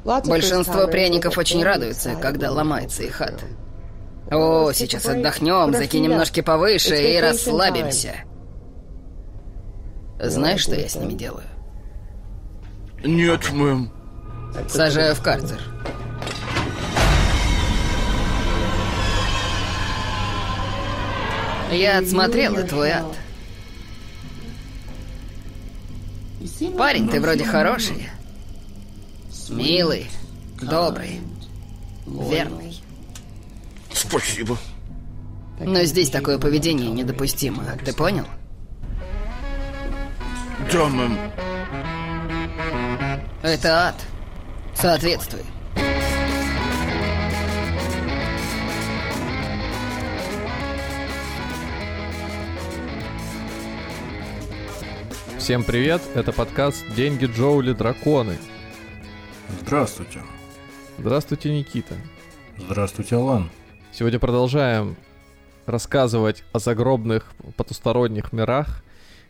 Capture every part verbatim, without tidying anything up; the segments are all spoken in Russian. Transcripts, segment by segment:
Большинство пряников очень радуются, когда ломается их ад. О, сейчас отдохнем, закинем ножки повыше и расслабимся. Знаешь, что я с ними делаю? Нет, мэм. Сажаю в карцер. Я отсмотрела твой ад. Парень, ты вроде хороший. Милый, добрый, верный. Спасибо. Но здесь такое поведение недопустимо, ты понял? Да, мэм. Это ад. Соответствуй. Всем привет, это подкаст «Деньги, Джоули, драконы». Здравствуйте. Здравствуйте, Никита. Здравствуйте, Алан. Сегодня продолжаем рассказывать о загробных потусторонних мирах.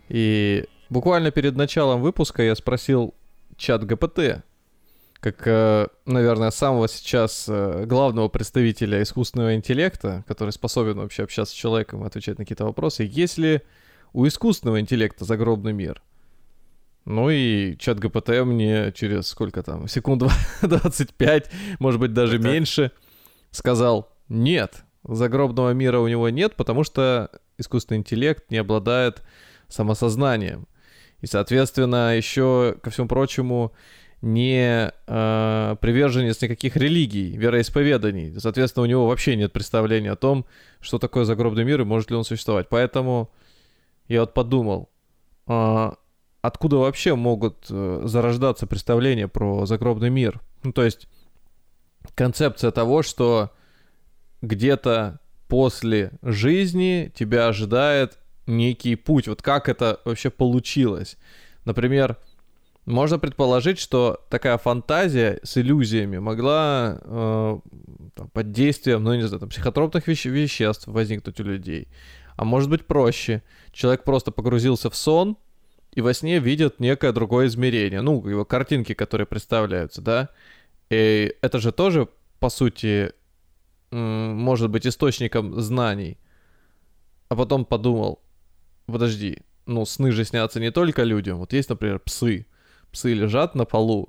И буквально перед началом выпуска я спросил чат джи пи ти, как, наверное, самого сейчас главного представителя искусственного интеллекта, который способен вообще общаться с человеком и отвечать на какие-то вопросы, есть ли у искусственного интеллекта загробный мир? Ну и чат джи пи ти мне через сколько там, секунд двадцать пять, может быть даже Это... меньше, сказал: нет, загробного мира у него нет, потому что искусственный интеллект не обладает самосознанием. И, соответственно, еще, ко всему прочему, не э, приверженец никаких религий, вероисповеданий. Соответственно, у него вообще нет представления о том, что такое загробный мир и может ли он существовать. Поэтому я вот подумал, э, откуда вообще могут э, зарождаться представления про загробный мир? Ну, то есть концепция того, что где-то после жизни тебя ожидает некий путь. Вот как это вообще получилось? Например, можно предположить, что такая фантазия с иллюзиями могла э, там, под действием, ну, не знаю, там, психотропных веще- веществ возникнуть у людей. А может быть проще. Человек просто погрузился в сон и во сне видит некое другое измерение. Ну, его картинки, которые представляются, да? И это же тоже, по сути, м- может быть источником знаний. А потом подумал: подожди, ну, сны же снятся не только людям. Вот есть, например, псы. Псы лежат на полу.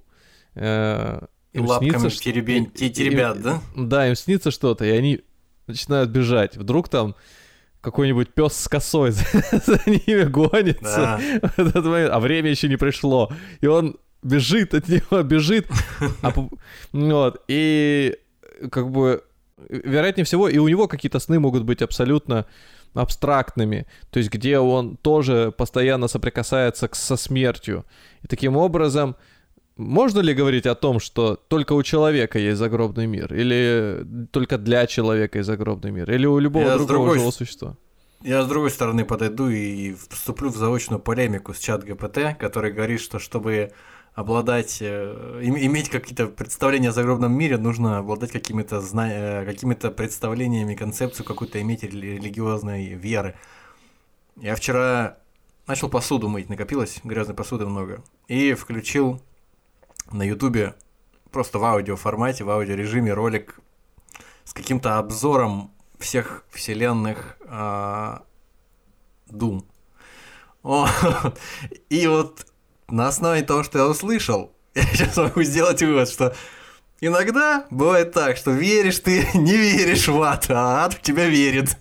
Э, и лапками теребень, теребят, да? Да, им снится что-то, и они начинают бежать. Вдруг там какой-нибудь пес с косой за, за ними гонится. Да. В этот момент, а время еще не пришло. И он бежит от него, бежит. а, вот, и как бы, вероятнее всего, и у него какие-то сны могут быть абсолютно абстрактными, то есть где он тоже постоянно соприкасается со смертью. И таким образом, можно ли говорить о том, что только у человека есть загробный мир? Или только для человека есть загробный мир? Или у любого Я другого другой... живого существа? Я с другой стороны подойду и вступлю в заочную полемику с чат джи пи ти, который говорит, что чтобы обладать, иметь какие-то представления о загробном мире, нужно обладать какими-то, зна... какими-то представлениями, концепцию какую-то иметь религиозной веры. Я вчера начал посуду мыть, накопилось грязной посуды много, и включил на ютубе просто в аудиоформате, в аудиорежиме ролик с каким-то обзором всех вселенных а... Doom. О, и вот на основе того, что я услышал, я сейчас могу сделать вывод, что иногда бывает так, что веришь ты, не веришь в ад, а ад в тебя верит.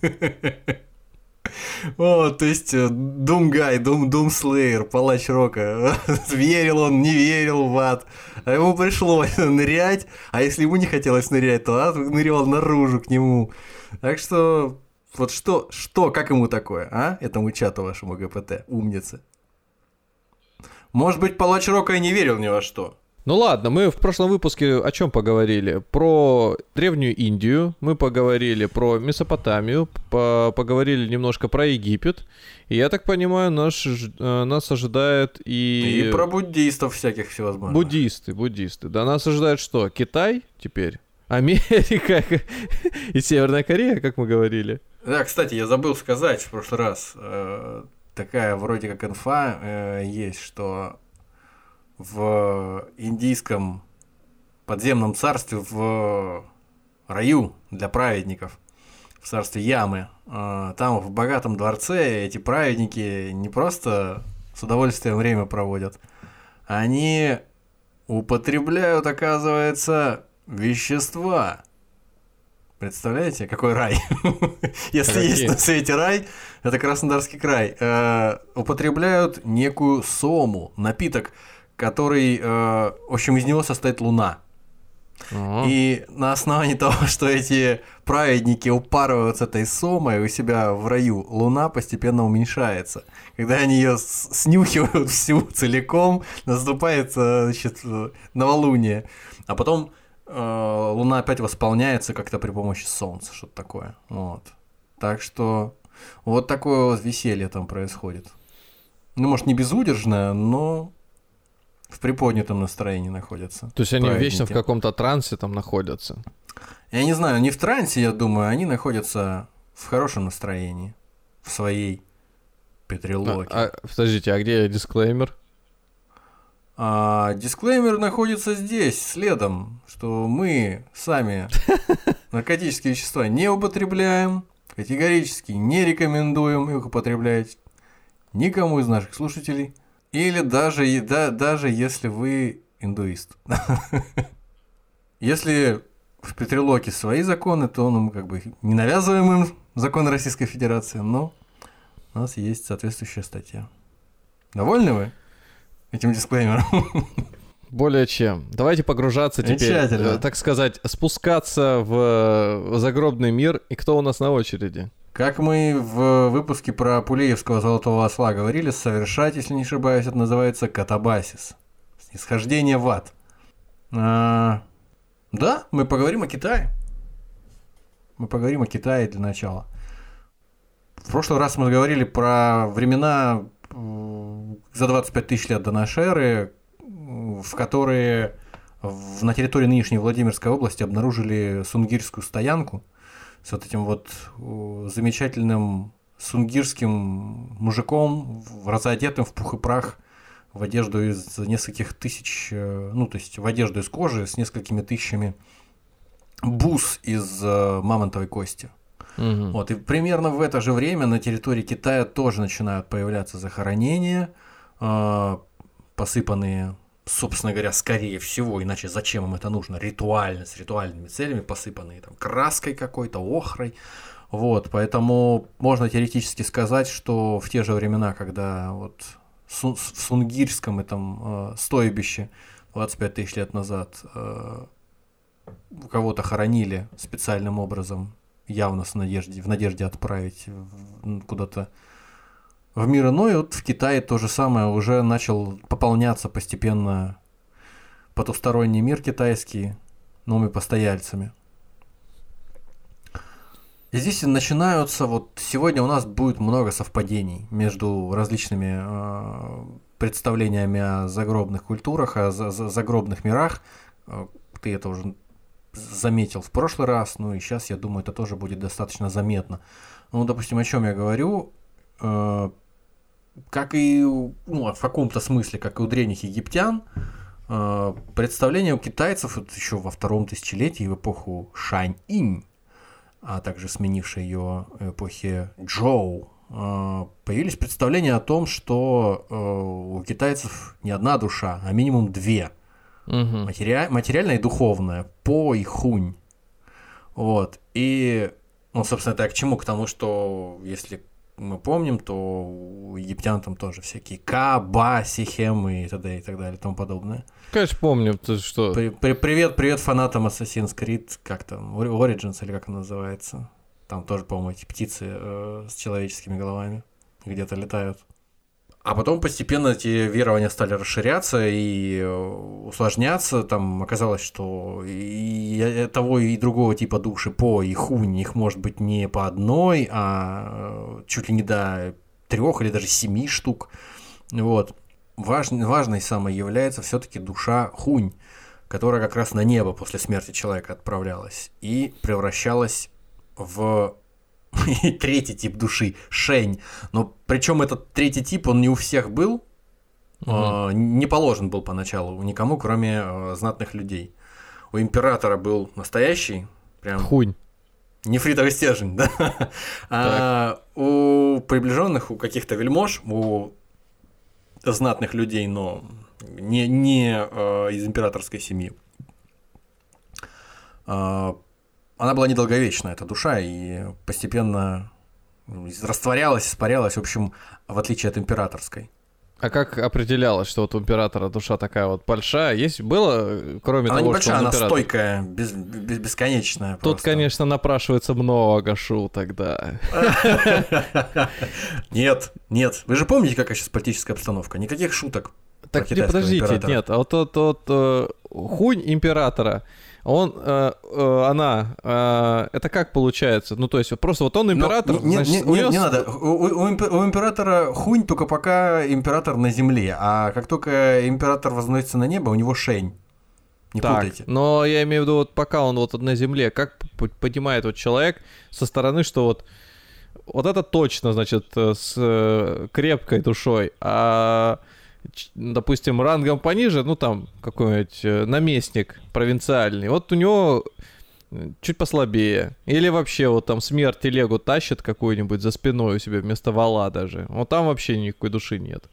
О, то есть Doom Guy, Doom, Doom Slayer, палач рока, верил он, не верил в ад, а ему пришлось нырять, а если ему не хотелось нырять, то ад нырял наружу к нему. Так что, вот что, что, как ему такое, а, этому чату вашему джи пи ти, умница. Может быть, палач рока и не верил ни во что. Ну ладно, мы в прошлом выпуске о чем поговорили? Про Древнюю Индию, мы поговорили про Месопотамию, по- поговорили немножко про Египет. И я так понимаю, наш, нас ожидает и... И про буддистов всяких всевозможных. Буддисты, буддисты. Да, нас ожидает что? Китай теперь? Америка и Северная Корея, как мы говорили. Да, кстати, я забыл сказать в прошлый раз. Такая вроде как инфа э, есть, что в индийском подземном царстве в раю для праведников, в царстве Ямы. Там в богатом дворце эти праведники не просто с удовольствием время проводят, они употребляют, оказывается, вещества. Представляете, какой рай? Если есть на свете рай, это Краснодарский край. Употребляют некую сому, напиток, который, в общем, из него состоит луна. Uh-huh. И на основании того, что эти праведники упарываются этой сомой, у себя в раю луна постепенно уменьшается. Когда они ее снюхивают всю целиком, наступает, значит, новолуние. А потом э, луна опять восполняется как-то при помощи солнца, что-то такое. Вот. Так что вот такое вот веселье там происходит. Ну, может, не безудержное, но... в приподнятом настроении находятся. То есть они праведники. Вечно в каком-то трансе там находятся? Я не знаю, не в трансе, я думаю, они находятся в хорошем настроении, в своей Петрилоке. А, а, подождите, а где дисклеймер? А, дисклеймер находится здесь, следом, что мы сами наркотические вещества не употребляем, категорически не рекомендуем их употреблять никому из наших слушателей. Или даже, да, даже если вы индуист. Если в Петрилоке свои законы, то ну, мы как бы не навязываем им законы Российской Федерации, но у нас есть соответствующая статья. Довольны вы этим дисклеймером? Более чем. Давайте погружаться теперь, так сказать, спускаться в загробный мир. И кто у нас на очереди? Как мы в выпуске про Пулеевского золотого осла говорили, совершать, если не ошибаюсь, это называется катабасис. Снисхождение в ад. А, да, мы поговорим о Китае. Мы поговорим о Китае для начала. В прошлый раз мы говорили про времена за двадцать пять тысяч лет до нашей эры, в которые в, на территории нынешней Владимирской области обнаружили сунгирскую стоянку с вот этим вот замечательным сунгирским мужиком, разодетым в пух и прах, в одежду из нескольких тысяч, ну, то есть в одежду из кожи с несколькими тысячами бус из мамонтовой кости. Угу. Вот, и примерно в это же время на территории Китая тоже начинают появляться захоронения, посыпанные, собственно говоря, скорее всего, иначе зачем им это нужно, ритуально, с ритуальными целями, посыпанные там краской какой-то, охрой. Вот, поэтому можно теоретически сказать, что в те же времена, когда вот в сунгирском этом э, стойбище двадцать пять тысяч лет назад э, кого-то хоронили специальным образом, явно с надеждой, в надежде отправить в, куда-то в мир иной, вот в Китае то же самое уже начал пополняться постепенно потусторонний мир китайский новыми постояльцами. И здесь начинаются, вот сегодня у нас будет много совпадений между различными э, представлениями о загробных культурах, о за, за, загробных мирах. Ты это уже заметил в прошлый раз, ну и сейчас, я думаю, это тоже будет достаточно заметно. Ну, допустим, о чем я говорю? Э, как и, ну, в каком-то смысле, как и у древних египтян, э, представления у китайцев вот еще во втором тысячелетии, в эпоху Шань-инь, а также сменившей ее эпохи Джоу, появились представления о том, что у китайцев не одна душа, а минимум две. Угу. Матери... Материальная и духовная, По и Хунь. Вот. И, ну, собственно, это к чему? К тому, что, если мы помним, то у египтян там тоже всякие Ка, Ба, Сихем и т.д. и так далее и тому подобное. Конечно, помню, то что... При, при, привет, привет фанатам Assassin's Creed, как там, Origins или как она называется. Там тоже, по-моему, эти птицы э, с человеческими головами где-то летают. А потом постепенно эти верования стали расширяться и усложняться. Там оказалось, что и того и другого типа души, По и Хунь, их может быть не по одной, а чуть ли не до трех или даже семи штук. Вот. Важ, важной самой является все-таки душа Хунь, которая как раз на небо после смерти человека отправлялась и превращалась в третий тип души, Шэнь. Но причем этот третий тип, он не у всех был, угу. э, не положен был поначалу никому, кроме э, знатных людей. у императора был настоящий, прям... Хунь. Нефритовый стержень, да? А у приближенных, у каких-то вельмож, у знатных людей, но не, не э, из императорской семьи, э, она была недолговечна, эта душа, и постепенно растворялась, испарялась, в общем, в отличие от императорской. А как определялось, что вот у императора душа такая вот большая? Есть было, кроме она того, небольшая, что он она император? стойкая, без, без, бесконечная. Тут, просто. конечно, напрашивается много шуток, да. Нет, нет. Вы же помните, какая сейчас политическая обстановка? Никаких шуток. Так, не подождите, нет, а вот тот, тот э, хунь императора, он, э, э, она, э, это как получается? Ну, то есть, просто вот он император, Но, не, значит, не, не, него... не надо, у, у, у императора хунь только пока император на земле, а как только император возносится на небо, у него шень. Не так, путайте. Но я имею в виду, вот пока он вот на земле, как понимает вот человек со стороны, что вот вот это точно, значит, с крепкой душой, а... допустим, рангом пониже, ну там какой-нибудь наместник провинциальный, вот у него чуть послабее. Или вообще вот там смерть телегу тащит какую-нибудь за спиной у себя вместо вала даже. Вот там вообще никакой души нет.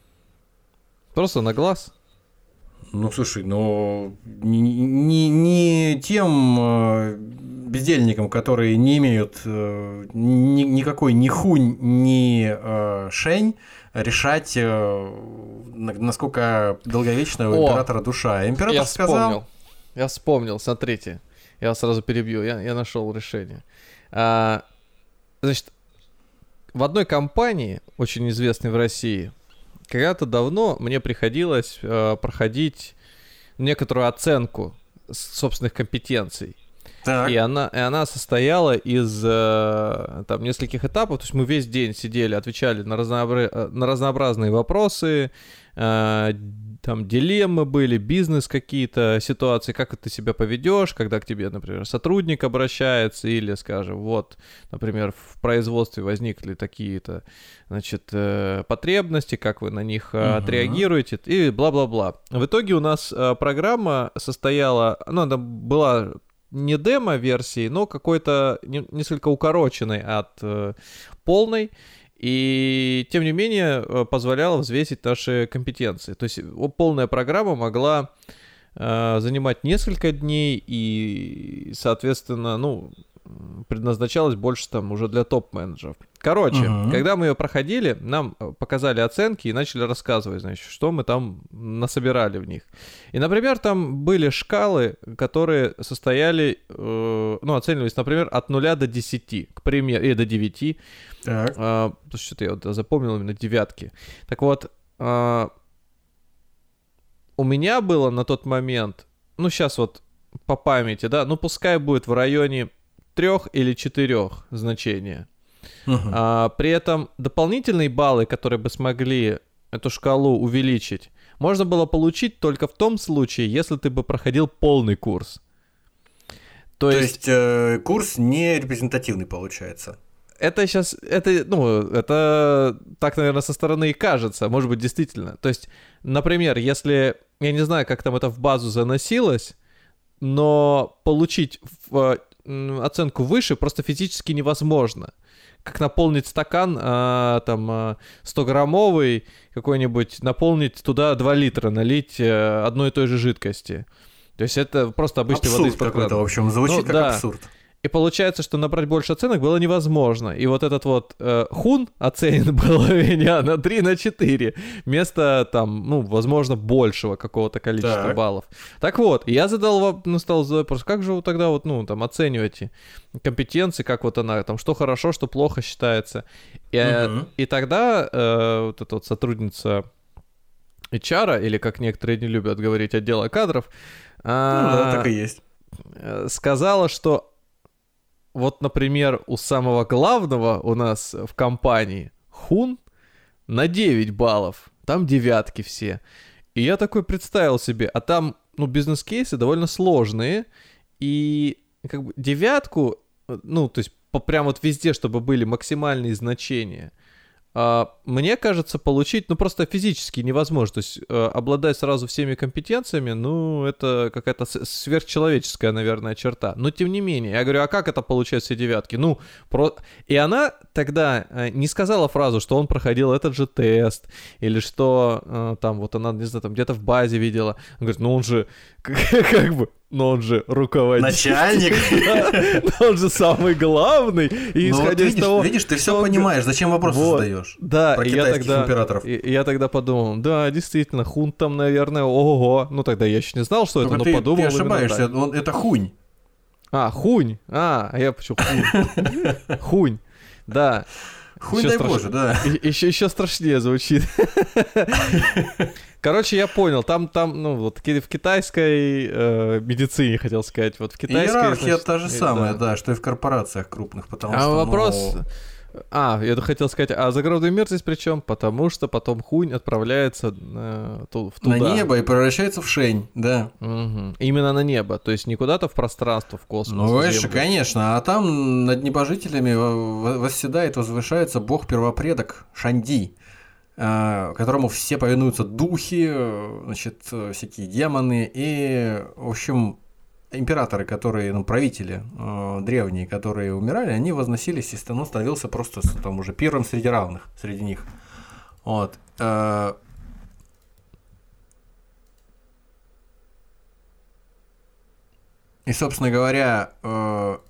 Просто на глаз. Ну, слушай, ну не, не, не тем бездельникам, которые не имеют ни, никакой ни хунь, ни э, шень, решать, э, насколько долговечна у О, императора душа. Император я сказал... Вспомнил. Я вспомнил, смотрите. Я вас сразу перебью, я, я нашел решение. А, значит, в одной компании, очень известной в России, когда-то давно мне приходилось э, проходить некоторую оценку собственных компетенций. Так. И она, и она состояла из э, там, нескольких этапов. То есть мы весь день сидели, отвечали на, разнообра... на разнообразные вопросы, э, там дилеммы были, бизнес какие-то, ситуации, как ты себя поведешь, когда к тебе, например, сотрудник обращается, или, скажем, вот, например, в производстве возникли такие-то, значит, э, потребности, как вы на них э, uh-huh. отреагируете, и бла-бла-бла. В итоге у нас э, программа состояла, ну, она была... не демо-версии, но какой-то не, несколько укороченной от э, полной, и тем не менее э, позволяла взвесить наши компетенции. То есть полная программа могла э, занимать несколько дней и, соответственно, ну, предназначалась больше там уже для топ-менеджеров. Короче, uh-huh. когда мы ее проходили, нам показали оценки и начали рассказывать, значит, что мы там насобирали в них. И, например, там были шкалы, которые состояли, э, ну, оценивались, например, от нуля до десяти, к примеру, и до девяти. Так. Э, что-то я вот запомнил именно девятки. Так вот, э, у меня было на тот момент, ну, сейчас вот по памяти, да, ну, пускай будет в районе трех или четырех значения. Uh-huh. А, при этом дополнительные баллы, которые бы смогли эту шкалу увеличить, можно было получить только в том случае, если ты бы проходил полный курс. То, То есть, есть э, курс не репрезентативный получается. Это сейчас, это, ну, это так, наверное, со стороны и кажется, может быть, действительно. То есть, например, если, я не знаю, как там это в базу заносилось, но получить в, оценку выше просто физически невозможно. Как наполнить стакан, а, там, сто-граммовый какой-нибудь, наполнить туда два литра, налить а, одной и той же жидкости. То есть это просто обычная вода из-под крана. В общем, звучит ну, как да. абсурд. И получается, что набрать больше оценок было невозможно. И вот этот вот э, хун оценен был у меня на три на четыре. Вместо там, ну, возможно, большего какого-то количества так. баллов. Так вот, я задал, ну, стал задать вопрос, как же вы тогда вот, ну, там, оцениваете компетенции, как вот она, там, что хорошо, что плохо считается. И, угу. и тогда э, вот эта вот сотрудница эйч ар, или, как некоторые не любят говорить, отдела кадров, э, ну, да, так и есть. сказала, что вот, например, у самого главного у нас в компании хун на девять баллов. Там девятки все. И я такой представил себе, а там, ну, бизнес-кейсы довольно сложные. И как бы девятку, ну, то есть по, прям вот везде, чтобы были максимальные значения, А, мне кажется, получить, ну, просто физически невозможно. То есть э, обладать сразу всеми компетенциями, ну, это какая-то с- сверхчеловеческая, наверное, черта. Но тем не менее, я говорю, а как это получать все девятки? Ну, про... И она тогда э, не сказала фразу, что он проходил этот же тест, или что э, там вот она, не знаю, там где-то в базе видела. Он говорит, ну, он же как бы... Но он же руководитель. Начальник. Но он же самый главный. И Ну вот исходя из видишь, того... видишь, ты все что он понимаешь, зачем вопросы Вот. задаешь? Да, Про и я китайских тогда, императоров. И, и я тогда подумал, да, действительно, хун там, наверное, ого-го. Ну, тогда я еще не знал, что Только это, но ты, подумал ты именно ошибаешься, так. он, это хунь. А, хунь. А, а я почему хунь? Хунь. Да. Хуй Ещё дай страш- боже, да. И- Еще, еще страшнее звучит. Короче, я понял, там, там, ну, вот ки- в китайской э, медицине, хотел сказать, вот в китайской... Иерархия значит, та же э, самая, да. да, что и в корпорациях крупных, потому А что, вопрос... ну, А, я хотел сказать, а загробный мир здесь при чем? Потому что потом хунь отправляется э, ту- в туда. на небо и превращается в шень, да. Мгм. Именно на небо, то есть не куда-то в пространство, в космос. Ну, в выше, Землю. конечно, а там над небожителями во- восседает, возвышается бог-первопредок Шанди, э, которому все повинуются духи, э, значит, э, всякие демоны и, в общем, императоры, которые, ну, правители э, древние, которые умирали, они возносились, и он становился просто с- там уже первым среди равных, среди них. Вот. э, И, собственно говоря, э,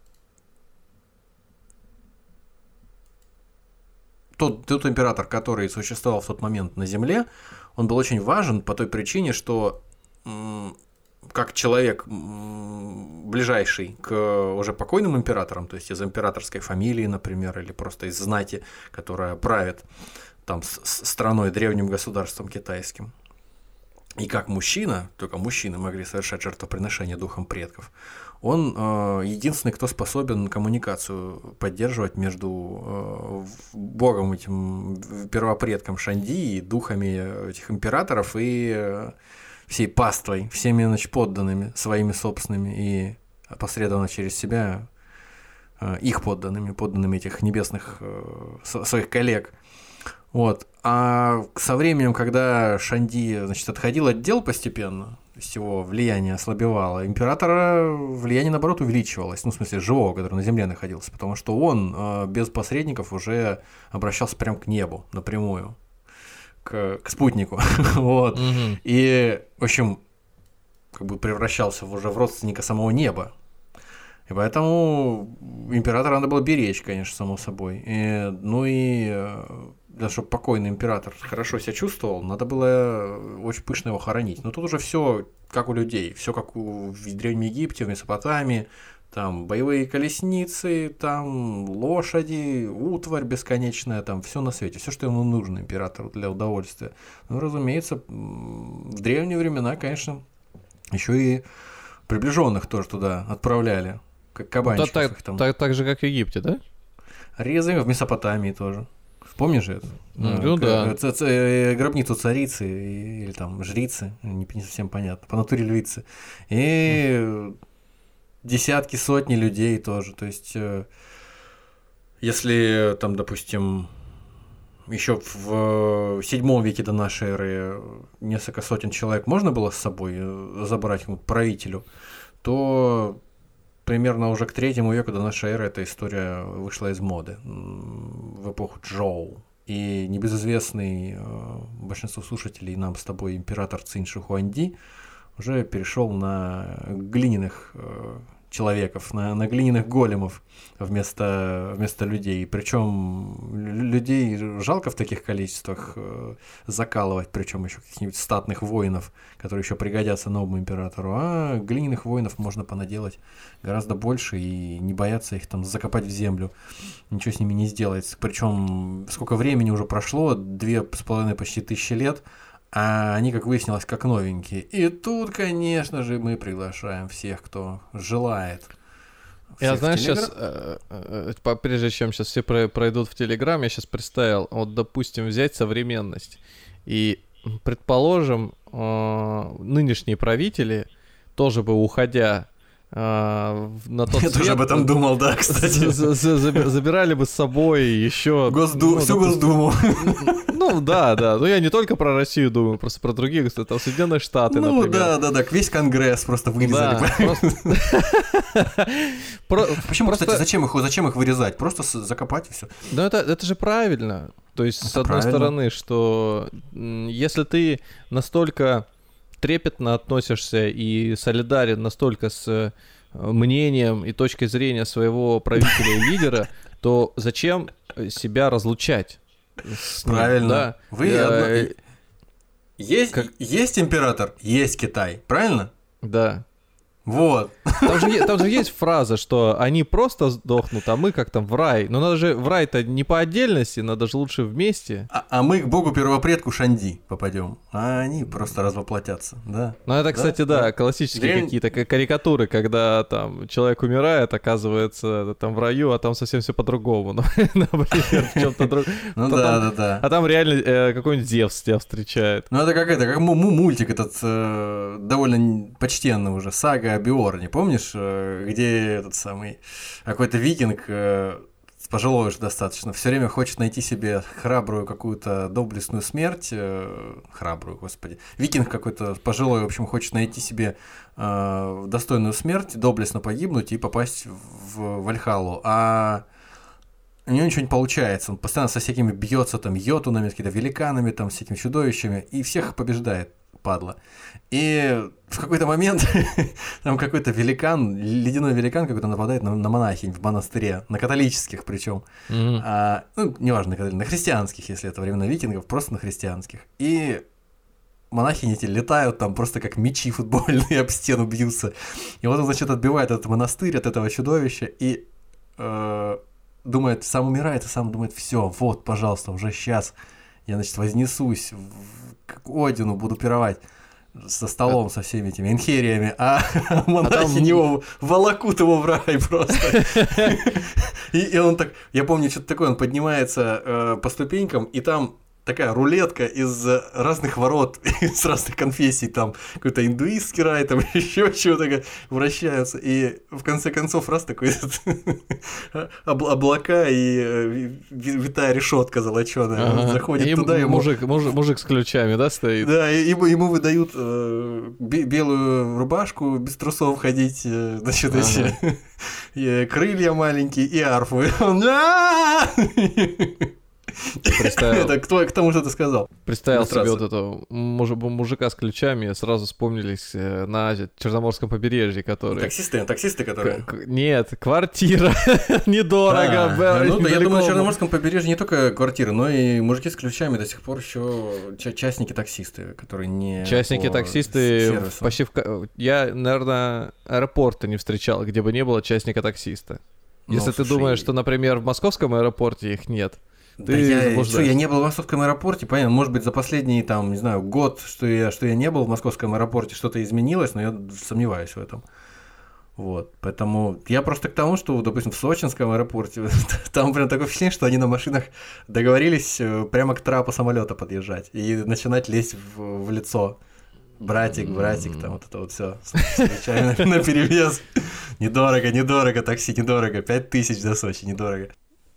тот, тот император, который существовал в тот момент на Земле, он был очень важен по той причине, что м, как человек м, ближайший к уже покойным императорам, то есть из императорской фамилии, например, или просто из знати, которая правит там с- с страной, древним государством китайским, и как мужчина, только мужчины могли совершать жертвоприношение духам предков, он э, единственный, кто способен коммуникацию поддерживать между э, богом, этим первопредком Шанди и духами этих императоров и э, всей паствой, всеми, значит, подданными, своими собственными и опосредованно через себя э, их подданными, подданными этих небесных э, со- своих коллег. Вот. А со временем, когда Шанди, значит, отходил от дел постепенно, то есть его влияние ослабевало, императора влияние, наоборот, увеличивалось, ну, в смысле, живого, который на земле находился, потому что он э, без посредников уже обращался прямо к небу, напрямую, к, к спутнику, вот. Мгм. И, в общем, как бы превращался уже в родственника самого неба. И поэтому императора надо было беречь, конечно, само собой. И, ну и э, для чтобы покойный император хорошо себя чувствовал, надо было очень пышно его хоронить. Но тут уже все как у людей, все как у, в Древнем Египте, в Месопотамии, там боевые колесницы, там лошади, утварь бесконечная, там все на свете, все, что ему нужно императору для удовольствия. Ну, разумеется, м, в древние времена, конечно, еще и приближенных тоже туда отправляли, как Ну, кабанчиков так, их там. так- так же, как в Египте, да? Резали в Месопотамии тоже. Помнишь же это? Ну К- да. ц- ц- э, гробницу царицы и- или там жрицы, не, не совсем понятно, по натуре львицы. И десятки, сотни людей тоже. То есть, э, если там, допустим, еще в седьмом веке до нашей эры несколько сотен человек можно было с собой э, забрать к правителю, то примерно уже к третьему веку до нашей эры эта история вышла из моды м, в эпоху Чжоу. И небезызвестный э, большинству слушателей нам с тобой император Цинь Ши Хуанди уже перешел на глиняных э, человеков, на, на глиняных големов вместо, вместо людей. Причем людей жалко в таких количествах э, закалывать, причем еще каких-нибудь статных воинов, которые еще пригодятся новому императору. А глиняных воинов можно понаделать гораздо больше и не бояться их там закопать в землю. Ничего с ними не сделать. Причем сколько времени уже прошло, две с половиной почти тысячи лет, а они, как выяснилось, как новенькие. И тут, конечно же, мы приглашаем всех, кто желает. Я, Всех знаешь, в Телегра- сейчас, э, э, по- прежде чем сейчас все про- пройдут в Телеграм, я сейчас представил, вот, допустим, взять современность. И, предположим, э, нынешние правители тоже бы, уходя а, на тот Я свет... тоже об этом думал, да, кстати. Забирали бы с собой еще... Госду... Всю Госдуму. Ну, да, да. Ну, я не только про Россию думаю, просто про другие государства. Там Соединенные Штаты, ну, например. Ну, да, да, да. Весь Конгресс просто вырезали. Да, просто... Почему, кстати, зачем их, зачем их вырезать? Просто закопать и все. Ну, это, это же правильно. То есть, это с одной правильно. стороны, что если ты настолько трепетно относишься и солидарен настолько с мнением и точкой зрения своего правителя и лидера, то зачем себя разлучать? С ним, правильно. Да? Вы Я... одно... есть, как... есть император, есть Китай, правильно? Да. Вот. Там же, там же есть фраза, что они просто сдохнут, а мы как там в рай. Но надо же в рай-то не по отдельности, надо же лучше вместе. А, а мы к богу-первопредку Шанди попадем, а они просто развоплотятся, да. Ну это, кстати, да, да классические Древень... какие-то карикатуры, когда там человек умирает, оказывается там в раю, а там совсем все по-другому. Например, в чем-то другом. Ну да, да, да. А там реально какой-нибудь Зевс тебя встречает. Ну это как это, как мультик этот довольно почтенный уже, сага Бьорне, помнишь, где этот самый какой-то викинг, пожилой уже достаточно, все время хочет найти себе храбрую какую-то доблестную смерть, храбрую, господи, викинг какой-то пожилой, в общем, хочет найти себе достойную смерть, доблестно погибнуть и попасть в Вальхаллу, а у него ничего не получается, он постоянно со всякими бьется там йотунами, с какими-то великанами, там, с этими чудовищами, и всех побеждает, падла. И в какой-то момент там какой-то великан, ледяной великан какой-то нападает на, на монахинь в монастыре, на католических причем, mm-hmm. а, ну, неважно, на христианских, если это времена викингов, просто на христианских. И монахини эти летают там просто как мечи футбольные об стену бьются. И вот он, значит, отбивает этот монастырь от этого чудовища и э, думает, сам умирает, и сам думает, все, вот, пожалуйста, уже сейчас я, значит, вознесусь к Одину, буду пировать со столом, а... со всеми этими инхериями, а монахи там... его волокут его в рай просто. и, и он так, я помню, что-то такое, он поднимается э, по ступенькам, и там такая рулетка из разных ворот, из разных конфессий, там какой-то индуистский рай, там еще чего-то вращаются, и в конце концов раз такой облака и витая решетка золоченая, ага. Он заходит и туда, ему... Мужик, мужик, мужик с ключами, да, стоит? Да, и ему, ему выдают э, белую рубашку, без трусов ходить, э, значит, ага. эти крылья маленькие и арфу, и он... Представил... Это кто, к тому, что ты сказал. Представил себе вот этого муж, мужика с ключами, сразу вспомнились на Черноморском побережье, которые... Таксисты, таксисты, которые... К- нет, квартира, недорого. А, ну да, я думаю, на Черноморском побережье не только квартиры, но и мужики с ключами до сих пор еще частники-таксисты, которые не... Частники-таксисты почти... В... Я, наверное, аэропорта не встречал, где бы не было частника-таксиста. Если ну, ты слушай... думаешь, что, например, в московском аэропорте их нет... Да я, что, я не был в московском аэропорте, понятно, может быть, за последний, там, не знаю, год, что я, что я не был в московском аэропорте, что-то изменилось, но я сомневаюсь в этом. Вот, поэтому я просто к тому, что, допустим, в сочинском аэропорте, там прям такое впечатление, что они на машинах договорились прямо к трапу самолета подъезжать и начинать лезть в, в лицо. Братик, братик, там вот это вот все случайно на перевес. Недорого, недорого, такси, недорого, пять тысяч до Сочи, недорого.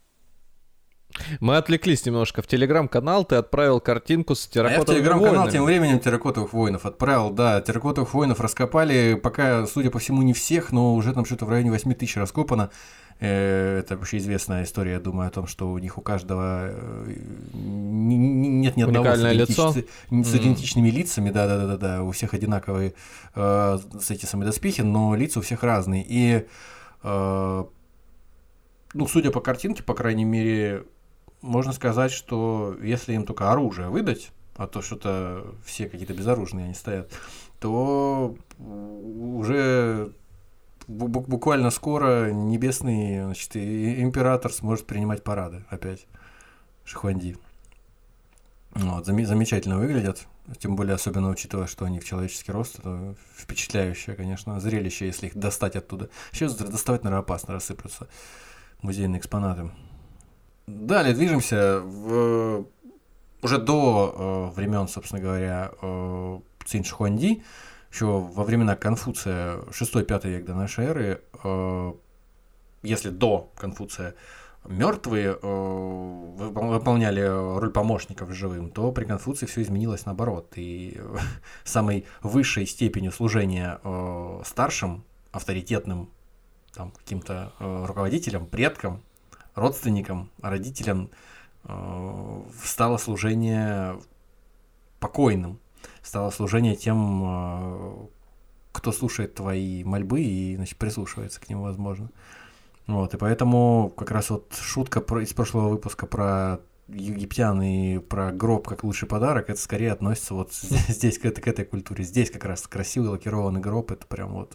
Мы отвлеклись немножко. В телеграм-канал ты отправил картинку с терракотовыми воинами. А я в телеграм-канал тем временем терракотовых воинов отправил, да. Терракотовых воинов раскопали, пока, судя по всему, не всех, но уже там что-то в районе восемь тысяч раскопано. Это вообще известная история, я думаю, о том, что у них у каждого нет ни одного с, лицо. с идентичными mm-hmm. лицами, да-да-да, у всех одинаковые э, эти самые доспехи, но лица у всех разные. И, э, ну, судя по картинке, по крайней мере, можно сказать, что если им только оружие выдать, а то что-то все какие-то безоружные они стоят, то уже буквально скоро небесный, значит, император сможет принимать парады опять. Шихуанди. Вот, зам- замечательно выглядят, тем более особенно учитывая, что они в человеческий рост, это впечатляющее, конечно, зрелище, если их достать оттуда. Сейчас доставать, наверное, опасно, рассыплются музейные экспонаты. Далее движемся в, уже до э, времен, собственно говоря, э, Цинь Шихуанди. еще во времена Конфуция, шестой-пятый век до нашей эры, э, если до Конфуция мертвые э, выполняли роль помощников живым, то при Конфуции все изменилось наоборот. И э, самой высшей степенью служения э, старшим, авторитетным там, каким-то э, руководителям, предкам, родственникам, родителям э, стало служение покойным, стало служение тем, э, кто слушает твои мольбы и, значит, прислушивается к ним, возможно. Вот, и поэтому как раз вот шутка про, из прошлого выпуска про египтян и про гроб как лучший подарок, это скорее относится вот здесь к, этой, к этой культуре. Здесь как раз красивый лакированный гроб, это прям вот...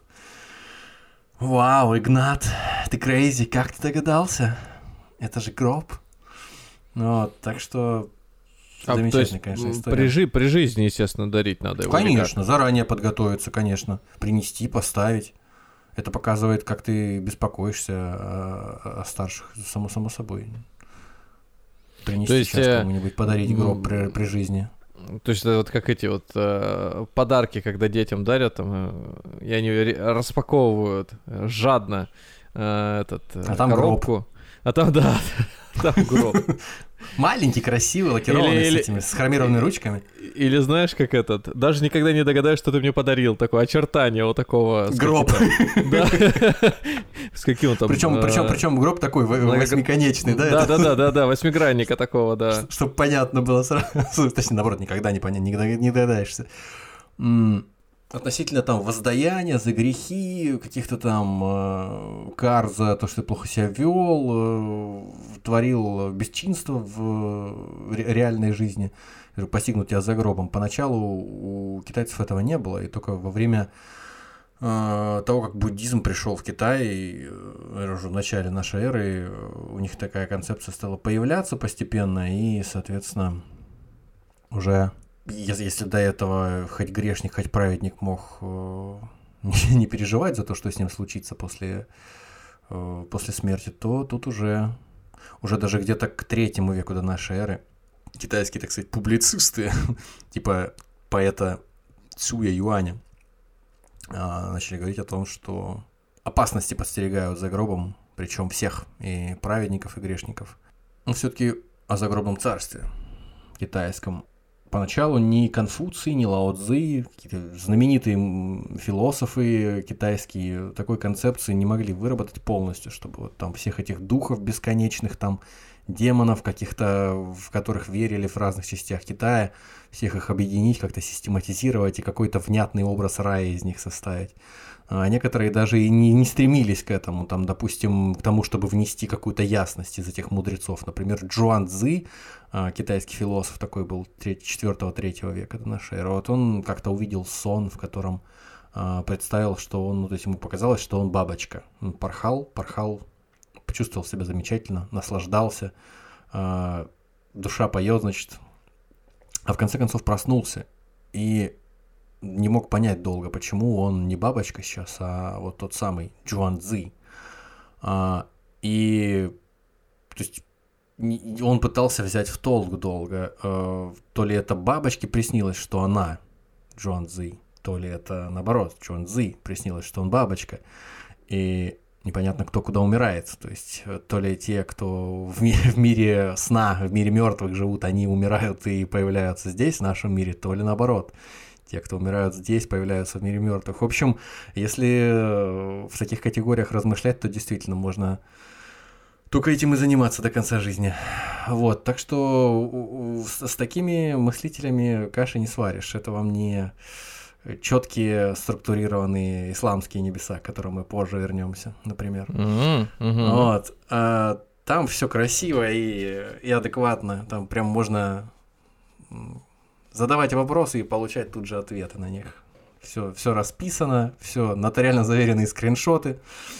Вау, Игнат, ты crazy, как ты догадался? Это же гроб. Вот, так что... А, замечательная, конечно, история. При, жи- при жизни, естественно, дарить надо его. Конечно, заранее подготовиться, конечно. Принести, поставить. Это показывает, как ты беспокоишься о, о старших, само, само собой. Принести То есть, сейчас э, кому-нибудь, подарить гроб при, при жизни. То есть это вот как эти вот э, подарки, когда детям дарят, там, э, и они распаковывают э, жадно э, этот, э, а там коробку. Гроб. А там, да, там гроб. Маленький, красивый, лакированный, Или- с этими, с хромированными ручками. Или знаешь, как этот, даже никогда не догадаешься, что ты мне подарил, такое очертание вот такого. с Гроб. каким-то- Да. С каким там... Причем, э, причем, причем гроб такой в- много- восьмиконечный, да? Да, это- да, да, да, да, восьмигранника такого, да. Чтобы понятно было сразу. Точнее, наоборот, никогда не понятно, никогда не догадаешься. М, Относительно там воздаяния за грехи, каких-то там э, кар за то, что ты плохо себя вел, э, творил бесчинство в ре- реальной жизни, постигнуть тебя за гробом. Поначалу у китайцев этого не было, и только во время э, того, как буддизм пришел в Китай, э, уже в начале нашей эры, э, у них такая концепция стала появляться постепенно, и, соответственно, уже... Если, если до этого хоть грешник, хоть праведник мог э, не, не переживать за то, что с ним случится после, э, после смерти, то тут уже, уже даже где-то к третьему веку до нашей эры китайские, так сказать, публицисты, типа поэта Цюя Юаня, э, начали говорить о том, что опасности подстерегают за гробом, причем всех, и праведников, и грешников. Но все-таки о загробном царстве китайском. Поначалу ни Конфуций, ни Лао Цзы, какие-то знаменитые философы китайские такой концепции не могли выработать полностью, чтобы вот там всех этих духов бесконечных, там демонов каких-то, в которых верили в разных частях Китая, всех их объединить, как-то систематизировать и какой-то внятный образ рая из них составить. А некоторые даже и не, не стремились к этому, там, допустим, к тому, чтобы внести какую-то ясность из этих мудрецов. Например, Чжуан Цзы, китайский философ такой был четвёртого-третьего века до нашей эры, вот он как-то увидел сон, в котором а, представил, что он, ну, то есть ему показалось, что он бабочка. Он порхал, порхал, почувствовал себя замечательно, наслаждался, а, душа поет, значит, а в конце концов проснулся и не мог понять долго, почему он не бабочка сейчас, а вот тот самый Чжуан Цзы. А, и то есть он пытался взять в толк долго, э, то ли это бабочке приснилось, что она Чжуан Цзы, то ли это наоборот, Чжуан Цзы приснилось, что он бабочка. И непонятно, кто куда умирает. То есть то ли те, кто в, ми- в мире сна, в мире мертвых живут, они умирают и появляются здесь, в нашем мире, то ли наоборот. Те, кто умирают здесь, появляются в мире мертвых. В общем, если в таких категориях размышлять, то действительно можно только этим и заниматься до конца жизни. Вот, так что с, с такими мыслителями каши не сваришь. Это вам не четкие структурированные исламские небеса, к которым мы позже вернемся, например. Mm-hmm, mm-hmm. Вот. А там все красиво и, и адекватно. Там прям можно задавать вопросы и получать тут же ответы на них. Все, все расписано, все нотариально заверенные скриншоты.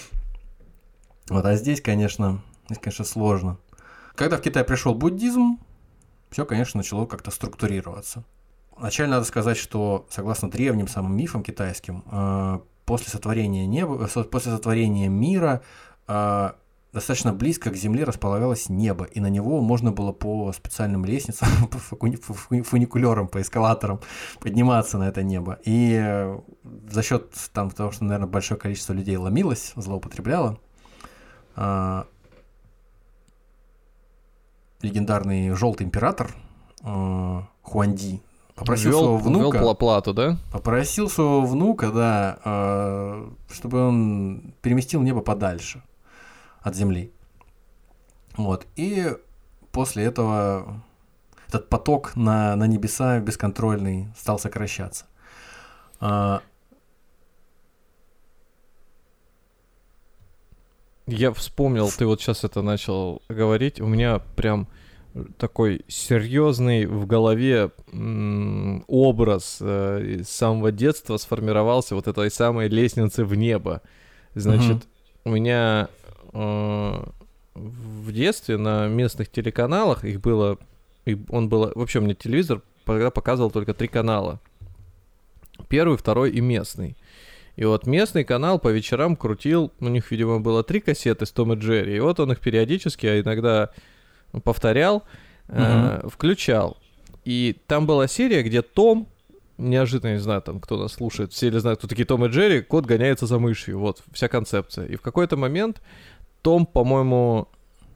Вот, а здесь, конечно, здесь, конечно, сложно. Когда в Китай пришел буддизм, все, конечно, начало как-то структурироваться. Вначале надо сказать, что, согласно древним самым мифам китайским, после сотворения неба, после сотворения мира достаточно близко к земле располагалось небо, и на него можно было по специальным лестницам, по фуникулерам, по эскалаторам подниматься на это небо. И за счет там, того, что, наверное, большое количество людей ломилось, злоупотребляло, легендарный желтый император Хуанди попросил ввел, своего внука, ввел плату, да? Попросил своего внука, да, чтобы он переместил небо подальше от земли. Вот. И после этого этот поток на, на небеса бесконтрольный стал сокращаться. Я вспомнил, ты вот сейчас это начал говорить, у меня прям такой серьезный в голове м- образ э, с самого детства сформировался вот этой самой лестницы в небо. Значит, mm-hmm. у меня э, в детстве на местных телеканалах их было, их, он был, вообще мне телевизор тогда показывал только три канала. Первый, второй и местный. И вот местный канал по вечерам крутил, у них, видимо, было три кассеты с Том и Джерри, и вот он их периодически, а иногда повторял, uh-huh. э, включал. И там была серия, где Том, неожиданно, не знаю, там, кто нас слушает, все ли знают, кто такие Том и Джерри, кот гоняется за мышью, вот, вся концепция. И в какой-то момент Том, по-моему,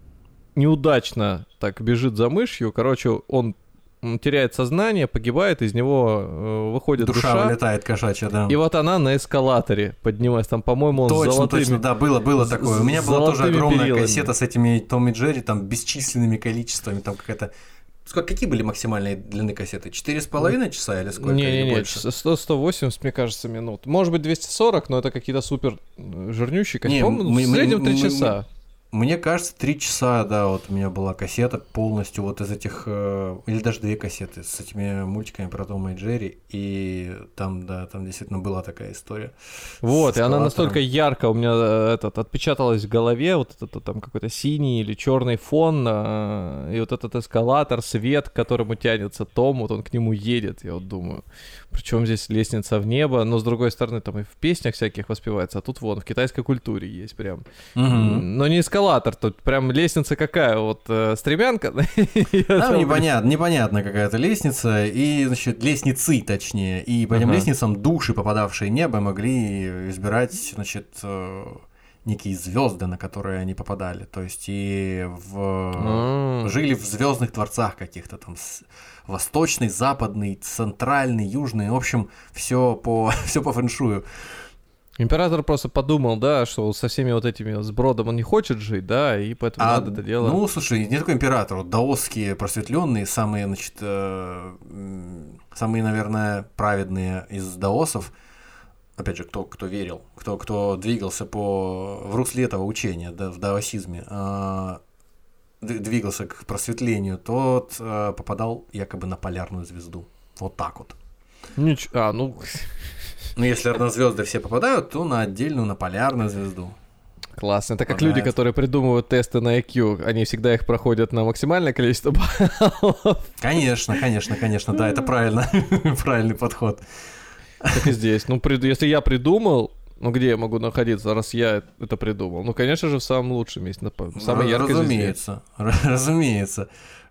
неудачно так бежит за мышью, короче, он теряет сознание, погибает, из него э, выходит душа. Душа вылетает кошачья, да. И вот она на эскалаторе поднималась. Там, по-моему, он точно, с золотыми... Точно, да, было, было такое. У меня была тоже огромная перилами. кассета с этими Том и Джерри, там, бесчисленными количествами, там какая-то... Сколько, какие были максимальные длины кассеты? Четыре с половиной часа или сколько? Не-не-не, сто сто восемьдесят, мне кажется, минут. Может быть, двести сорок, но это какие-то супер жирнющие кассеты. По-моему, в среднем три часа. Мне кажется, три часа, да, вот у меня была кассета полностью вот из этих, э, или даже две кассеты с этими мультиками про Тома и Джерри, и там, да, там действительно была такая история. Вот, и она настолько ярко у меня этот, отпечаталась в голове, вот этот там какой-то синий или черный фон, э, и вот этот эскалатор, свет, к которому тянется Том, вот он к нему едет, я вот думаю. Причем здесь лестница в небо, но с другой стороны, там и в песнях всяких воспевается, а тут вон, в китайской культуре есть прям. Угу. Но не эскалатор, тут прям лестница какая, вот э, стремянка. Там непонятно, непонятно какая-то лестница, и, значит, лестницы точнее, и по этим ага. лестницам души, попадавшие в небо, могли избирать, значит, э, некие звезды, на которые они попадали, то есть и в... mm. жили в звездных дворцах каких-то там, восточный, западный, центральный, южный, в общем, все по, все по фэншую. Император просто подумал, да, что со всеми вот этими сбродом он не хочет жить, да, и поэтому а, надо это дело. Ну, слушай, не такой император, вот даосские просветленные, самые, значит, э, самые, наверное, праведные из даосов, опять же, кто, кто верил, кто, кто двигался по, в русле этого учения, да, в даосизме, э, двигался к просветлению, тот э, попадал якобы на полярную звезду. Вот так вот. Ничего, а, ну... Ну, если на звезды все попадают, то на отдельную, на полярную звезду. Классно. Это как люди, которые придумывают тесты на ай кью, они всегда их проходят на максимальное количество баллов. Конечно, конечно, конечно, да, это правильно, правильный подход. Так и здесь. Ну, если я придумал, ну, где я могу находиться, раз я это придумал? Ну, конечно же, в самом лучшем месте, в самой яркой звезде. Разумеется, разумеется.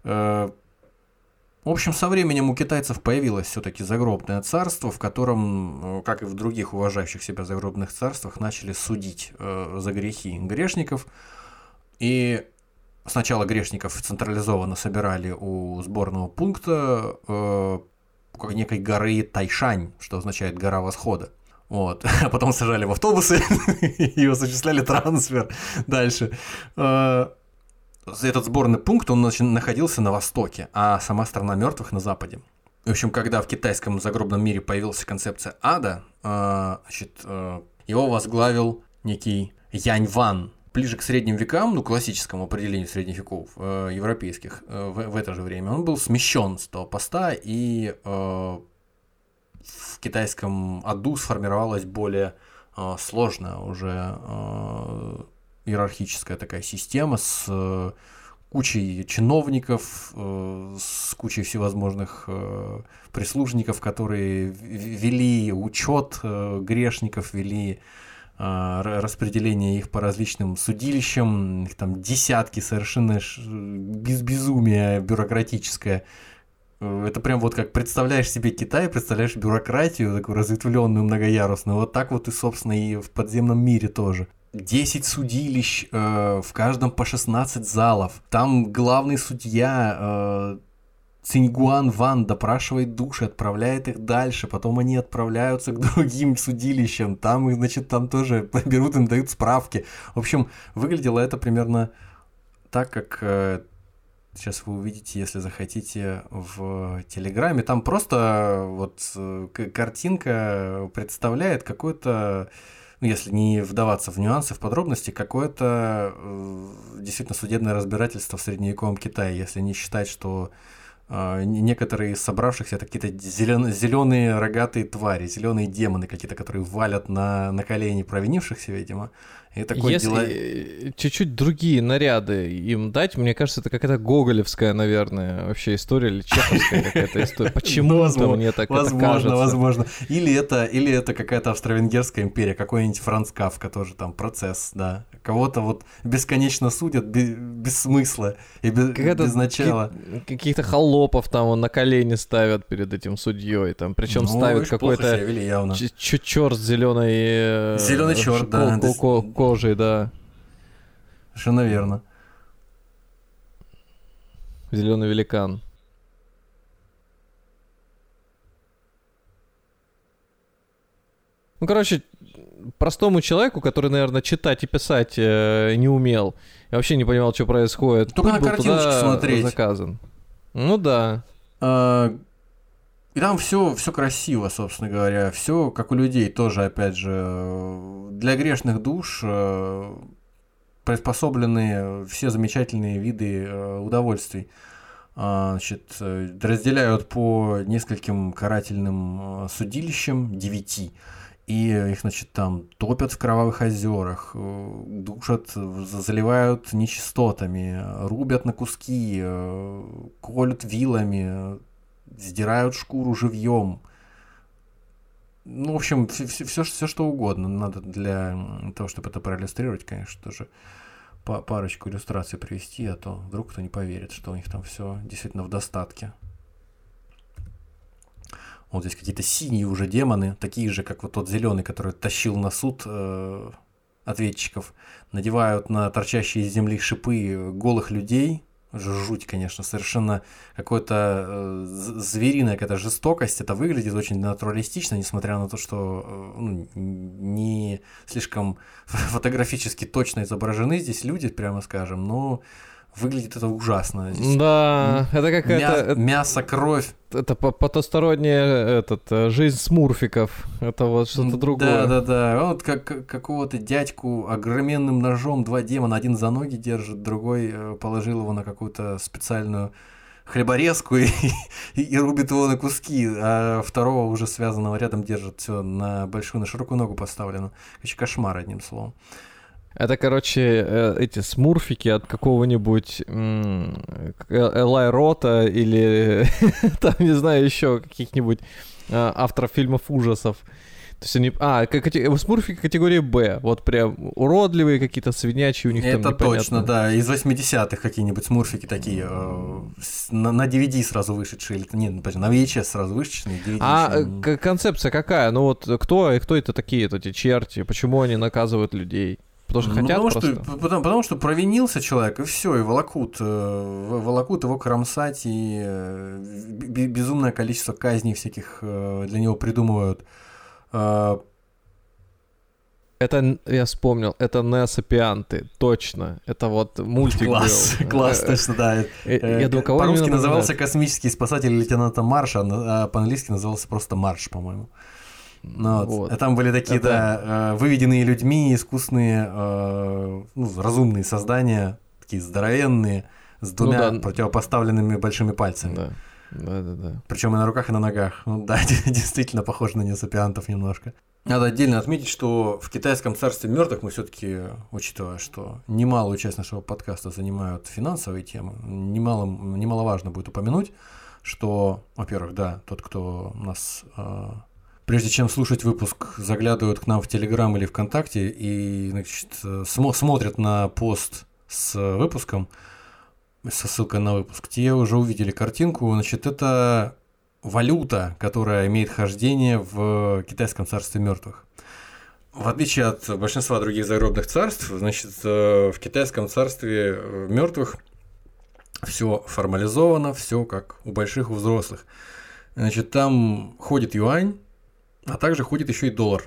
В общем, со временем у китайцев появилось все-таки загробное царство, в котором, как и в других уважающих себя загробных царствах, начали судить э, за грехи грешников. И сначала грешников централизованно собирали у сборного пункта э, как некой горы Тайшань, что означает «гора восхода». Вот. А потом сажали в автобусы и осуществляли трансфер дальше. Этот сборный пункт, он находился на востоке, а сама страна мертвых на западе. В общем, когда в китайском загробном мире появилась концепция ада, значит, его возглавил некий Янь Ван. Ближе к средним векам, ну, классическому определению средних веков, европейских, в, в это же время он был смещен с того поста, и в китайском аду сформировалась более сложная уже иерархическая такая система с э, кучей чиновников, э, с кучей всевозможных э, прислужников, которые вели учет э, грешников, вели распределение их по различным судилищам, их там десятки, совершенно без безумия бюрократическое. Это прям вот как представляешь себе Китай, представляешь бюрократию такую разветвленную, многоярусную. Вот так вот и, собственно, и в подземном мире тоже. десять судилищ, э, в каждом по шестнадцать залов. Там главный судья э, Циньгуан Ван допрашивает души, отправляет их дальше, потом они отправляются к другим судилищам. Там их, значит, там тоже берут, им дают справки. В общем, выглядело это примерно так, как... Э, сейчас вы увидите, если захотите, в Телеграме. Там просто вот картинка представляет какой-то, ну, если не вдаваться в нюансы, в подробности, какое-то действительно судебное разбирательство в средневековом Китае, если не считать, что некоторые из собравшихся это какие-то зеленые рогатые твари, зеленые демоны какие-то, которые валят на, на колени провинившихся, видимо. И такое Если дело... чуть-чуть другие наряды им дать, мне кажется, это какая-то гоголевская, наверное, вообще история, или чеховская какая-то история. Почему-то мне так это кажется. Возможно, возможно. Или это, или это какая-то Австро-Венгерская империя, какой-нибудь Франц Кафка тоже там, процесс, да. Кого-то вот бесконечно судят без, без смысла и без, без начала. Каких-то холопов там вон, на колени ставят перед этим судьей, там, причем ну, ставят какой-то чёрт с зеленой... Зеленый черт, да. Кожей, да. Совершенно верно. Зеленый великан. Ну, короче, простому человеку, который, наверное, читать и писать э, не умел, и вообще не понимал, что происходит, только на картиночки смотреть. Заказан. Ну да. А, и там все, все красиво, собственно говоря, все как у людей тоже, опять же, для грешных душ э, приспособлены все замечательные виды э, удовольствий. А, значит, разделяют по нескольким карательным судилищам, девяти. И их, значит, там топят в кровавых озерах, душат, заливают нечистотами, рубят на куски, колют вилами, сдирают шкуру живьем. Ну, в общем, все, все, все что угодно. Надо для того, чтобы это проиллюстрировать, конечно, тоже парочку иллюстраций привести, а то вдруг кто не поверит, что у них там все действительно в достатке. Вот здесь какие-то синие уже демоны, такие же, как вот тот зеленый, который тащил на суд э, ответчиков, надевают на торчащие из земли шипы голых людей. Жуть, конечно, совершенно какая-то э, звериная какая-то жестокость. Это выглядит очень натуралистично, несмотря на то, что э, ну, не слишком фотографически точно изображены здесь люди, прямо скажем, но выглядит это ужасно. Здесь да, м- это какая-то... Мя- мясо, кровь. Это потусторонняя этот, жизнь смурфиков. Это вот что-то другое. Да-да-да. Вот как какого-то дядьку огроменным ножом два демона. Один за ноги держит, другой положил его на какую-то специальную хлеборезку и, и, и рубит его на куски, а второго уже связанного рядом держит все на большую, на широкую ногу поставлено. Короче, кошмар, одним словом. Это, короче, эти смурфики от какого-нибудь Элай Рота или, там, не знаю, еще каких-нибудь авторов фильмов ужасов. То есть они... А, смурфики категории Б. Вот прям уродливые какие-то, свинячьи у них это там непонятно. Это точно, да. Из восьмидесятых какие-нибудь смурфики такие. Э, на, на ди ви ди сразу вышедшие. Нет, на ви эйч эс сразу вышедшие. ди ви ди а еще... концепция какая? Ну вот кто, кто это такие, эти черти? Почему они наказывают людей? Потому что ну, хотят потому просто? Что, потому, потому что провинился человек, и все, и волокут. Э, волокут его кромсать, и э, безумное количество казней всяких э, для него придумывают. Э, это, я вспомнил, это Неосапианты, точно. Это вот мультик класс, был. Класс, точно, да. Я думаю, кого по-русски назывался «Космический спасатель лейтенанта Марша», а по-английски назывался просто «Марш», по-моему. Ну, вот. Вот. А там были такие, это... да, выведенные людьми искусные, э, ну, разумные создания, такие здоровенные, с двумя ну, да. противопоставленными большими пальцами. Да, да, да. да. Причем и на руках, и на ногах. Ну, да, действительно похоже на неосапиантов немножко. Надо отдельно отметить, что в китайском царстве мертвых мы все-таки, учитывая, что немалую часть нашего подкаста занимают финансовые темы, немало, немаловажно будет упомянуть, что, во-первых, да, тот, кто нас... Э, прежде чем слушать выпуск, заглядывают к нам в Телеграм или ВКонтакте и, значит, смо- смотрят на пост с выпуском, со ссылкой на выпуск, те уже увидели картинку. Значит, это валюта, которая имеет хождение в китайском царстве мертвых. В отличие от большинства других загробных царств, значит, в китайском царстве мертвых все формализовано, все как у больших, у взрослых. Значит, там ходит юань, а также ходит еще и доллар.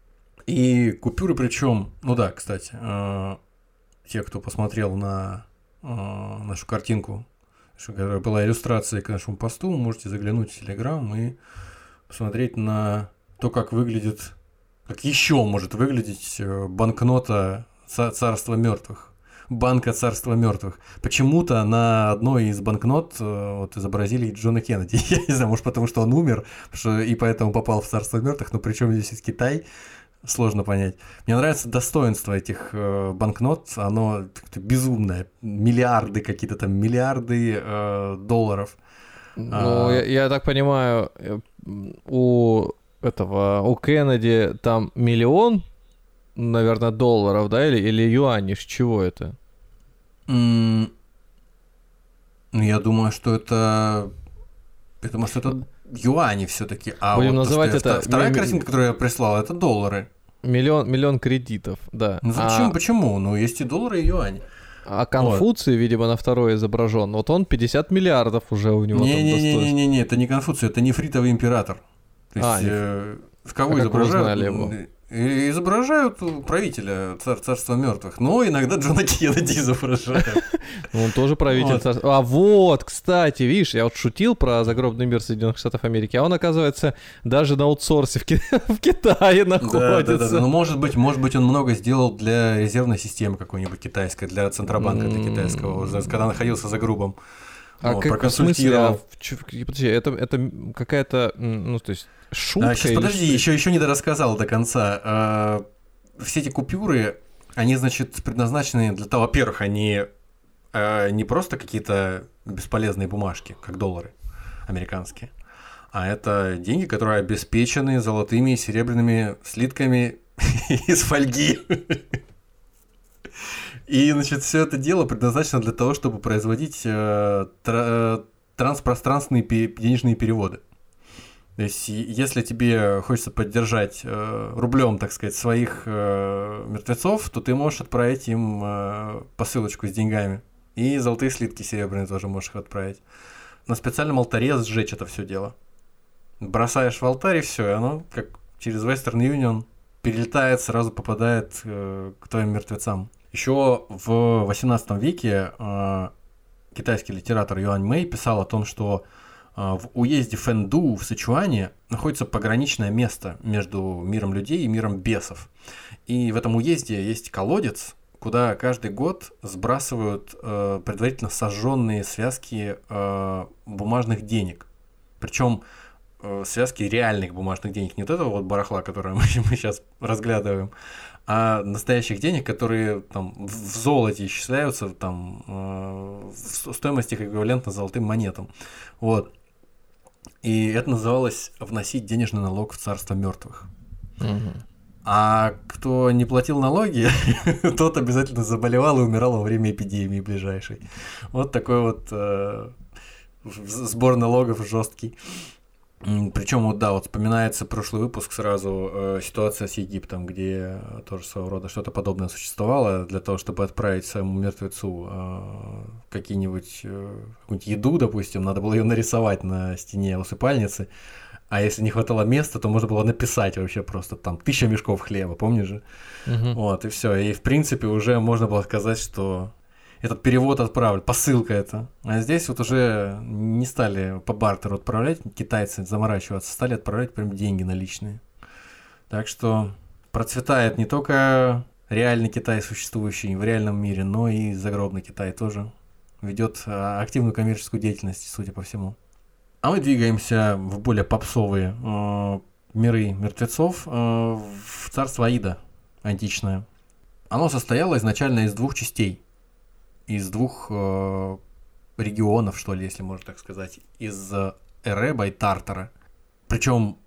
И купюры, причем, ну да, кстати, э, те, кто посмотрел на э, нашу картинку, которая была иллюстрацией к нашему посту, можете заглянуть в Телеграм и посмотреть на то, как выглядит, как еще может выглядеть банкнота царства мертвых. Банка царства мертвых. Почему-то на одной из банкнот вот, изобразили Джона Кеннеди. Я не знаю, может потому что он умер, что и поэтому попал в царство мертвых, но причем здесь есть Китай, сложно понять. Мне нравится достоинство этих э, банкнот, оно безумное, миллиарды какие-то там, миллиарды э, долларов. Ну, а... я, я так понимаю, у этого, у Кеннеди там миллион, наверное, долларов, да, или, или юаней, чего это? Mm, ну, я думаю, что это... Я думаю, что это юани все-таки. А будем вот называть то, это... Вторая ми- картинка, которую я прислал, это доллары. Миллион, миллион кредитов, да. Ну, почему? А, Почему? Ну, есть и доллары, и юани. а Конфуций, вот, видимо, на второй изображен. Вот он пятьдесят миллиардов уже у него не, там не, достоинств. Не-не-не, это не Конфуций, это нефритовый император. То есть, А, э, в кого а изображают? его? Изображают правителя цар, царства мертвых, но иногда Джона Кеннеди изображают. Он тоже правитель Вот. царства. А вот, кстати, видишь, я вот шутил про загробный мир Соединенных Штатов Америки, а он, оказывается, даже на аутсорсе в, Ки- в Китае Да, да, да, находится. да. Ну, может быть, может быть, он много сделал для резервной системы какой-нибудь китайской, для Центробанка, для китайского, за- когда находился за грубом. А Вот, как, в смысле, а, проконсультировал. в чё- подожди, это, это какая-то, м, ну, то есть, шутка А, сейчас, или подожди, что? еще, еще не дорассказал до конца. А, все эти купюры, они, значит, предназначены для того, во-первых, они а, не просто какие-то бесполезные бумажки, как доллары американские, а это деньги, которые обеспечены золотыми и серебряными слитками из фольги. И, значит, все это дело предназначено для того, чтобы производить э, тра- транспространственные пе- денежные переводы. То есть, и- если тебе хочется поддержать э, рублем, так сказать, своих э, мертвецов, то ты можешь отправить им э, посылочку с деньгами. И золотые слитки серебряные тоже можешь их отправить. На специальном алтаре сжечь это все дело. Бросаешь в алтарь, и все, и оно, как через Western Union, перелетает, сразу попадает э, к твоим мертвецам. Еще в восемнадцатом веке э, китайский литератор Юань Мэй писал о том, что э, в уезде Фэнду в Сычуане находится пограничное место между миром людей и миром бесов. И в этом уезде есть колодец, куда каждый год сбрасывают э, предварительно сожженные связки э, бумажных денег. Причем э, связки реальных бумажных денег, не вот этого вот барахла, которое мы, мы сейчас разглядываем, а настоящих денег, которые там в в золоте исчисляются, там э, в стоимости их эквивалентно золотым монетам. Вот. И это называлось вносить денежный налог в царство мертвых. Мгм. А кто не платил налоги, тот обязательно заболевал и умирал во время эпидемии ближайшей. Вот такой вот э, в- сбор налогов жесткий. Причем, вот да, вот вспоминается прошлый выпуск сразу, э, ситуация с Египтом, где тоже своего рода что-то подобное существовало для того, чтобы отправить своему мертвецу э, какие-нибудь, э, какую-нибудь еду, допустим, надо было ее нарисовать на стене усыпальницы. А если не хватало места, то можно было написать вообще просто там тысяча мешков хлеба, помнишь же? Мгм. Вот, и все. И в принципе уже можно было сказать, что этот перевод отправлен, посылка это. А здесь вот уже не стали по бартеру отправлять, китайцы заморачиваться, стали отправлять прям деньги наличные. Так что процветает не только реальный Китай, существующий в реальном мире, но и загробный Китай тоже ведет а, активную коммерческую деятельность, судя по всему. А мы двигаемся в более попсовые э, миры мертвецов, э, в царство Аида античное. Оно состояло изначально из двух частей, из двух э, регионов, что ли, если можно так сказать, из э, Эреба и Тартара. Причем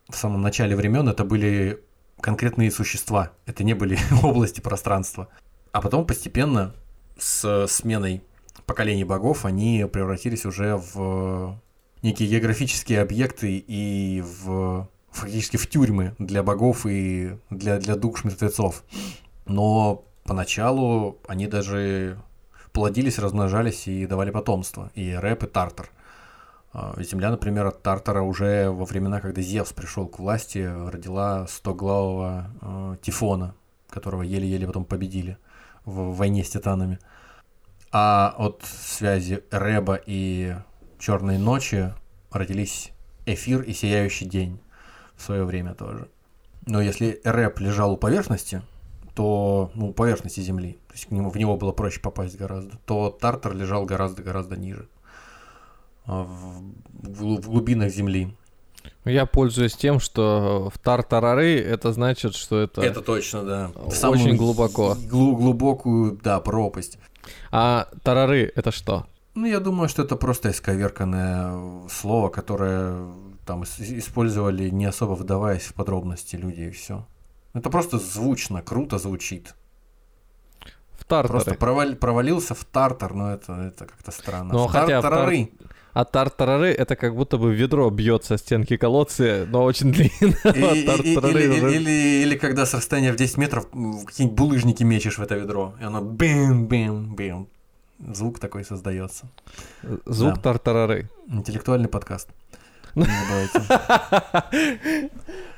в самом начале времен это были конкретные существа, это не были области пространства. А потом постепенно с сменой поколений богов они превратились уже в некие географические объекты и в фактически в тюрьмы для богов и для, для душ мертвецов. Но поначалу они даже плодились, размножались и давали потомство. И Эреб, и Тартар. Земля, например, от Тартара уже во времена, когда Зевс пришел к власти, родила стоглавого э, Тифона, которого еле-еле потом победили в войне с титанами. А от связи Эреба и Черной ночи родились Эфир и Сияющий день в свое время тоже. Но если Эреб лежал у поверхности, то, ну, у поверхности Земли, то есть к нему, в него было проще попасть гораздо, то Тартар лежал гораздо-гораздо ниже, в, в, в глубинах Земли. Я пользуюсь тем, что в Тартарары это значит, что это... Это точно, да. Очень Самую глубоко. Глу- глубокую, да, пропасть. А тарары это что? Ну, я думаю, что это просто исковерканное слово, которое там использовали, не особо вдаваясь в подробности люди, и все. Это просто звучно, круто звучит. В Тартары. Просто провал, провалился в Тартар, но это, это как-то странно. Но в хотя Тартарары. в тар... А Тартарары это как будто бы ведро бьет со стенки колодца, но очень длинно. И, или, или, или, или когда с расстояния в десять метров какие-нибудь булыжники мечешь в это ведро, и оно бим-бим-бим. Звук такой создается. Звук да. Тартарары. Интеллектуальный подкаст. Не забывайте.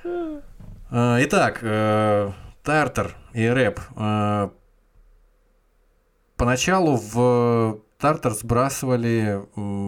Итак, Тартар и Эреб. Поначалу в Тартар сбрасывали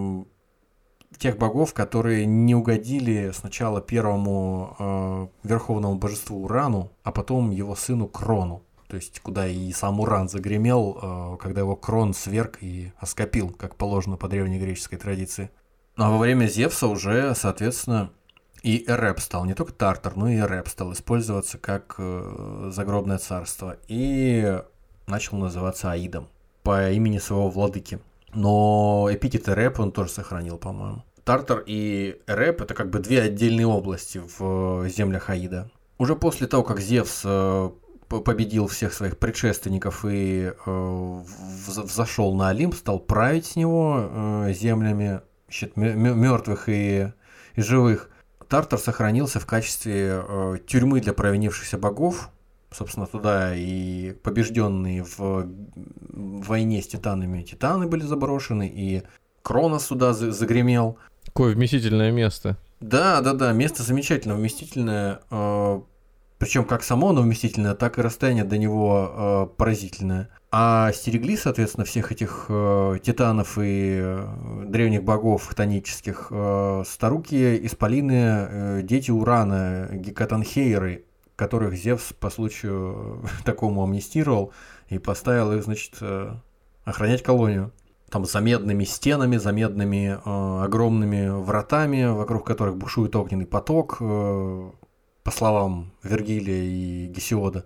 тех богов, которые не угодили сначала первому верховному божеству Урану, а потом его сыну Крону. То есть, куда и сам Уран загремел, когда его Крон сверг и оскопил, как положено по древнегреческой традиции. Ну а во время Зевса уже, соответственно, и Эреб стал, не только Тартар, но и Эреб стал использоваться как э, загробное царство. И начал называться Аидом по имени своего владыки. Но эпитет Эреб он тоже сохранил, по-моему. Тартар и Эреб — это как бы две отдельные области в землях Аида. Уже после того, как Зевс э, победил всех своих предшественников и э, взошел на Олимп, стал править с него э, землями мертвых и, и живых, Тартар сохранился в качестве э, тюрьмы для провинившихся богов. Собственно, туда и побежденные в, в войне с титанами титаны были заброшены, и Кронос сюда за- загремел. Какое вместительное место. Да, да, да, место замечательно вместительное. Э, причем как само оно вместительное, так и расстояние до него э, поразительное. А стерегли, соответственно, всех этих э, титанов и э, древних богов хтонических э, старуки, исполины, э, дети Урана, гекатанхейры, которых Зевс по случаю такому амнистировал и поставил их, значит, э, охранять колонию. Там за медными стенами, за медными э, огромными вратами, вокруг которых бушует огненный поток, э, по словам Вергилия и Гесиода,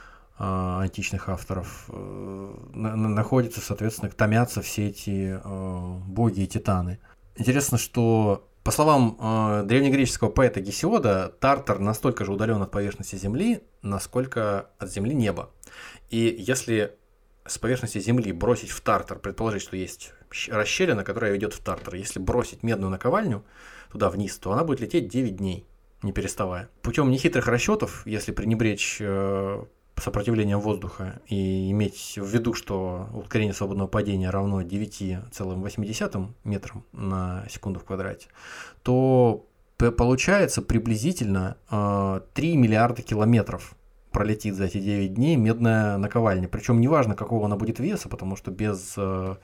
античных авторов, находятся, соответственно, томятся все эти боги и титаны. Интересно, что, по словам древнегреческого поэта Гесиода, Тартар настолько же удален от поверхности Земли, насколько от Земли небо. И если с поверхности Земли бросить в Тартар, предположить, что есть расщелина, которая ведет в Тартар, если бросить медную наковальню туда вниз, то она будет лететь девять дней, не переставая. Путем нехитрых расчетов, если пренебречь сопротивлением воздуха и иметь в виду, что ускорение свободного падения равно девять целых восемь десятых метрам на секунду в квадрате, то получается приблизительно э, три миллиарда километров пролетит за эти девять дней медная наковальня. Причем неважно, какого она будет веса, потому что без э,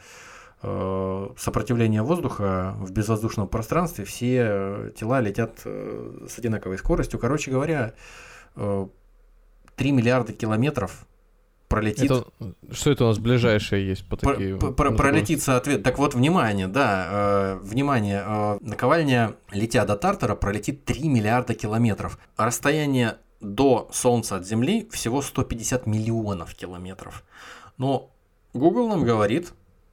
э, сопротивления воздуха в безвоздушном пространстве все тела летят э, с одинаковой скоростью. Короче говоря, э, три миллиарда километров пролетит. Это, что это у нас ближайшее есть по такие? Про, про, пролетит соответственно. Так вот, внимание, да, э, внимание, э, наковальня, летя до Тартара, пролетит три миллиарда километров. Расстояние до Солнца от Земли всего сто пятьдесят миллионов километров. Но Google нам говорит,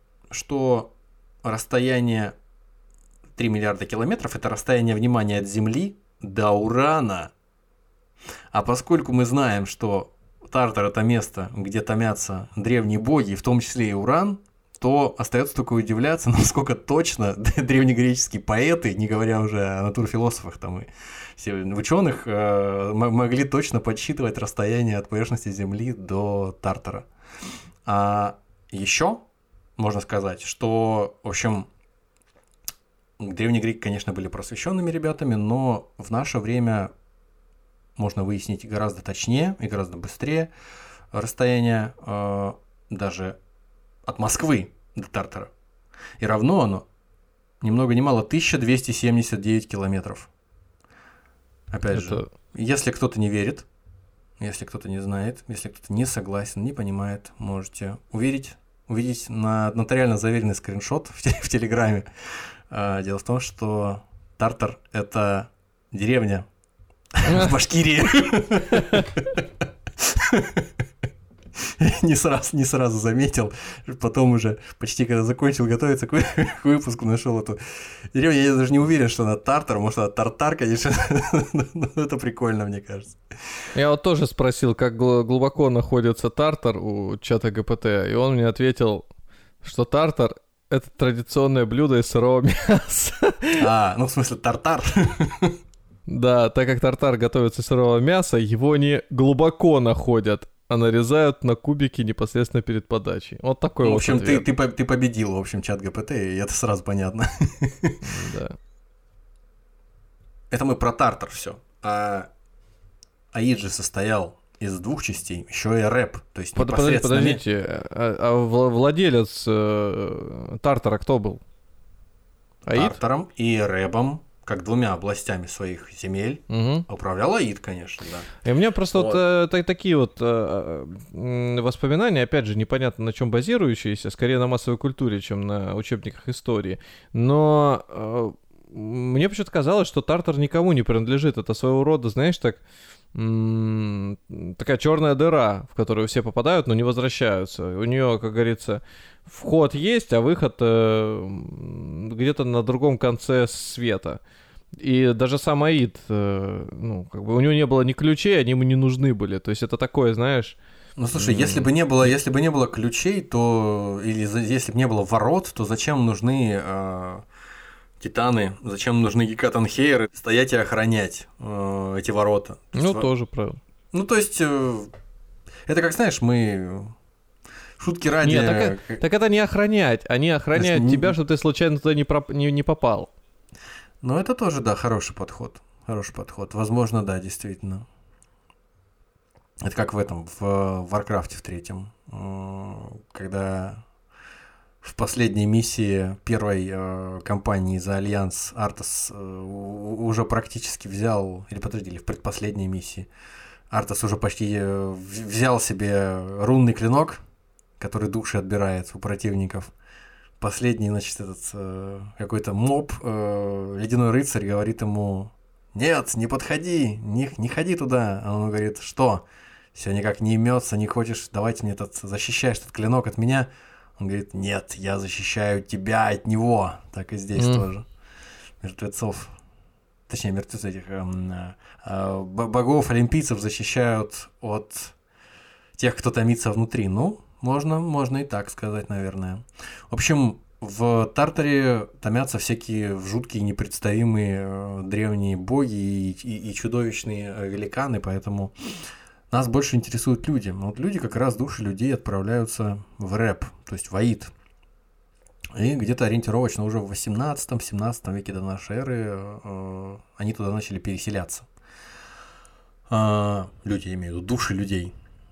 что расстояние три миллиарда километров — это расстояние, внимания от Земли до Урана. А поскольку мы знаем, что Тартар — это место, где томятся древние боги, в том числе и Уран, то остается только удивляться, насколько точно древнегреческие поэты, не говоря уже о натурфилософах там и ученых, э, могли точно подсчитывать расстояние от поверхности Земли до Тартара. А еще можно сказать, что, в общем, древние греки, конечно, были просвещенными ребятами, но в наше время можно выяснить гораздо точнее и гораздо быстрее расстояние э, даже от Москвы до Тартара. И равно оно ни много ни мало тысяча двести семьдесят девять километров. Опять Это... же, если кто-то не верит, если кто-то не знает, если кто-то не согласен, не понимает, можете увидеть, увидеть на нотариально заверенный скриншот в, те, в Телеграме. А, дело в том, что Тартар — это деревня в Башкирии. Не сразу, не сразу заметил, потом уже почти когда закончил готовиться к выпуску, нашел эту деревню. Я даже не уверен, что она Тартар, может, она Тартар, конечно, но это прикольно, мне кажется. Я вот тоже спросил, как глубоко находится Тартар у чата ГПТ, и он мне ответил, что Тартар — это традиционное блюдо из сырого мяса. А, ну в смысле тартар. Да, так как тартар готовится из сырого мяса, его не глубоко находят, а нарезают на кубики непосредственно перед подачей. Вот такой ну, вот в общем, ответ. ты, ты, ты победил, в общем, чат ГПТ, и это сразу понятно. Да. Это мы про Тартар все. А Аид же состоял из двух частей, еще и рэп, то есть Под, непосредственно... Подождите, а, а владелец э, Тартара кто был? Аид? Тартаром и рэбом, как двумя областями своих земель, угу. управлял Аид, конечно, да. И у меня просто вот, вот э, такие вот э, э, воспоминания, опять же, непонятно на чем базирующиеся, скорее на массовой культуре, чем на учебниках истории. Но э, мне почему-то казалось, что Тартар никому не принадлежит. Это своего рода, знаешь, так м- такая черная дыра, в которую все попадают, но не возвращаются. У нее, как говорится, вход есть, а выход э, где-то на другом конце света. И даже сам Аид, э, ну, как бы у него не было ни ключей, они ему не нужны были. То есть это такое, знаешь... Ну, слушай, м- если бы не было, если бы не было ключей, то... Или если бы не было ворот, то зачем нужны э, титаны? Зачем нужны гекатанхейры стоять и охранять э, эти ворота? Ну, есть, тоже правда. Ну, то есть... Э, это как, знаешь, мы... Шутки ради... Нет, так, так это не охранять. Они охраняют есть, тебя, не... чтобы ты случайно туда не, проп... не, не попал. Ну, это тоже, да, хороший подход. Хороший подход. Возможно, да, действительно. Это как в этом, в Варкрафте в третьем. Когда в последней миссии первой э, кампании за Альянс Артас э, уже практически взял... Или подожди, или в предпоследней миссии. Артас уже почти взял себе рунный клинок, который души отбирает у противников. Последний, значит, этот э, какой-то моб, э, ледяной рыцарь, говорит ему: нет, не подходи, не, не ходи туда. А он говорит: что? Все никак не имется, не хочешь, давайте мне этот, защищаешь этот клинок от меня. Он говорит: нет, я защищаю тебя от него. Так и здесь mm. тоже. Мертвецов, точнее, мертвецов этих э, э, богов, олимпийцев защищают от тех, кто томится внутри. Ну, Можно, можно и так сказать, наверное. В общем, в Тартаре томятся всякие жуткие, непредставимые э, древние боги и, и, и чудовищные э, великаны, поэтому нас больше интересуют люди. Вот люди, как раз души людей отправляются в рэп, то есть в Аид. И где-то ориентировочно уже в восемнадцатом-семнадцатом веке до нашей эры э, они туда начали переселяться. А, люди, я имею в виду души людей.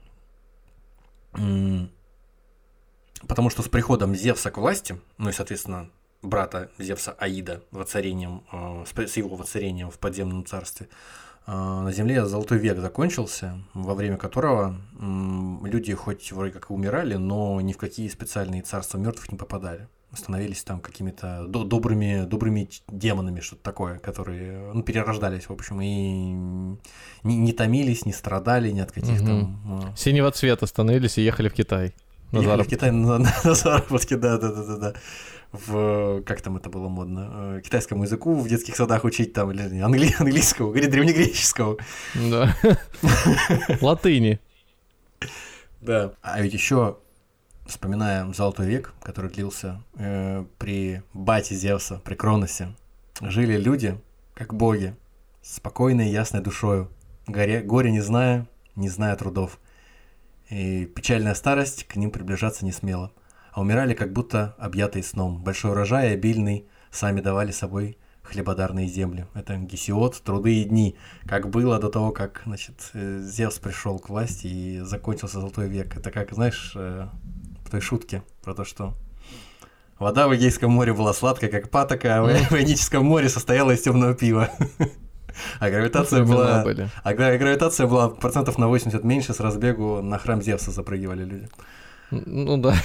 Потому что с приходом Зевса к власти, ну и, соответственно, брата Зевса Аида воцарением, с его воцарением в подземном царстве, на Земле Золотой век закончился, во время которого люди хоть вроде как и умирали, но ни в какие специальные царства мертвых не попадали. Становились там какими-то добрыми, добрыми демонами, что-то такое, которые, ну, перерождались, в общем, и не, не томились, не страдали ни от каких-то... Угу. Там... Синего цвета становились и ехали в Китай. На Ехали зараб- в Китай на, на, на заработки, да-да-да-да. В, как там это было модно, китайскому языку в детских садах учить там, или англи, английского, или древнегреческого. Да. Латыни. Да. А ведь еще, вспоминая Золотой век, который длился э, при бате Зевса, при Кроносе, жили люди, как боги, с спокойной и ясной душою, горе, горе не зная, не зная трудов. И печальная старость к ним приближаться не смела. А умирали, как будто объятые сном. Большой урожай обильный сами давали собой хлебодарные земли. Это Гесиод, труды и дни. Как было до того, как, значит, Зевс пришел к власти и закончился Золотой век. Это как, знаешь, в той шутке про то, что вода в Эгейском море была сладкая, как патока, а в Ионическом море состояла из темного пива. А гравитация была, а гравитация была процентов на восемьдесят меньше, с разбегу на храм Зевса запрыгивали люди. Ну да.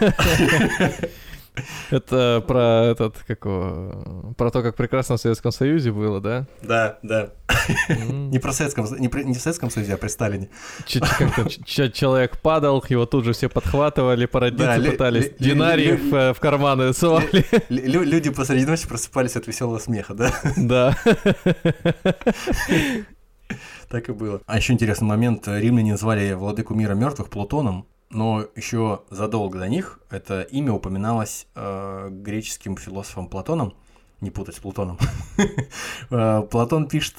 Это про этот, какого, про то, как прекрасно в Советском Союзе было, да? Да, да. Не про Советском, не в Советском Союзе, а при Сталине. Как-то человек падал, его тут же все подхватывали, породницы пытались, динарии в карманы совали. Люди посреди ночи просыпались от веселого смеха, да? Да. Так и было. А еще интересный момент. Римляне звали владыку мира мертвых Плутоном, но еще задолго до них это имя упоминалось э, греческим философом Платоном, не путать с Плутоном. Платон пишет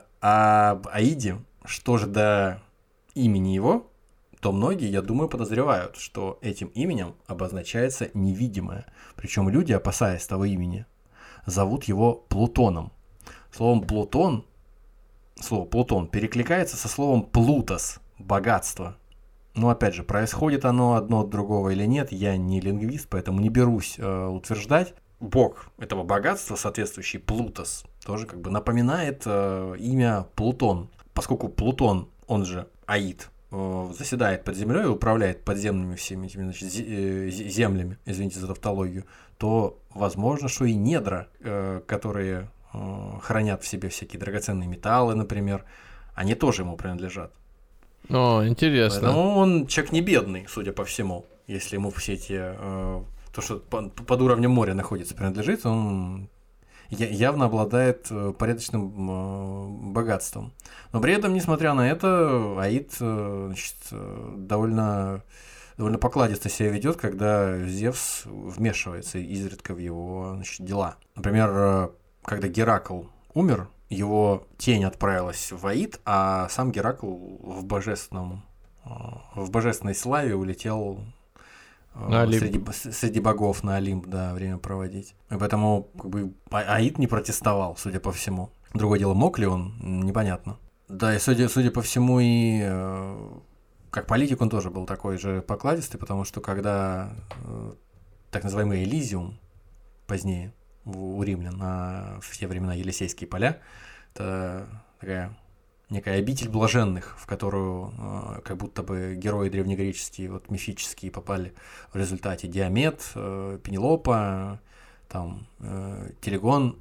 об Аиде, что же до имени его, то многие, я думаю, подозревают, что этим именем обозначается невидимое. Причем люди, опасаясь того имени, зовут его Плутоном. Словом Плутон, слово Плутон перекликается со словом Плутос, богатство. Но опять же, происходит оно одно от другого или нет, я не лингвист, поэтому не берусь э, утверждать. Бог этого богатства, соответствующий Плутос, тоже как бы напоминает э, имя Плутон. Поскольку Плутон, он же Аид, э, заседает под землей и управляет подземными всеми этими, значит, землями, извините за тавтологию, то возможно, что и недра, э, которые э, хранят в себе всякие драгоценные металлы, например, они тоже ему принадлежат. О, интересно. Поэтому он человек не бедный, судя по всему, если ему все эти, э, то, что под уровнем моря находится, принадлежит, он явно обладает порядочным э, богатством. Но при этом, несмотря на это, Аид э, значит, довольно, довольно покладисто себя ведет, когда Зевс вмешивается изредка в его, значит, дела. Например, когда Геракл умер, его тень отправилась в Аид, а сам Геракл в божественном, в божественной славе улетел среди, среди богов на Олимп, да, время проводить. И поэтому как бы Аид не протестовал, судя по всему. Другое дело, мог ли он, непонятно. Да, и судя, судя по всему, и как политик он тоже был такой же покладистый, потому что когда так называемый Элизиум позднее у римлян на все времена Елисейские поля, это такая некая обитель блаженных, в которую э, как будто бы герои древнегреческие, вот мифические, попали в результате Диамет, э, Пенелопа, там э, Телегон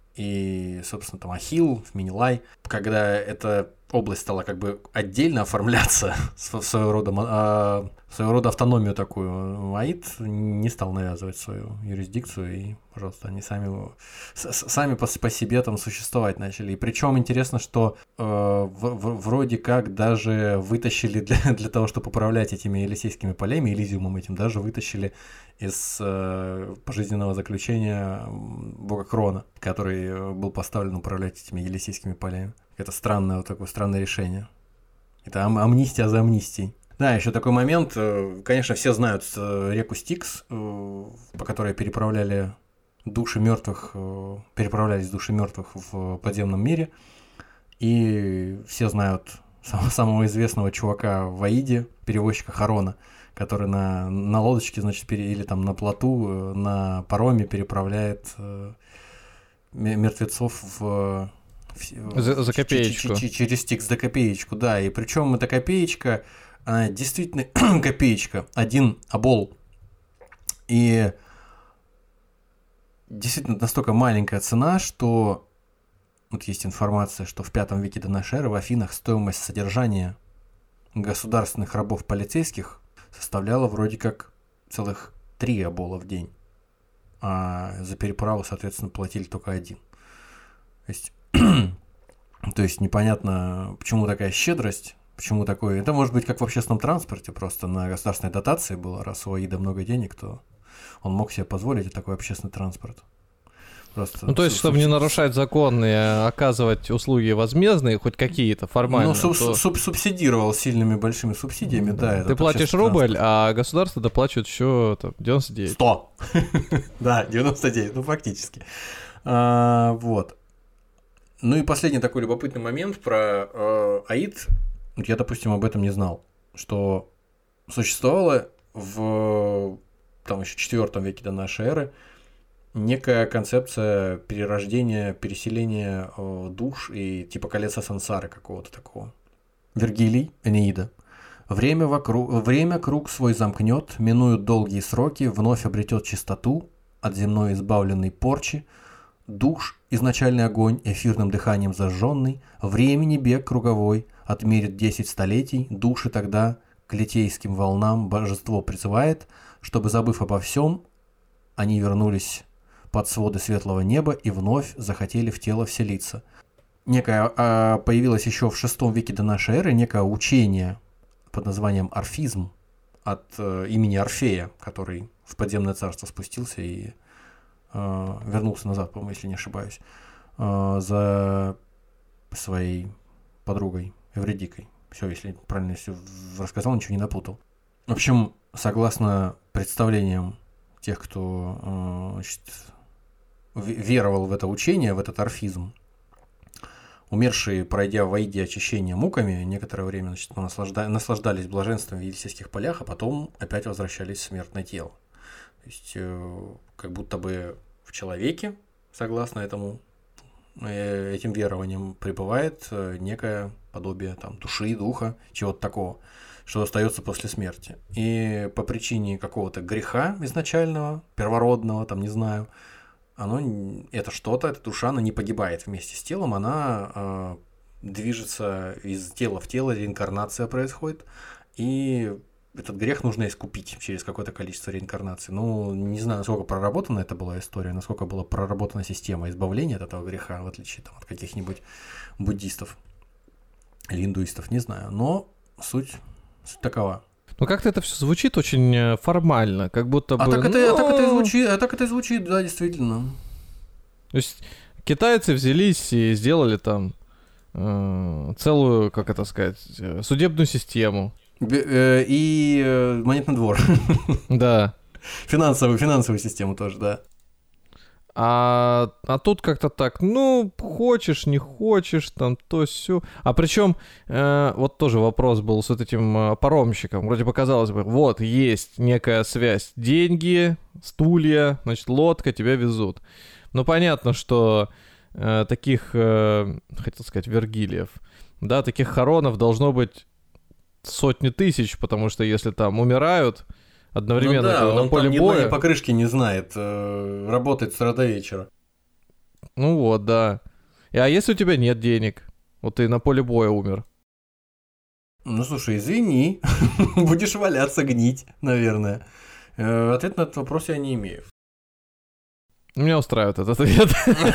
и, собственно, там Ахилл, Менелай. Когда эта область стала как бы отдельно оформляться в своего рода, э, своего рода автономию такую, Аид не стал навязывать свою юрисдикцию, и, пожалуйста, они сами, сами по, по себе там существовать начали. И причем интересно, что э, в, в, вроде как даже вытащили для, для того, чтобы управлять этими Елисейскими полями, Элизиумом этим, даже вытащили из э, пожизненного заключения бога Крона, который был поставлен управлять этими Елисейскими полями. Это странное, вот такое странное решение. Это ам- амнистия за амнистией. Да, еще такой момент. Конечно, все знают реку Стикс, по которой переправляли души мертвых, переправлялись души мертвых в подземном мире. И все знают самого известного чувака в Аиде, перевозчика Харона, который на, на лодочке, значит, пере, или там на плоту, на пароме переправляет мертвецов в... За, за копеечку. Через Стикс за копеечку, да. И причем эта копеечка... Она действительно копеечка, один обол. И действительно настолько маленькая цена, что вот есть информация, что в пятом веке до нашей эры в Афинах стоимость содержания государственных рабов полицейских составляла вроде как целых три обола в день, а за переправу, соответственно, платили только один. То есть, то есть непонятно, почему такая щедрость, почему такое... Это может быть как в общественном транспорте, просто на государственной дотации было, раз у АИДа много денег, то он мог себе позволить такой общественный транспорт. Просто ну, то есть, чтобы не нарушать закон и оказывать услуги возмездные, хоть какие-то формально. Ну, суб- то... суб- субсидировал сильными большими субсидиями, да. Ты платишь рубль, а государство доплачивает еще там, девяносто девять. сто Да, девяносто девять, ну, фактически. А, вот. Ну и последний такой любопытный момент про э, АИД. Я, допустим, об этом не знал, что существовало в там еще четвёртом веке до нашей эры некая концепция перерождения, переселения э, душ и типа колеса сансары какого-то такого. Вергилий, Энеида. Время, вокруг, время круг свой замкнет, минуют долгие сроки, вновь обретет чистоту, от земной избавленной порчи, душ, изначальный огонь, эфирным дыханием зажженный, времени бег круговой, отмерит десять столетий, души тогда к литейским волнам божество призывает, чтобы, забыв обо всем, они вернулись под своды светлого неба и вновь захотели в тело вселиться. Некое а, появилось еще в шестом веке до нашей эры некое учение под названием орфизм от э, имени Орфея, который в подземное царство спустился и э, вернулся назад, по-моему, если не ошибаюсь, э, за своей подругой Эвридикой. Все, если правильно все рассказал, ничего не напутал. В общем, согласно представлениям тех, кто э, значит, веровал в это учение, в этот орфизм, умершие, пройдя в Аиде очищение муками, некоторое время значит, наслажда... наслаждались блаженством в Елисейских полях, а потом опять возвращались в смертное тело. То есть, э, как будто бы в человеке, согласно этому, э, этим верованиям, пребывает э, некое подобие там, души, духа, чего-то такого, что остается после смерти. И по причине какого-то греха изначального, первородного, там, не знаю, оно, это что-то, эта душа, она не погибает вместе с телом, она э, движется из тела в тело, реинкарнация происходит, и этот грех нужно искупить через какое-то количество реинкарнаций. Ну, не знаю, насколько проработана это была история, насколько была проработана система избавления от этого греха, в отличие там, от каких-нибудь буддистов или индуистов, не знаю, но суть, суть такова. Ну, как-то это все звучит очень формально, как будто бы... А так, это, ну... а так это и звучит, а так это и звучит, да, действительно. То есть китайцы взялись и сделали там э, целую, как это сказать, судебную систему. Б- э, и э, монетный двор. Да. Финансовую, финансовую систему тоже, да. А, а тут как-то так, ну, хочешь, не хочешь, там, то сё. А причем, э, вот тоже вопрос был с вот этим э, паромщиком. Вроде бы казалось бы, вот, есть некая связь. Деньги, стулья, значит, лодка, тебя везут. Ну, понятно, что э, таких, э, хотел сказать, Вергилиев, да, таких хоронов должно быть сотни тысяч, потому что если там умирают... Одновременно, ну да, на он поле там ни боя. одной покрышки не знает, э, работает с утра до вечера. Ну вот, да. И, а если у тебя нет денег? Вот ты на поле боя умер. Ну слушай, извини, будешь валяться, гнить, наверное. Э, ответ на этот вопрос я не имею. Меня устраивает этот ответ.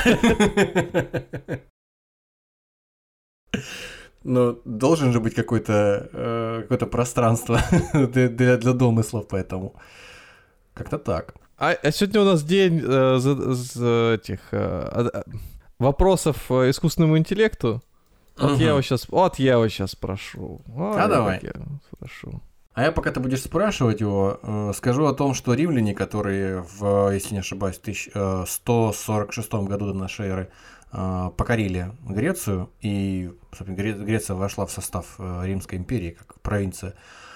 Но должен же быть какое-то, э, какое-то пространство для, для, для домыслов, поэтому как-то так. А, а сегодня у нас день э, за, за этих э, вопросов искусственному интеллекту. Вот угу. я его сейчас, вот я его сейчас спрошу. Ой, а давай. Я спрошу. А я пока ты будешь спрашивать его, э, скажу о том, что римляне, которые в, если не ошибаюсь, в сто сорок шестом году до нашей эры покорили Грецию, и Греция вошла в состав Римской империи как провинция,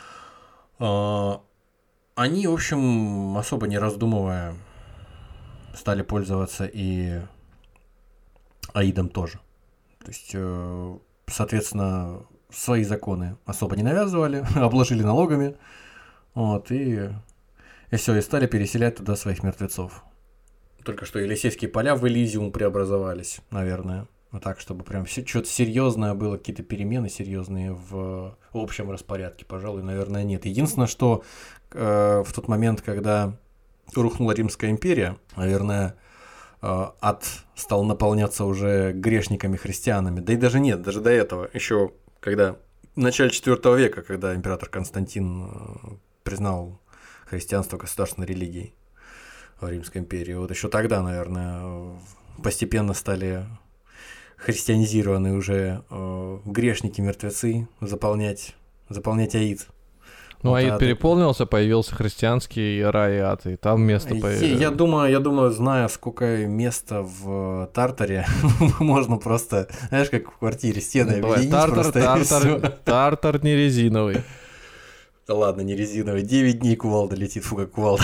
они, в общем, особо не раздумывая, стали пользоваться и Аидом тоже. То есть, соответственно, свои законы особо не навязывали, обложили налогами, вот, и, и все, и стали переселять туда своих мертвецов. Только что Елисейские поля в Элизиум преобразовались, наверное. Вот так, чтобы прям все, что-то серьезное было, какие-то перемены серьезные в общем распорядке, пожалуй, наверное, нет. Единственное, что э, в тот момент, когда рухнула Римская империя, наверное, э, ад стал наполняться уже грешниками-христианами. Да и даже нет, даже до этого, еще когда в начале четвёртого века, когда император Константин э, признал христианство государственной религией в Римской империи, вот еще тогда, наверное, постепенно стали христианизированные уже э, грешники-мертвецы заполнять, заполнять аид. Ну, вот, аид а переполнился, появился христианский рай и ад, и там место я, появилось. я думаю, я думаю, зная, сколько места в Тартаре, можно просто, знаешь, как в квартире стены объединить. Тартар, Тартар, Тартар не резиновый. Да ладно, не резиновый. девять дней кувалда летит, фу, как кувалда.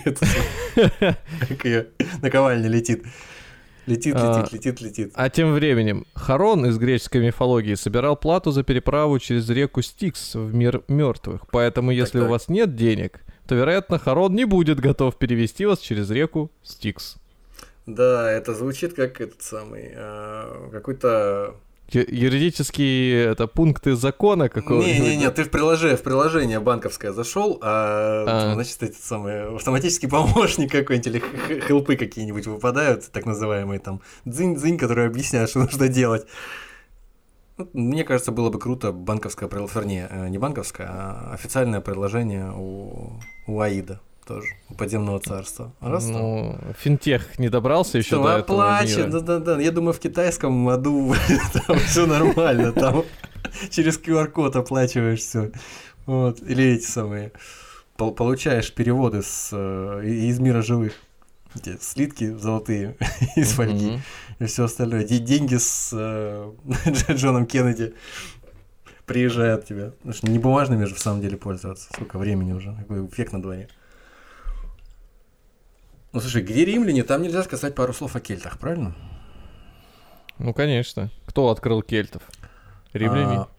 Как ее наковальня летит. Летит, летит, летит, летит. А тем временем Харон из греческой мифологии собирал плату за переправу через реку Стикс в мир мертвых. Поэтому, если так. у вас нет денег, то, вероятно, Харон не будет готов перевести вас через реку Стикс. Да, это звучит как этот самый э, какой-то юридические это пункты закона какого-нибудь. Не-не-не, ты в приложение, в приложение банковское зашел, а, а. значит, эти самые автоматический помощник какой-нибудь или хелпы какие-нибудь выпадают, так называемые там дзынь-дзынь, которые объясняют, что нужно делать. Мне кажется, было бы круто банковское приложение, вернее, не банковское, а официальное приложение у, у аида. Тоже у подземного царства. Раз ну, там. Финтех не добрался еще что, до оплачен, этого мира. Да-да-да. Я думаю, в китайском аду там все нормально. Там через ку ар код оплачиваешь все. Вот. Или эти самые. Получаешь переводы с, из мира живых. Эти слитки золотые из фольги. И все остальное. Деньги с Джоном Кеннеди приезжают к тебе. Потому что не бумажными же в самом деле пользоваться. Сколько времени уже. Какой эффект на дворе. Ну, слушай, где римляне, там нельзя сказать пару слов о кельтах, правильно? Ну, конечно. Кто открыл кельтов? Римляне. А,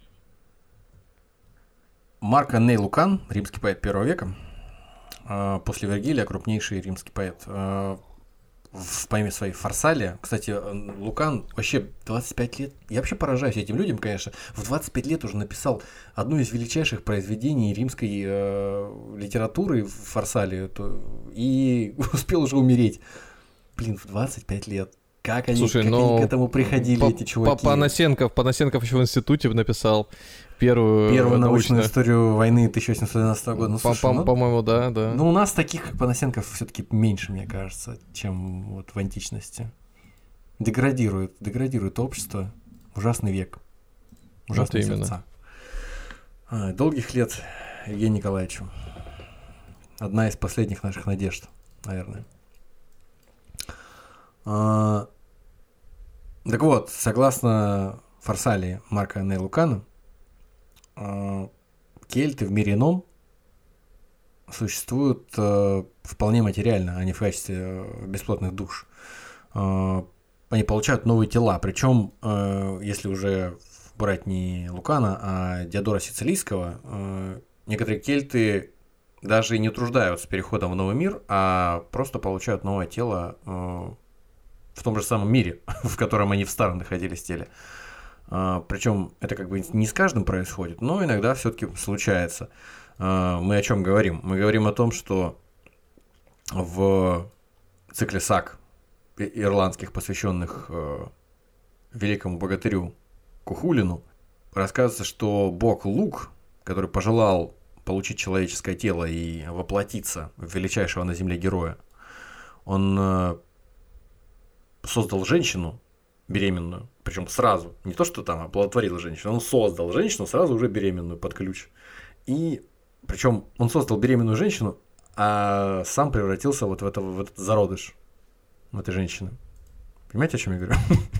Марк Анней Лукан, римский поэт первого века, а, после Вергилия крупнейший римский поэт. А, в поэме своей «Фарсалия». Кстати, Лукан вообще двадцать пять лет. Я вообще поражаюсь этим людям, конечно. В двадцать пять лет уже написал одно из величайших произведений римской э, литературы «Фарсалию» и успел уже умереть. Блин, в двадцать пять лет. Как они, Слушай, как они к этому приходили, по, эти чуваки? Панасенков, Панасенков еще в институте написал первую, первую научную... научную историю войны тысяча восемьсот двенадцатого года. Ну, слушай, по, ну, по-моему, да, да. Ну, у нас таких, как Панасенков, все-таки меньше, мне кажется, чем вот в античности. Деградирует, деградирует общество. Ужасный век. Ужасные вот сердца. А, долгих лет Евгению Николаевичу. Одна из последних наших надежд, наверное. А, так вот, согласно Фарсалии Марка Аннея Лукана, а, кельты в мире ином существуют а, вполне материально, а не в качестве а, бесплотных душ. А, они получают новые тела, причем, а, если уже брать не Лукана, а Диодора Сицилийского, а, некоторые кельты даже и не утруждаются переходом в новый мир, а просто получают новое тело а, в том же самом мире, в котором они в старом находились теле. А, причем это как бы не с каждым происходит, но иногда все-таки случается. А, мы о чем говорим? Мы говорим о том, что в цикле саг ирландских, посвященных э, великому богатырю Кухулину, рассказывается, что бог Лук, который пожелал получить человеческое тело и воплотиться в величайшего на земле героя, он э, создал женщину беременную, причем сразу, не то, что там оплодотворил женщину, он создал женщину сразу уже беременную под ключ. И причем он создал беременную женщину, а сам превратился вот в, это, в этот зародыш, в этой женщины. Понимаете, о чем я говорю?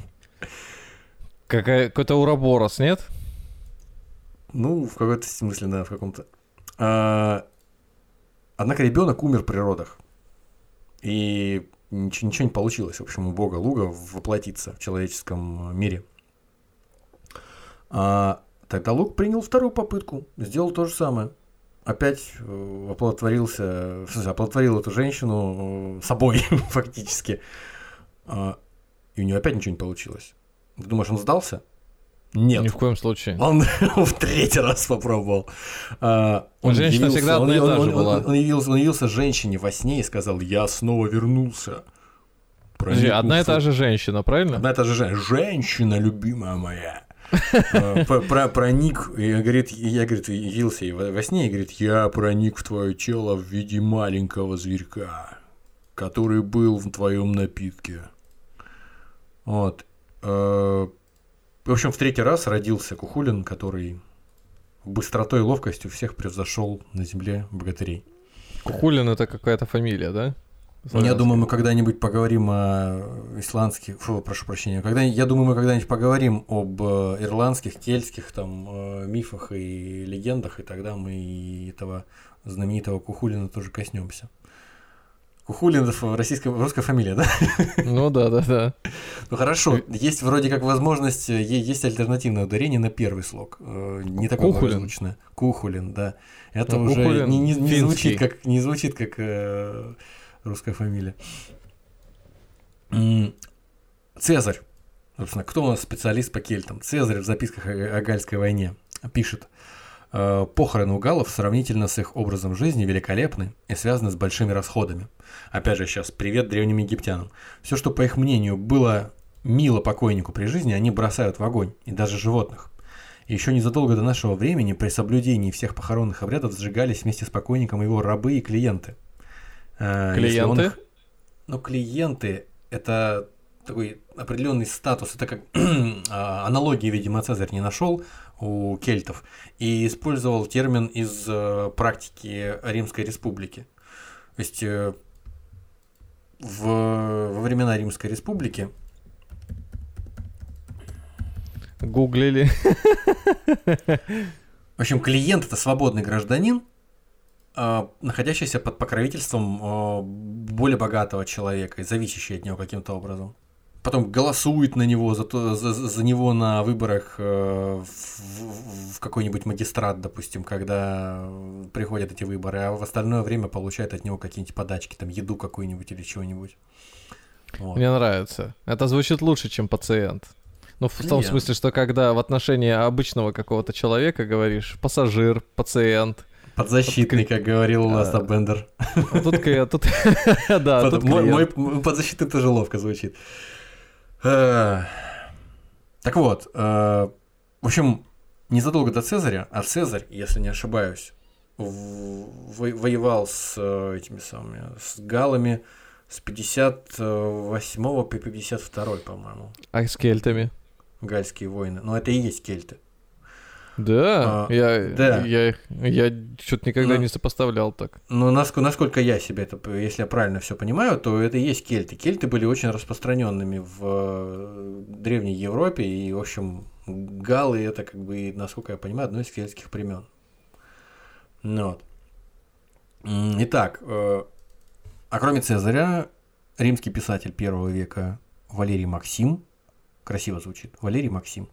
Какая, какой-то уроборос, нет? Ну, в какой-то смысле, да, в каком-то. А, однако ребенок умер при родах. И ничего, ничего не получилось, в общем, у бога Луга воплотиться в человеческом мире. А, тогда Луг принял вторую попытку, сделал то же самое. Опять оплодотворился, оплодотворил эту женщину собой, фактически. А, и у нее опять ничего не получилось. Ты думаешь, он сдался? Нет. Ни в коем случае. Он в третий раз попробовал. А, он Женщина явился, всегда он, одна и та он, же он, была. Он, он, явился, он явился женщине во сне и сказал: я снова вернулся. Подожди, одна и та же женщина, правильно? Одна и та же женщина. Женщина, любимая моя. Проник, и говорит, я, говорит, явился во сне и говорит: я проник в твое тело в виде маленького зверька, который был в твоем напитке. Вот. В общем, в третий раз родился Кухулин, который быстротой и ловкостью всех превзошел на земле богатырей. Кухулин — это какая-то фамилия, да? Я думаю, мы когда-нибудь поговорим о исландских, фу, прошу прощения, когда, я думаю, мы когда-нибудь поговорим об ирландских, кельтских там мифах и легендах, и тогда мы и этого знаменитого Кухулина тоже коснемся. Кухулин — российская, русская фамилия, да? Ну да, да, да. Ну хорошо, есть вроде как возможность, есть альтернативное ударение на первый слог. Не такое благозвучное. Кухулин, да. Это ну, уже Кухулин не, не, не, звучит как, не звучит как э, русская фамилия. Цезарь. Собственно, кто у нас специалист по кельтам? Цезарь в записках о, о Гальской войне пишет: похороны у галлов сравнительно с их образом жизни великолепны и связаны с большими расходами. Опять же, сейчас привет древним египтянам. Все, что, по их мнению, было мило покойнику при жизни, они бросают в огонь, и даже животных. И еще незадолго до нашего времени при соблюдении всех похоронных обрядов сжигались вместе с покойником его рабы и клиенты. Клиенты? Их... Ну, клиенты – это такой определенный статус, это как аналогии, видимо, Цезарь не нашел у кельтов и использовал термин из практики Римской Республики. То есть в, во времена Римской Республики гуглили. В общем, клиент — это свободный гражданин, находящийся под покровительством более богатого человека и зависящий от него каким-то образом. Потом голосует на него, за, то, за, за него на выборах в, в какой-нибудь магистрат, допустим, когда приходят эти выборы, а в остальное время получает от него какие-нибудь подачки, там, еду какую-нибудь или чего-нибудь. Вот. Мне нравится. Это звучит лучше, чем пациент. Ну, в том смысле, что когда в отношении обычного какого-то человека говоришь пассажир, пациент. Подзащитный, как говорил Остап Бендер. Тут, тут, да, тут мой подзащитный тоже ловко звучит. Так вот, в общем, незадолго до Цезаря, а Цезарь, если не ошибаюсь, воевал с этими самыми, с галлами с пятьдесят восьмого по пятьдесят второй, по-моему. А с кельтами? Гальские войны. Но это и есть кельты. Да, а, я, да. я, я, я что-то никогда но, не сопоставлял так. Но насколько, насколько я себе это, если я правильно все понимаю, то это и есть кельты. Кельты были очень распространенными в Древней Европе, и, в общем, галлы — это, как бы, насколько я понимаю, одно из кельтских племен. Вот. Итак, а кроме Цезаря, римский писатель первого века Валерий Максим, красиво звучит, Валерий Максим,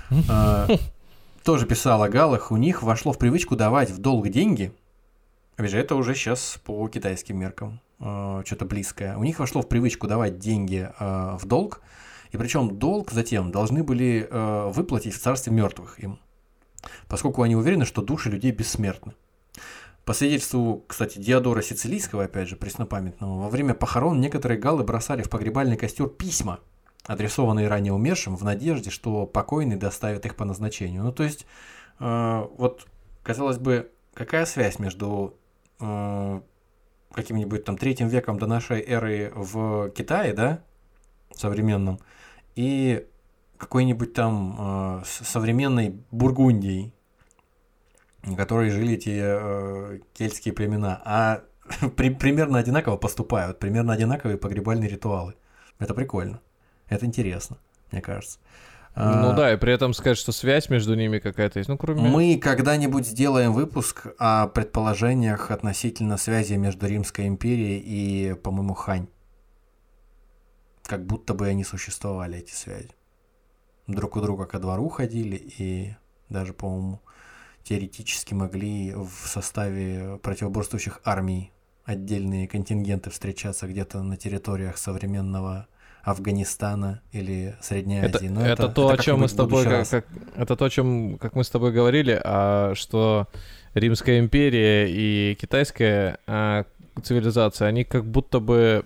тоже писал о галлах, у них вошло в привычку давать в долг деньги. Опять же, это уже сейчас по китайским меркам э, что-то близкое. У них вошло в привычку давать деньги э, в долг, и причем долг затем должны были э, выплатить в царстве мертвых им, поскольку они уверены, что души людей бессмертны. По свидетельству, кстати, Диодора Сицилийского, опять же, преснопамятного, во время похорон некоторые галлы бросали в погребальный костер письма, адресованные ранее умершим, в надежде, что покойный доставит их по назначению. Ну, то есть, э, вот, казалось бы, какая связь между э, каким-нибудь там третьим веком до нашей эры в Китае, да, современном, и какой-нибудь там э, современной Бургундией, в которой жили эти э, кельтские племена, а при, примерно одинаково поступают, примерно одинаковые погребальные ритуалы. Это прикольно. Это интересно, мне кажется. Ну а, да, и при этом сказать, что связь между ними какая-то есть. Ну, кроме... Мы когда-нибудь сделаем выпуск о предположениях относительно связи между Римской империей и, по-моему, Хань. Как будто бы они существовали, эти связи. Друг у друга ко двору ходили и даже, по-моему, теоретически могли в составе противоборствующих армий отдельные контингенты встречаться где-то на территориях современного Афганистана или Средней Это, Азии. Но это, это то, это о чем мы как-нибудь с в тобой, будущий как, раз. как- это то, о чем, как мы с тобой говорили, а, что Римская империя и китайская а, цивилизация, они как будто бы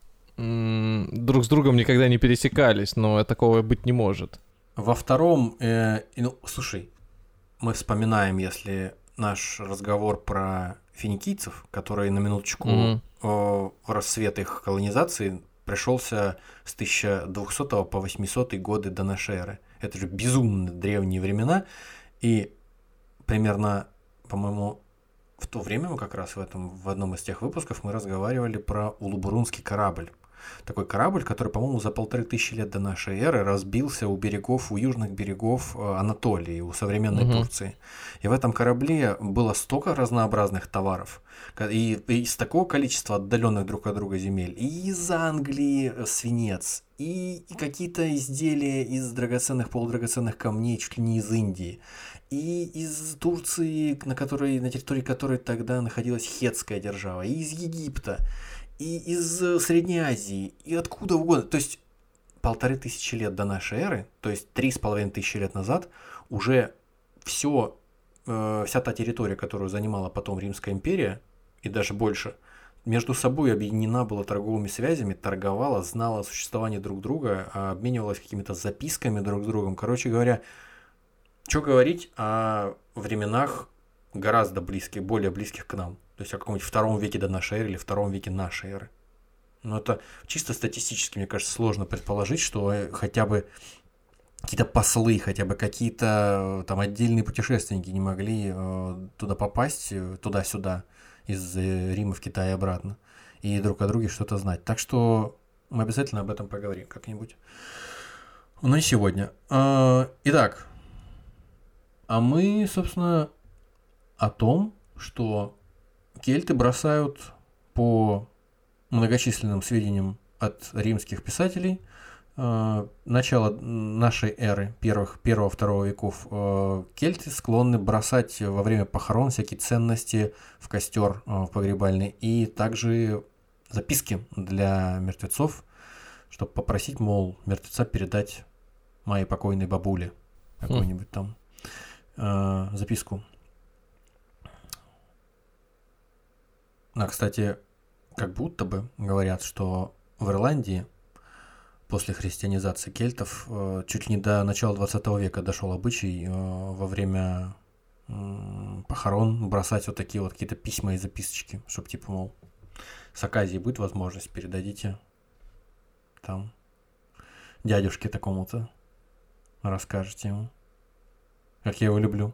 м, друг с другом никогда не пересекались, но такого быть не может. Во втором, э, и, ну, слушай, мы вспоминаем, если наш разговор про финикийцев, которые на минуточку Мгм. э, в рассвет их колонизации пришелся с тысяча двухсотого по восьмисотые годы до нашей эры. Это же безумно древние времена, и примерно, по-моему, в то время мы как раз в этом в одном из тех выпусков мы разговаривали про Улубурунский корабль. Такой корабль, который, по-моему, за полторы тысячи лет до нашей эры разбился у берегов, у южных берегов э, Анатолии, у современной Мгм. Турции. И в этом корабле было столько разнообразных товаров, ка- и, и из такого количества отдаленных друг от друга земель. И из Англии э, свинец, и, и какие-то изделия из драгоценных, полудрагоценных камней, чуть ли не из Индии. И из Турции, на, которой, на территории которой тогда находилась Хеттская держава, и из Египта, и из э, Средней Азии, и откуда угодно. То есть полторы тысячи лет до нашей эры, то есть три с половиной тысячи лет назад, уже все, э, вся та территория, которую занимала потом Римская империя, и даже больше, между собой объединена была торговыми связями, торговала, знала о существовании друг друга, а обменивалась какими-то записками друг с другом. Короче говоря, что говорить о временах гораздо близких, более близких к нам. То есть о каком-нибудь втором веке до нашей эры или втором веке нашей эры. Но это чисто статистически, мне кажется, сложно предположить, что э, хотя бы какие-то послы, хотя бы какие-то э, там отдельные путешественники не могли э, туда попасть, э, туда-сюда, из э, Рима в Китай и обратно, и друг о друге что-то знать. Так что мы обязательно об этом поговорим как-нибудь. Ну и сегодня. А, Итак, а мы, собственно, о том, что кельты бросают по многочисленным сведениям от римских писателей э, начало нашей эры, первых, первого-второго веков, э, кельты склонны бросать во время похорон всякие ценности в костер э, в погребальный, и также записки для мертвецов, чтобы попросить, мол, мертвеца передать моей покойной бабуле какую-нибудь там э, записку. А, кстати, как будто бы говорят, что в Ирландии после христианизации кельтов э, чуть ли не до начала двадцатого века дошел обычай э, во время э, похорон бросать вот такие вот какие-то письма и записочки, чтобы типа, мол, с оказией будет возможность, передадите там дядюшке такому-то, расскажете ему, как я его люблю.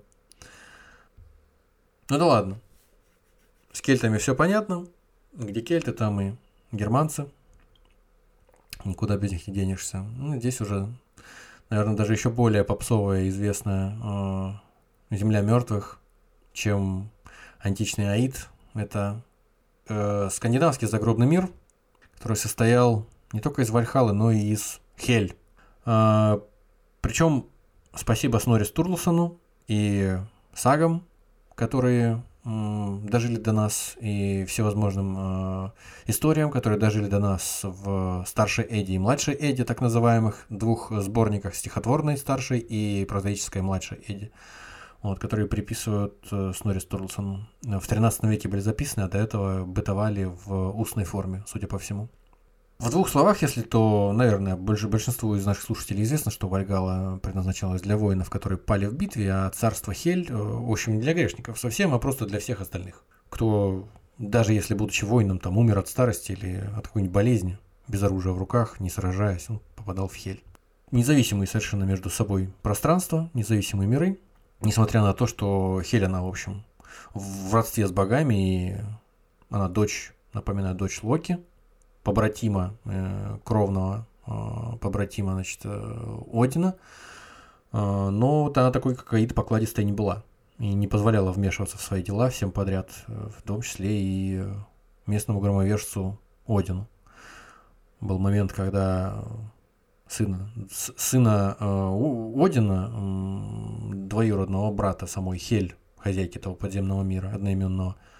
Ну да ладно. С кельтами все понятно. Где кельты, там и германцы. Никуда без них не денешься. Ну, здесь уже, наверное, даже еще более попсовая известная э, земля мертвых, чем античный Аид. Это э, скандинавский загробный мир, который состоял не только из Вальхаллы, но и из Хель. Э, причем спасибо Снорри Стурлсону и сагам, которые дожили до нас, и всевозможным э, историям, которые дожили до нас в старшей Эдде и младшей Эдде, так называемых двух сборниках, стихотворной старшей и прозаической младшей Эдде, вот, которые приписывают э, Снорри Стурлсону. В тринадцатом веке были записаны, а до этого бытовали в устной форме, судя по всему. В двух словах, если то, наверное, больше, большинству из наших слушателей известно, что Вальгалла предназначалась для воинов, которые пали в битве, а царство Хель, в общем, не для грешников совсем, а просто для всех остальных. Кто, даже если будучи воином, там умер от старости или от какой-нибудь болезни, без оружия в руках, не сражаясь, он попадал в Хель. Независимые совершенно между собой пространства, независимые миры, несмотря на то, что Хель, она, в общем, в родстве с богами, и она дочь, напоминаю, дочь Локи, побратима, э, кровного э, побратима, значит, э, Одина, э, но вот она такой, как Аид, покладистой не была и не позволяла вмешиваться в свои дела всем подряд, в том числе и местному громовержцу Одину. Был момент, когда сына, сына э, Одина, э, двоюродного брата самой Хель, хозяйки того подземного мира, одноименного,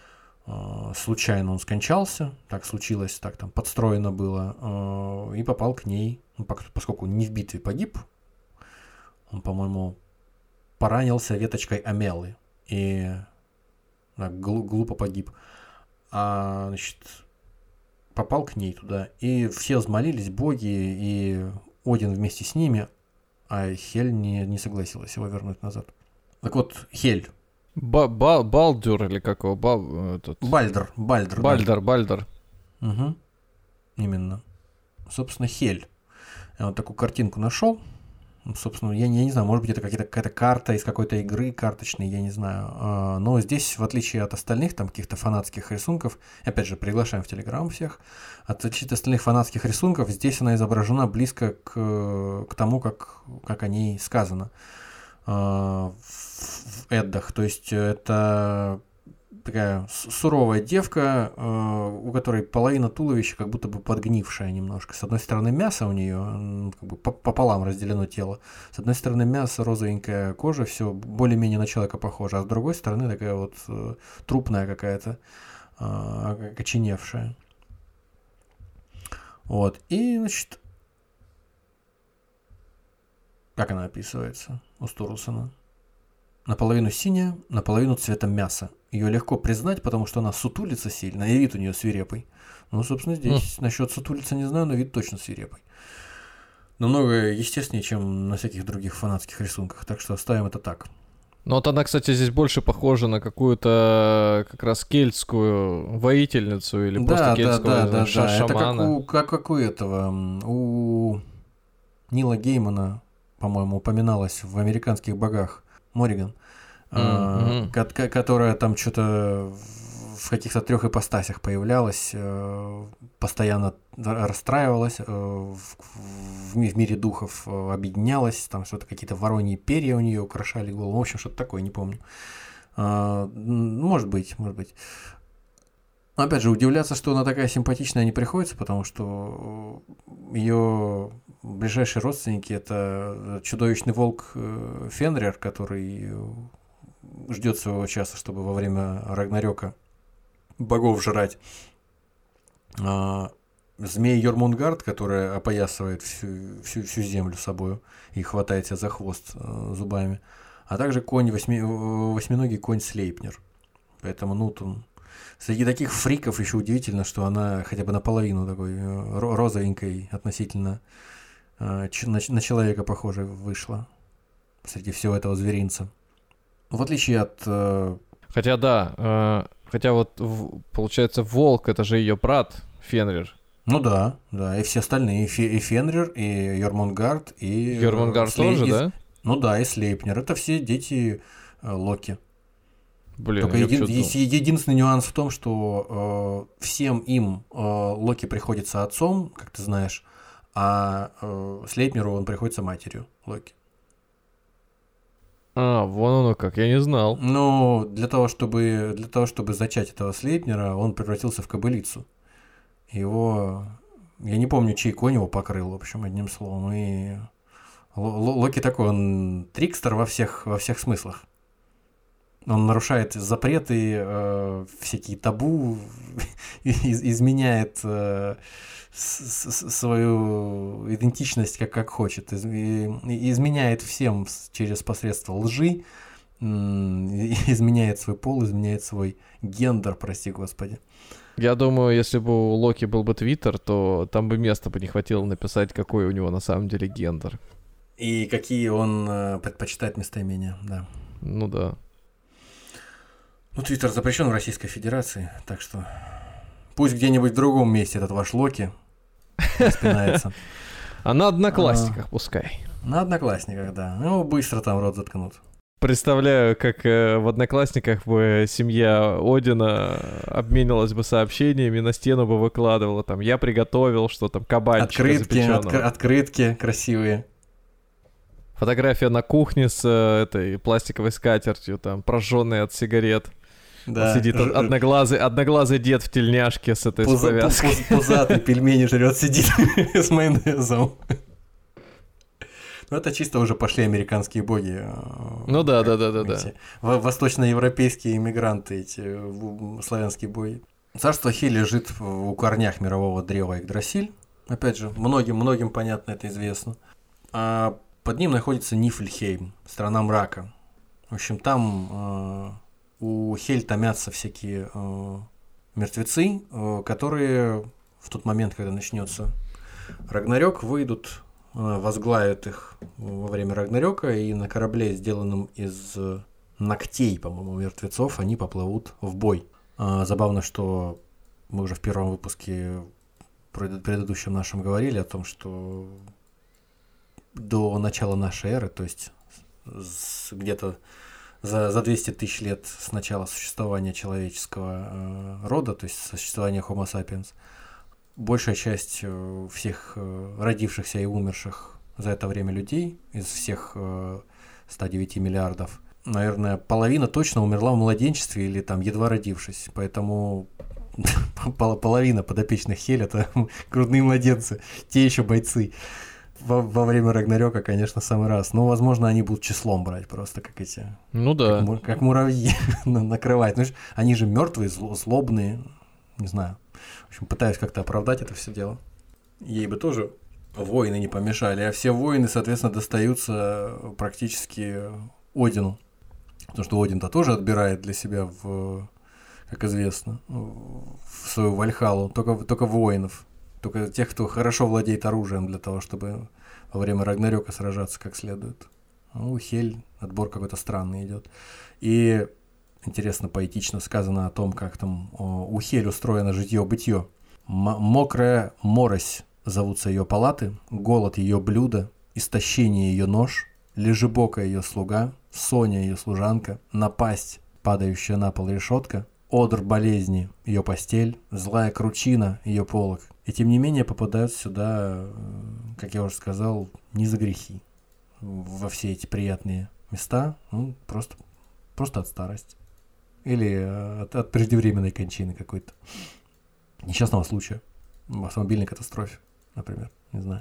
случайно он скончался, так случилось, так там подстроено было, и попал к ней, ну, поскольку не в битве погиб, он, по-моему, поранился веточкой амелы и да, гл- глупо погиб, а, значит, попал к ней туда, и все взмолились боги, и Один вместе с ними, а Хель не, не согласилась его вернуть назад. Так вот, Хель. Ба- ба- Балдюр или как его? Ба- этот... Бальдер, Бальдер. Бальдер, да. Бальдер. Угу. Именно. Собственно, Хель. Я вот такую картинку нашел. Собственно, я не, я не знаю, может быть, это какая-то, какая-то карта из какой-то игры карточной, я не знаю. А, но здесь, в отличие от остальных там каких-то фанатских рисунков, опять же, приглашаем в Телеграм всех, от отличие от остальных фанатских рисунков, здесь она изображена близко к, к тому, как, как о ней сказано а, в, в Эддах. То есть это такая суровая девка, у которой половина туловища как будто бы подгнившая немножко. С одной стороны мясо у нее, как бы пополам разделено тело. С одной стороны мясо, розовенькая кожа, все более-менее на человека похоже, а с другой стороны такая вот трупная какая-то, окоченевшая. Вот. И, значит, как она описывается у Сторусона? Наполовину синяя, наполовину цвета мяса. Ее легко признать, потому что она сутулится сильно, и вид у нее свирепый. Ну, собственно, здесь mm. насчет сутулицы не знаю, но вид точно свирепый. Намного естественнее, чем на всяких других фанатских рисунках, так что оставим это так. Ну вот она, кстати, здесь больше похожа на какую-то как раз кельтскую воительницу или да, просто кельтского да, да, да, ша- да. шамана. Это как у, как, как у этого, у Нила Геймана, по-моему, упоминалось в «Американских богах». Морриган, mm-hmm. ко- ко- которая там что-то в каких-то трех ипостасях появлялась, постоянно расстраивалась, в, в мире духов объединялась, там что-то, какие-то вороньи перья у нее украшали голову, в общем, что-то такое, не помню. Может быть, может быть. Но опять же, удивляться, что она такая симпатичная, не приходится, потому что ее ближайшие родственники — это чудовищный волк Фенрир, который ждет своего часа, чтобы во время Рагнарёка богов жрать. А змея Йормунгард, которая опоясывает всю, всю, всю землю собою и хватает себя за хвост зубами. А также конь восьми, восьминогий конь Слейпнир. Поэтому, ну, там... Среди таких фриков еще удивительно, что она хотя бы наполовину такой розовенькой относительно на человека похожей вышла среди всего этого зверинца. В отличие от... Хотя да, хотя вот получается волк — это же ее брат Фенрир. Ну да, да, и все остальные, и, Фе, и Фенрир, и Йормунгард, и... Йормунгард Слей... тоже, и... да? Ну да, и Слейпнир, это все дети Локи. Блин, только един, е- единственный нюанс в том, что э, всем им э, Локи приходится отцом, как ты знаешь, а э, Слейпниру он приходится матерью Локи. А, вон оно как, я не знал. Ну, для того, чтобы, для того, чтобы зачать этого Слейпнира, он превратился в кобылицу. Его... Я не помню, чей конь его покрыл, в общем, одним словом. И Локи такой, он трикстер во всех, во всех смыслах. Он нарушает запреты, э, всякие табу, изменяет э, с- с- свою идентичность как, как хочет, из- изменяет всем через посредство лжи, э, изменяет свой пол, изменяет свой гендер, прости господи. Я думаю, если бы у Локи был бы твиттер, то там бы места бы не хватило написать, какой у него на самом деле гендер. И какие он э, предпочитает местоимения, да. Ну да. Ну, Твиттер запрещен в Российской Федерации, так что пусть где-нибудь в другом месте этот ваш Локи распинается. А на Одноклассниках пускай. На Одноклассниках, да. Ну, быстро там рот заткнут. Представляю, как э, в Одноклассниках бы семья Одина обменивалась бы сообщениями, на стену бы выкладывала, там, я приготовил, что там, кабанчика Открытки, запеченного. откр- открытки красивые. Фотография на кухне с э, этой пластиковой скатертью, там, прожженная от сигарет. Да. Сидит Ж... одноглазый, одноглазый дед в тельняшке с этой Пуза, повязкой. Пузатый пельмени жрет, сидит с майонезом. Ну, это чисто уже пошли американские боги. Ну да, да, да, да, да. Восточноевропейские иммигранты, эти славянские боги. Царство Хель лежит у корнях мирового древа Игдрасиль. Опять же, многим-многим понятно, это известно. А под ним находится Нифльхейм, страна мрака. В общем, там э, у Хель томятся всякие э, мертвецы, э, которые в тот момент, когда начнется Рагнарёк, выйдут, э, возглавят их во время Рагнарёка, и на корабле, сделанном из ногтей, по-моему, мертвецов, они поплывут в бой. Э, забавно, что мы уже в первом выпуске предыдущем нашем говорили о том, что до начала нашей эры, то есть где-то за, за двести тысяч лет с начала существования человеческого э, рода, то есть существования Homo sapiens, большая часть э, всех э, родившихся и умерших за это время людей, из всех э, ста девяти миллиардов, наверное, половина точно умерла в младенчестве или там едва родившись, поэтому половина подопечных Хель — это грудные младенцы, те еще бойцы. Во, во время Рагнарёка, конечно, самый раз. Но, возможно, они будут числом брать просто, как эти... Ну да. Как, как муравьи накрывать. Ну, они же мертвые, злобные. Не знаю. В общем, пытаюсь как-то оправдать это все дело. Ей бы тоже воины не помешали. А все воины, соответственно, достаются практически Одину. Потому что Один-то тоже отбирает для себя, в, как известно, в свою Вальхалу. Только, только воинов. Только тех, кто хорошо владеет оружием для того, чтобы во время Рагнарёка сражаться как следует. Ну, у Хель отбор какой-то странный идет. И интересно, поэтично сказано о том, как там у Хель устроено житье-бытье. М- мокрая морось зовутся ее палаты, голод ее блюдо, истощение ее нож, лежебока ее слуга, Соня ее служанка, напасть, падающая на пол решетка, одр болезни ее постель, злая кручина ее полог. И тем не менее попадают сюда, как я уже сказал, не за грехи. Во все эти приятные места, ну, просто, просто от старости. Или от, от преждевременной кончины какой-то. Несчастного случая. В автомобильной катастрофе, например. Не знаю.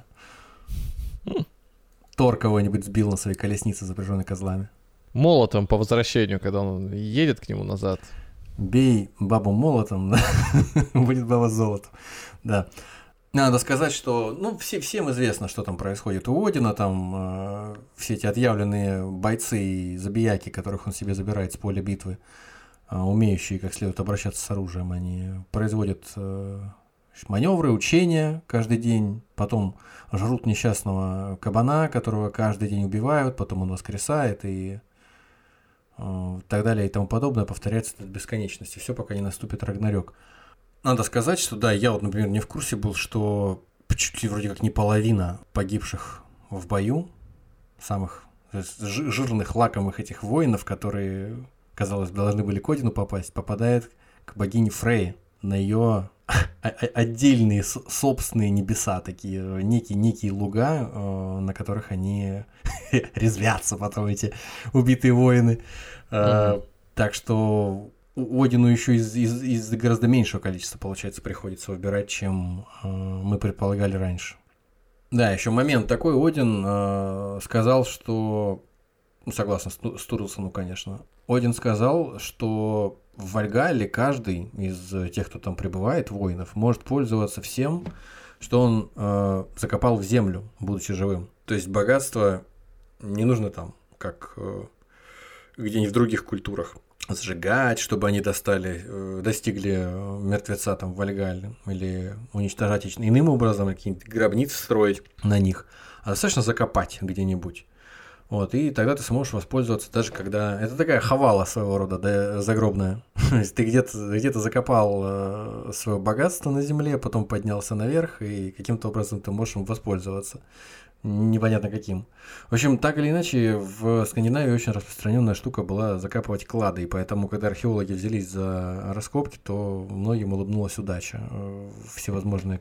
Тор кого-нибудь сбил на своей колеснице, запряженной козлами. Молотом по возвращению, когда он едет к нему назад. Бей бабу молотом, да, будет баба золотом. Да. Надо сказать, что, ну, все, всем известно, что там происходит у Одина, там э, все эти отъявленные бойцы и забияки, которых он себе забирает с поля битвы, э, умеющие как следует обращаться с оружием, они производят э, маневры, учения каждый день, потом жрут несчастного кабана, которого каждый день убивают, потом он воскресает и э, так далее и тому подобное, повторяется до бесконечности, все пока не наступит Рагнарёк. Надо сказать, что да, я вот, например, не в курсе был, что чуть ли вроде как не половина погибших в бою, самых жирных, лакомых этих воинов, которые, казалось бы, должны были к Одину попасть, попадает к богине Фрейе на ее отдельные собственные небеса, такие некие, некие луга, на которых они резвятся потом, эти убитые воины. Mm-hmm. Так что Одину еще из, из, из гораздо меньшего количества, получается, приходится выбирать, чем э, мы предполагали раньше. Да, еще момент такой. Один э, сказал, что... Ну, согласно Стурлсону, конечно. Один сказал, что в Вальгалле каждый из тех, кто там пребывает, воинов, может пользоваться всем, что он э, закопал в землю, будучи живым. То есть богатство не нужно там, как э, где-нибудь в других культурах, сжигать, чтобы они достали, достигли мертвеца там в Вальгалле, или уничтожать иным образом, какие-нибудь гробницы строить на них, а достаточно закопать где-нибудь. Вот, и тогда ты сможешь воспользоваться, даже когда... Это такая хавала своего рода, да, загробная. То есть ты где-то, где-то закопал э, свое богатство на земле, потом поднялся наверх, и каким-то образом ты можешь им воспользоваться. Непонятно каким. В общем, так или иначе, в Скандинавии очень распространенная штука была закапывать клады, и поэтому, когда археологи взялись за раскопки, то многим улыбнулась удача. Всевозможные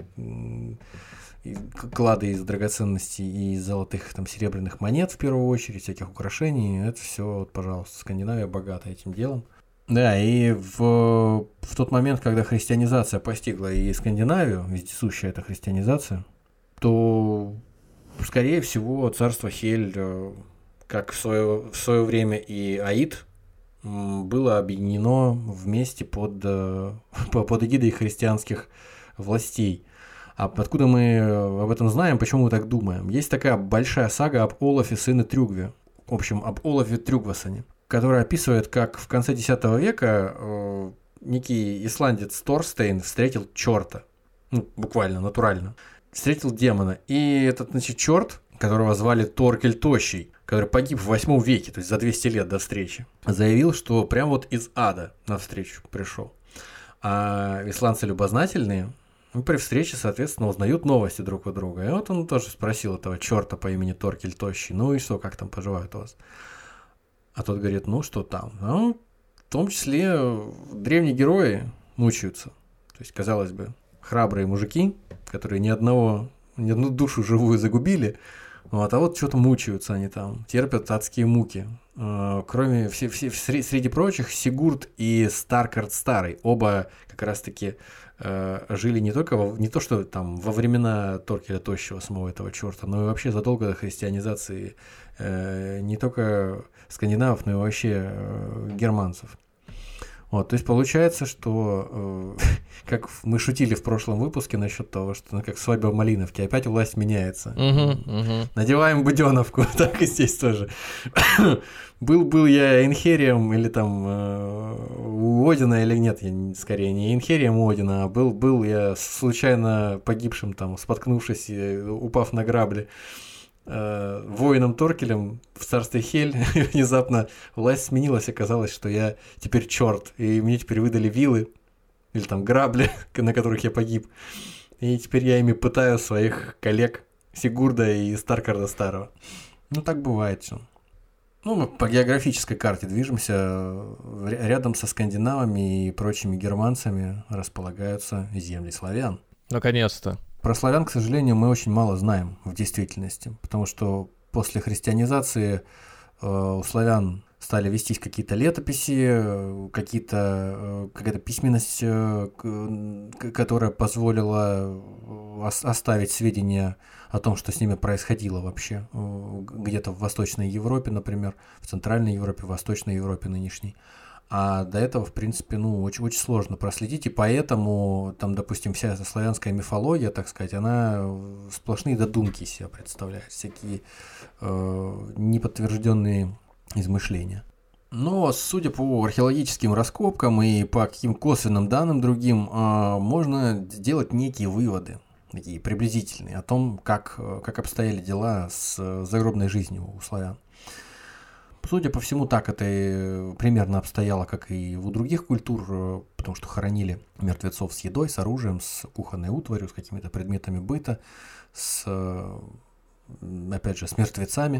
клады из драгоценностей и золотых, там, серебряных монет, в первую очередь, всяких украшений, это все, вот, пожалуйста, Скандинавия богата этим делом. Да, и в, в тот момент, когда христианизация постигла и Скандинавию, вездесущая эта христианизация, то Скорее всего, царство Хель, как в свое, в свое время и Аид, было объединено вместе под, под эгидой христианских властей. А откуда мы об этом знаем, почему мы так думаем? Есть такая большая сага об Олафе, сыне Трюгве, в общем, об Олафе Трюгвасоне, которая описывает, как в конце десятого века э, некий исландец Торстейн встретил черта, ну, буквально, натурально, встретил демона. И этот, значит, черт, которого звали Торкель Тощий, который погиб в восьмом веке, то есть за двести лет до встречи, заявил, что прям вот из ада навстречу пришел. А исландцы любознательные, ну, при встрече, соответственно, узнают новости друг у друга. И вот он тоже спросил этого черта по имени Торкель Тощий: ну и что, как там поживают у вас? А тот говорит: ну что там? Ну, в том числе древние герои мучаются. То есть, казалось бы, храбрые мужики, которые ни одного, ни одну душу живую загубили, вот, а вот что-то мучаются они там, терпят адские муки. Кроме, все, все, среди прочих, Сигурд и Старкард Старый, оба как раз-таки э, жили не только, во, не то что там во времена Торкеля Тощего, самого этого черта, но и вообще задолго до христианизации э, не только скандинавов, но и вообще э, германцев. Вот, то есть получается, что, э, как мы шутили в прошлом выпуске насчет того, что, ну, как свадьба в Малиновке, опять власть меняется. Угу, угу. Надеваем буденовку, так и здесь тоже. был, был я Инхерием или там э, у Одина, или нет, я скорее не Инхерием у Одина, а был, был я случайно погибшим, там, споткнувшись, упав на грабли, э, воином Торкелем в царстве Хель. И внезапно власть сменилась, оказалось, что я теперь черт, и мне теперь выдали вилы или там грабли, на которых я погиб. И теперь я ими пытаю своих коллег Сигурда и Старкарда Старого. Ну, так бывает все. Ну, мы по географической карте движемся. Рядом со скандинавами и прочими германцами располагаются земли славян. Наконец-то. Про славян, к сожалению, мы очень мало знаем в действительности, потому что после христианизации э, у славян стали вестись какие-то летописи, какие-то, какая-то письменность, которая позволила оставить сведения о том, что с ними происходило вообще где-то в Восточной Европе, например, в Центральной Европе, в Восточной Европе нынешней. А до этого, в принципе, ну, очень, очень сложно проследить, и поэтому, там, допустим, вся эта славянская мифология, так сказать, она сплошные додумки из себя представляет, всякие э, неподтвержденные измышления. Но, судя по археологическим раскопкам и по каким косвенным данным другим, э, можно сделать некие выводы, такие приблизительные, о том, как, как обстояли дела с загробной жизнью у славян. Судя по всему, так это и примерно обстояло, как и у других культур, потому что хоронили мертвецов с едой, с оружием, с кухонной утварью, с какими-то предметами быта, с, опять же, с мертвецами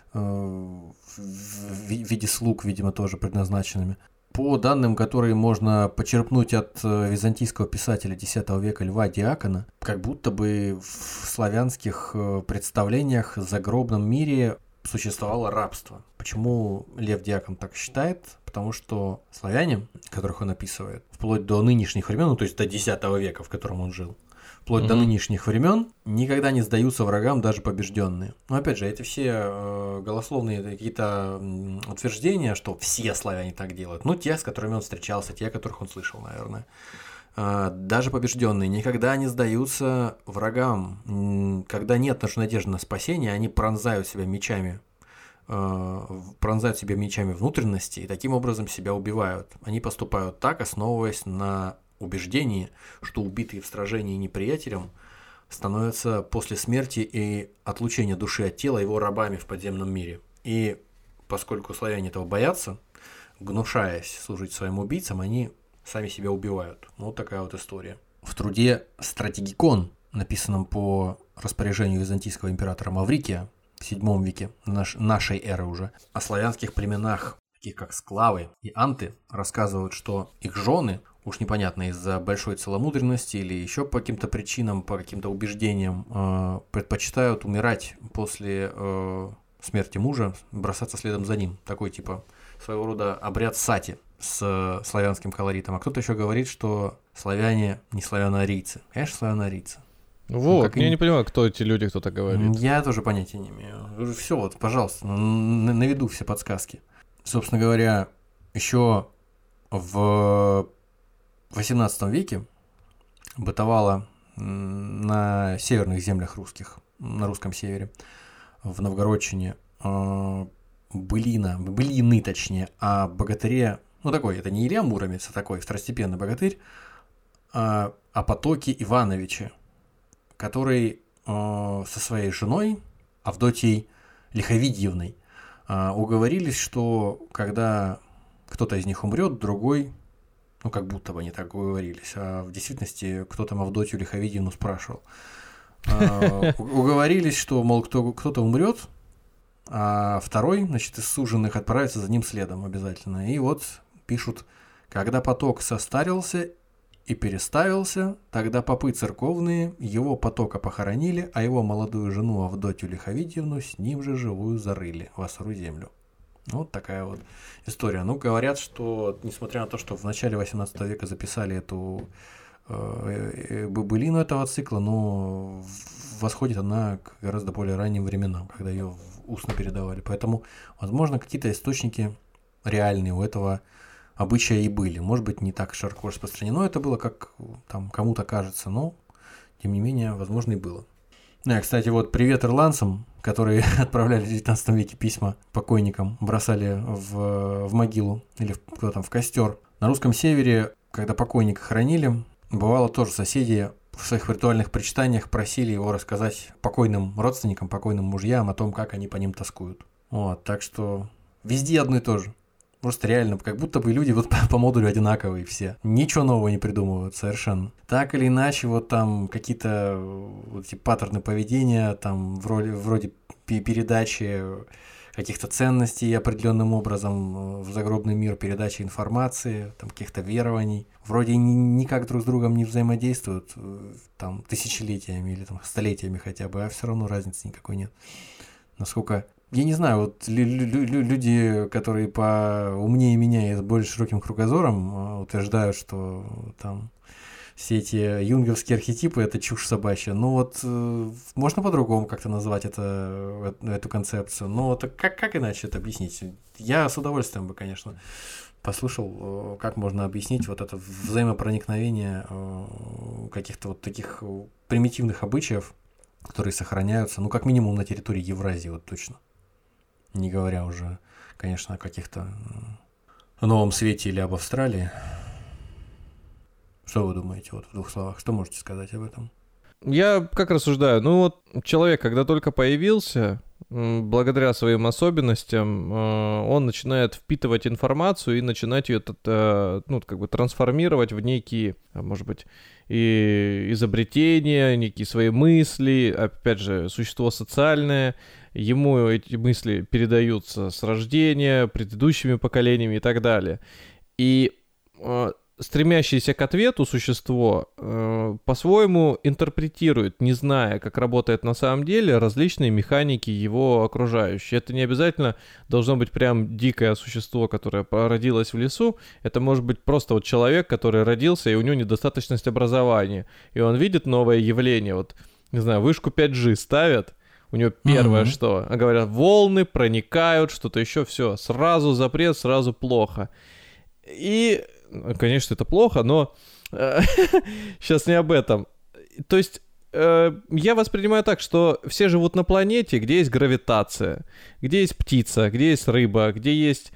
в виде слуг, видимо, тоже предназначенными. По данным, которые можно почерпнуть от византийского писателя десятого века Льва Диакона, как будто бы в славянских представлениях в загробном мире существовало рабство. Почему Лев Диакон так считает? Потому что славяне, которых он описывает, вплоть до нынешних времен, ну то есть до десятого века, в котором он жил, вплоть mm-hmm. до нынешних времен, никогда не сдаются врагам, даже побежденные. Но опять же, эти все э, голословные какие-то утверждения, что все славяне так делают, ну те, с которыми он встречался, те, о которых он слышал, наверное. Даже побежденные никогда не сдаются врагам. Когда нет надежды на спасение, они пронзают себя мечами, пронзают себя мечами внутренности и таким образом себя убивают. Они поступают так, основываясь на убеждении, что убитые в сражении неприятелем становятся после смерти и отлучения души от тела его рабами в подземном мире. И поскольку славяне этого боятся, гнушаясь служить своим убийцам, они сами себя убивают. Вот такая вот история. В труде «Стратегикон», написанном по распоряжению византийского императора Маврикия в седьмом веке наш, нашей эры уже, о славянских племенах, таких как склавы и анты, рассказывают, что их жены, уж непонятно из-за большой целомудренности или еще по каким-то причинам, по каким-то убеждениям, э, предпочитают умирать после э, смерти мужа, бросаться следом за ним. Такой типа своего рода обряд сати с славянским колоритом. А кто-то еще говорит, что славяне не славяно-арийцы. Конечно, славяно-арийцы. Вот, как я и- не понимаю, кто эти люди, кто так говорит. Я тоже понятия не имею. Все, вот, пожалуйста, на, на виду все подсказки. Собственно говоря, еще в восемнадцатом веке бытовала м, на северных землях русских, на русском севере, в Новгородчине, э, былина, былины точнее, о богатыре, ну такой, это не Илья Муромец, а такой второстепенный богатырь, э, о Потоке Ивановиче, который э, со своей женой Авдотьей Лиховидьевной э, уговорились, что когда кто-то из них умрет, другой, ну как будто бы они так уговорились, а в действительности кто там Авдотью Лиховидьевну спрашивал, э, уговорились, что, мол, кто, кто-то умрет, а второй, значит, из суженых отправится за ним следом обязательно. И вот пишут, когда Поток состарился и переставился, тогда попы церковные его Потока похоронили, а его молодую жену Авдотью Лиховидьевну с ним же живую зарыли во сырую землю. Вот такая вот история. Ну, говорят, что, несмотря на то, что в начале восемнадцатого века записали эту э, былину этого цикла, но восходит она к гораздо более ранним временам, когда ее устно передавали. Поэтому, возможно, какие-то источники реальные у этого обычая и были. Может быть, не так широко распространено это было, как там кому-то кажется, но, тем не менее, возможно, и было. Ну, и, кстати, вот привет ирландцам, которые отправляли в девятнадцатом веке письма покойникам, бросали в, в могилу или в, куда там, в костер. На русском севере, когда покойника хоронили, бывало тоже соседи в своих ритуальных причитаниях просили его рассказать покойным родственникам, покойным мужьям о том, как они по ним тоскуют. Вот, так что везде одно и то же. Просто реально, как будто бы люди вот по, по модулю одинаковые все. Ничего нового не придумывают совершенно. Так или иначе, вот там какие-то вот эти паттерны поведения, там вроде, вроде передачи каких-то ценностей определенным образом в загробный мир, передачи информации, там каких-то верований, вроде ни, никак друг с другом не взаимодействуют там тысячелетиями или там столетиями хотя бы, а все равно разницы никакой нет. Насколько... Я не знаю, вот лю- лю- лю- люди, которые поумнее меня и с более широким кругозором, утверждают, что там все эти юнговские архетипы – это чушь собачья. Ну вот э, можно по-другому как-то назвать это, эту концепцию. Но вот как, как иначе это объяснить? Я с удовольствием бы, конечно, послушал, как можно объяснить вот это взаимопроникновение э, каких-то вот таких примитивных обычаев, которые сохраняются, ну, как минимум на территории Евразии, вот точно. Не говоря уже, конечно, о каких-то Новом Свете или об Австралии. Что вы думаете вот в двух словах? Что можете сказать об этом? Я как рассуждаю, ну вот человек, когда только появился, благодаря своим особенностям, он начинает впитывать информацию и начинать ее, ну, как бы трансформировать в некие, может быть, и изобретения, некие свои мысли, опять же, существо социальное, ему эти мысли передаются с рождения, предыдущими поколениями и так далее. И э, стремящееся к ответу существо э, по-своему интерпретирует, не зная, как работает на самом деле, различные механики его окружающие. Это не обязательно должно быть прям дикое существо, которое родилось в лесу. Это может быть просто вот человек, который родился, и у него недостаточность образования. И он видит новое явление. Вот, не знаю, вышку пять джи ставят, у него первое, mm-hmm. что? Говорят, волны проникают, что-то еще, все. Сразу запрет, сразу плохо. И, конечно, это плохо, но сейчас не об этом. То есть я воспринимаю так, что все живут на планете, где есть гравитация, где есть птица, где есть рыба, где есть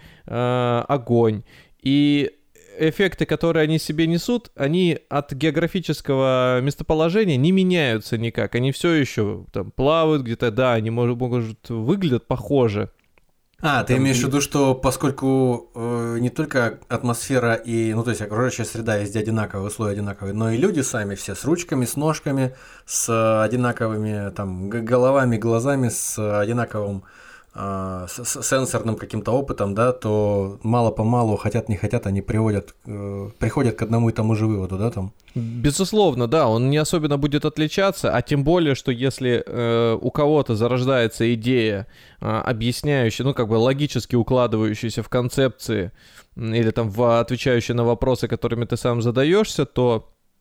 огонь. И эффекты, которые они себе несут, они от географического местоположения не меняются никак. Они все еще там плавают где-то, да, они может, могут выглядят похоже. А, ты имеешь в виду, что поскольку э, не только атмосфера и, ну, то есть окружающая среда везде одинаковые, условия одинаковые, но и люди сами все с ручками, с ножками, с одинаковыми там головами, глазами, с одинаковым э, с, с сенсорным каким-то опытом, да, то мало-помалу, хотят не хотят, они приводят, э, приходят к одному и тому же выводу, да, там? Безусловно, да, он не особенно будет отличаться, а тем более, что если э, у кого-то зарождается идея, э, объясняющая, ну, как бы логически укладывающаяся в концепции или там в, отвечающая на вопросы, которыми ты сам задаешься, то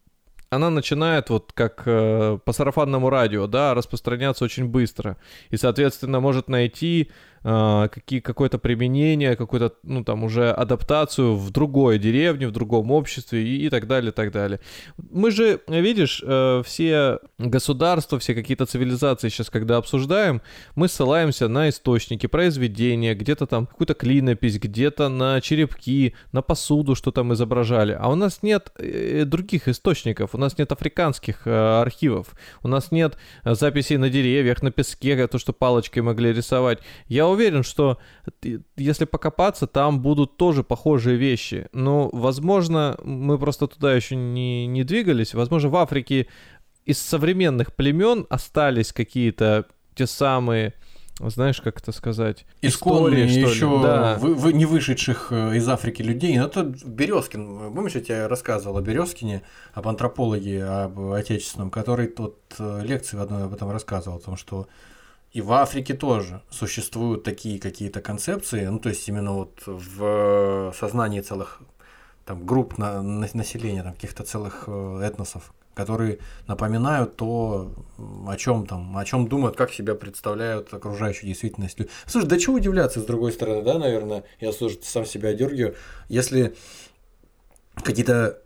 она начинает вот как э, по сарафанному радио, да, распространяться очень быстро. И, соответственно, может найти э, какие, какое-то применение, какую-то, ну, там, уже адаптацию в другой деревне, в другом обществе и, и так далее, и так далее. Мы же, видишь, э, все государства, все какие-то цивилизации сейчас, когда обсуждаем, мы ссылаемся на источники, произведения, где-то там какую-то клинопись, где-то на черепки, на посуду, что там изображали. А у нас нет э, других источников. У нас нет африканских э, архивов, у нас нет э, записей на деревьях, на песке, то, что палочкой могли рисовать. Я уверен, что если покопаться, там будут тоже похожие вещи. Но, возможно, мы просто туда еще не, не двигались. Возможно, в Африке из современных племен остались какие-то те самые... Знаешь, как это сказать? Исконные, истории, еще да. вы, вы, не вышедших из Африки людей. Ну, это Березкин. Помнишь, я тебе рассказывал о Березкине, об антропологе, об отечественном, который тут лекции в одной об этом рассказывал, о том, что и в Африке тоже существуют такие какие-то концепции, ну, то есть именно вот в сознании целых там, групп на, на, населения, там, каких-то целых этносов, которые напоминают то, о чем там, о чем думают, как себя представляют окружающую действительность. Слушай, да чего удивляться, с другой стороны, да, наверное, я слушай, сам себя одергиваю, если какие-то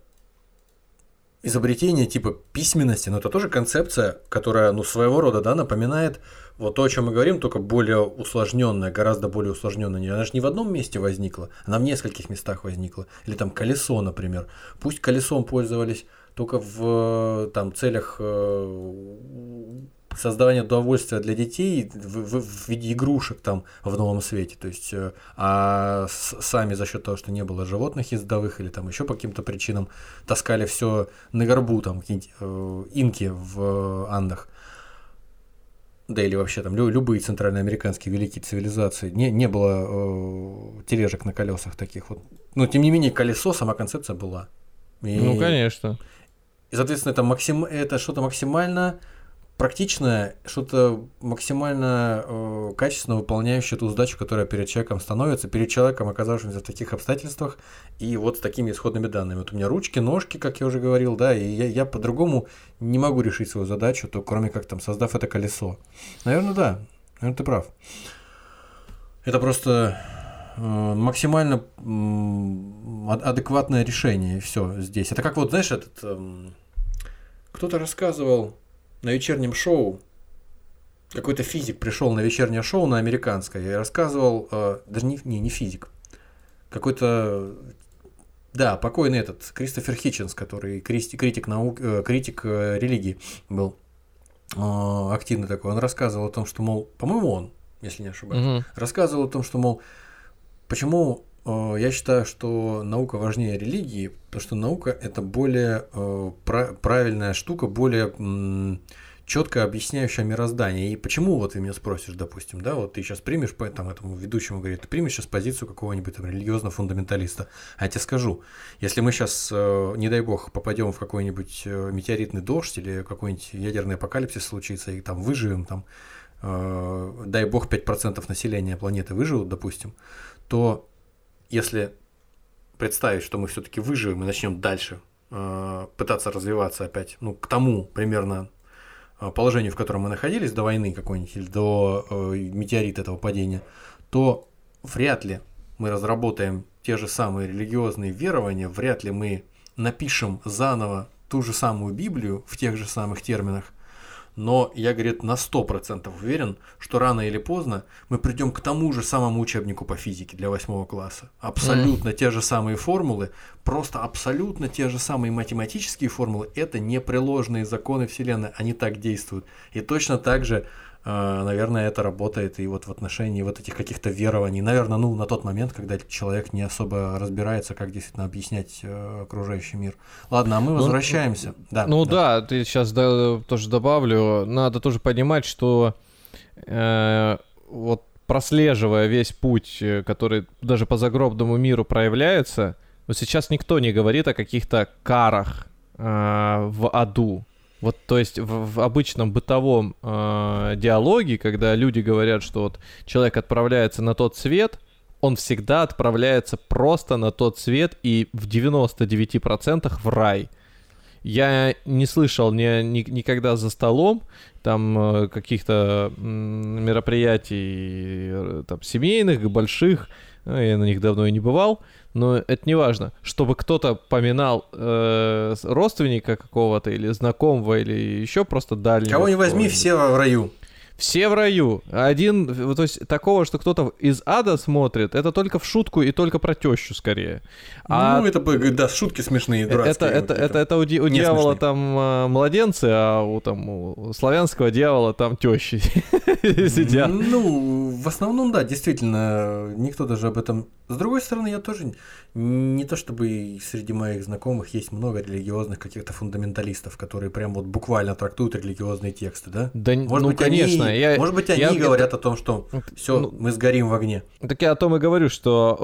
изобретения типа письменности, но это тоже концепция, которая, ну, своего рода, да, напоминает вот то, о чем мы говорим, только более усложненная, гораздо более усложненная. Она же не в одном месте возникла, она в нескольких местах возникла. Или там колесо, например. Пусть колесом пользовались только в там, целях создавания удовольствия для детей в, в, в виде игрушек там в новом свете, то есть, а сами за счет того, что не было животных ездовых или там еще по каким-то причинам таскали все на горбу, там какие-нибудь э, инки в Андах, да или вообще там любые центральноамериканские великие цивилизации, не, не было э, тележек на колесах таких вот, но тем не менее колесо, сама концепция была. И... Ну, конечно. И, соответственно, это, максим... это что-то максимально практичное, что-то максимально э, качественно выполняющее ту задачу, которая перед человеком становится, перед человеком, оказавшимся в таких обстоятельствах и вот с такими исходными данными. Вот у меня ручки, ножки, как я уже говорил, да, и я, я по-другому не могу решить свою задачу, то кроме как там создав это колесо. Наверное, да, наверное, ты прав. Это просто... максимально адекватное решение, и все здесь. Это как вот, знаешь, этот эм, кто-то рассказывал на вечернем шоу, какой-то физик пришел на вечернее шоу на американское и рассказывал, э, даже не, не, не физик, какой-то, да, покойный этот Кристофер Хитченс, который критик наук, э, критик э, религии был э, активный такой, он рассказывал о том, что, мол, по-моему, он, если не ошибаюсь, mm-hmm. рассказывал о том, что, мол, почему э, я считаю, что наука важнее религии, потому что наука это более э, пра- правильная штука, более м- четко объясняющая мироздание. И почему, вот ты меня спросишь, допустим, да, вот ты сейчас примешь, по там, этому ведущему говорит, ты примешь сейчас позицию какого-нибудь там религиозного фундаменталиста. А я тебе скажу, если мы сейчас, э, не дай бог, попадем в какой-нибудь э, метеоритный дождь или какой-нибудь ядерный апокалипсис случится, и там выживем, там, э, дай бог, пять процентов населения планеты выживут, допустим, то если представить, что мы все-таки выживем и начнем дальше э, пытаться развиваться опять, ну, к тому примерно э, положению, в котором мы находились до войны какой-нибудь или до э, метеорита этого падения, то вряд ли мы разработаем те же самые религиозные верования, вряд ли мы напишем заново ту же самую Библию в тех же самых терминах. Но я, говорит, на сто процентов уверен, что рано или поздно мы придем к тому же самому учебнику по физике для восьмого класса. Абсолютно mm. те же самые формулы, просто абсолютно те же самые математические формулы. Это непреложные законы Вселенной, они так действуют. И точно так же, наверное, это работает и вот в отношении вот этих каких-то верований. Наверное, ну, на тот момент, когда человек не особо разбирается, как действительно объяснять окружающий мир. Ладно, а мы возвращаемся. Ну, да, ну да. да, ты сейчас да, тоже добавлю. Надо тоже понимать, что э, вот прослеживая весь путь, который даже по загробному миру проявляется, вот сейчас никто не говорит о каких-то карах э, в аду. Вот, то есть в, в обычном бытовом э, диалоге, когда люди говорят, что вот человек отправляется на тот свет, он всегда отправляется просто на тот свет и в девяноста девяти процентах в рай. я не слышал ни, ни, никогда за столом там каких-то мероприятий там, семейных, больших, я на них давно и не бывал, но это не важно, чтобы кто-то поминал э, родственника какого-то или знакомого, или еще просто дальнего. Кого не возьми, все в раю. Все в раю. Один, то есть такого, что кто-то из ада смотрит, это только в шутку и только про тещу скорее. А ну, это, да, шутки смешные, дурацкие. Это, это, это, это у, ди- у дьявола там э, младенцы, а у, там, у славянского дьявола там тещи сидят. Ну, в основном, да, действительно, никто даже об этом... С другой стороны, я тоже не то чтобы среди моих знакомых есть много религиозных каких-то фундаменталистов, которые прям вот буквально трактуют религиозные тексты, да? Да, может ну, быть, конечно. Они, я, может быть, они я, говорят это, о том, что все, ну, мы сгорим в огне. Так я о том и говорю, что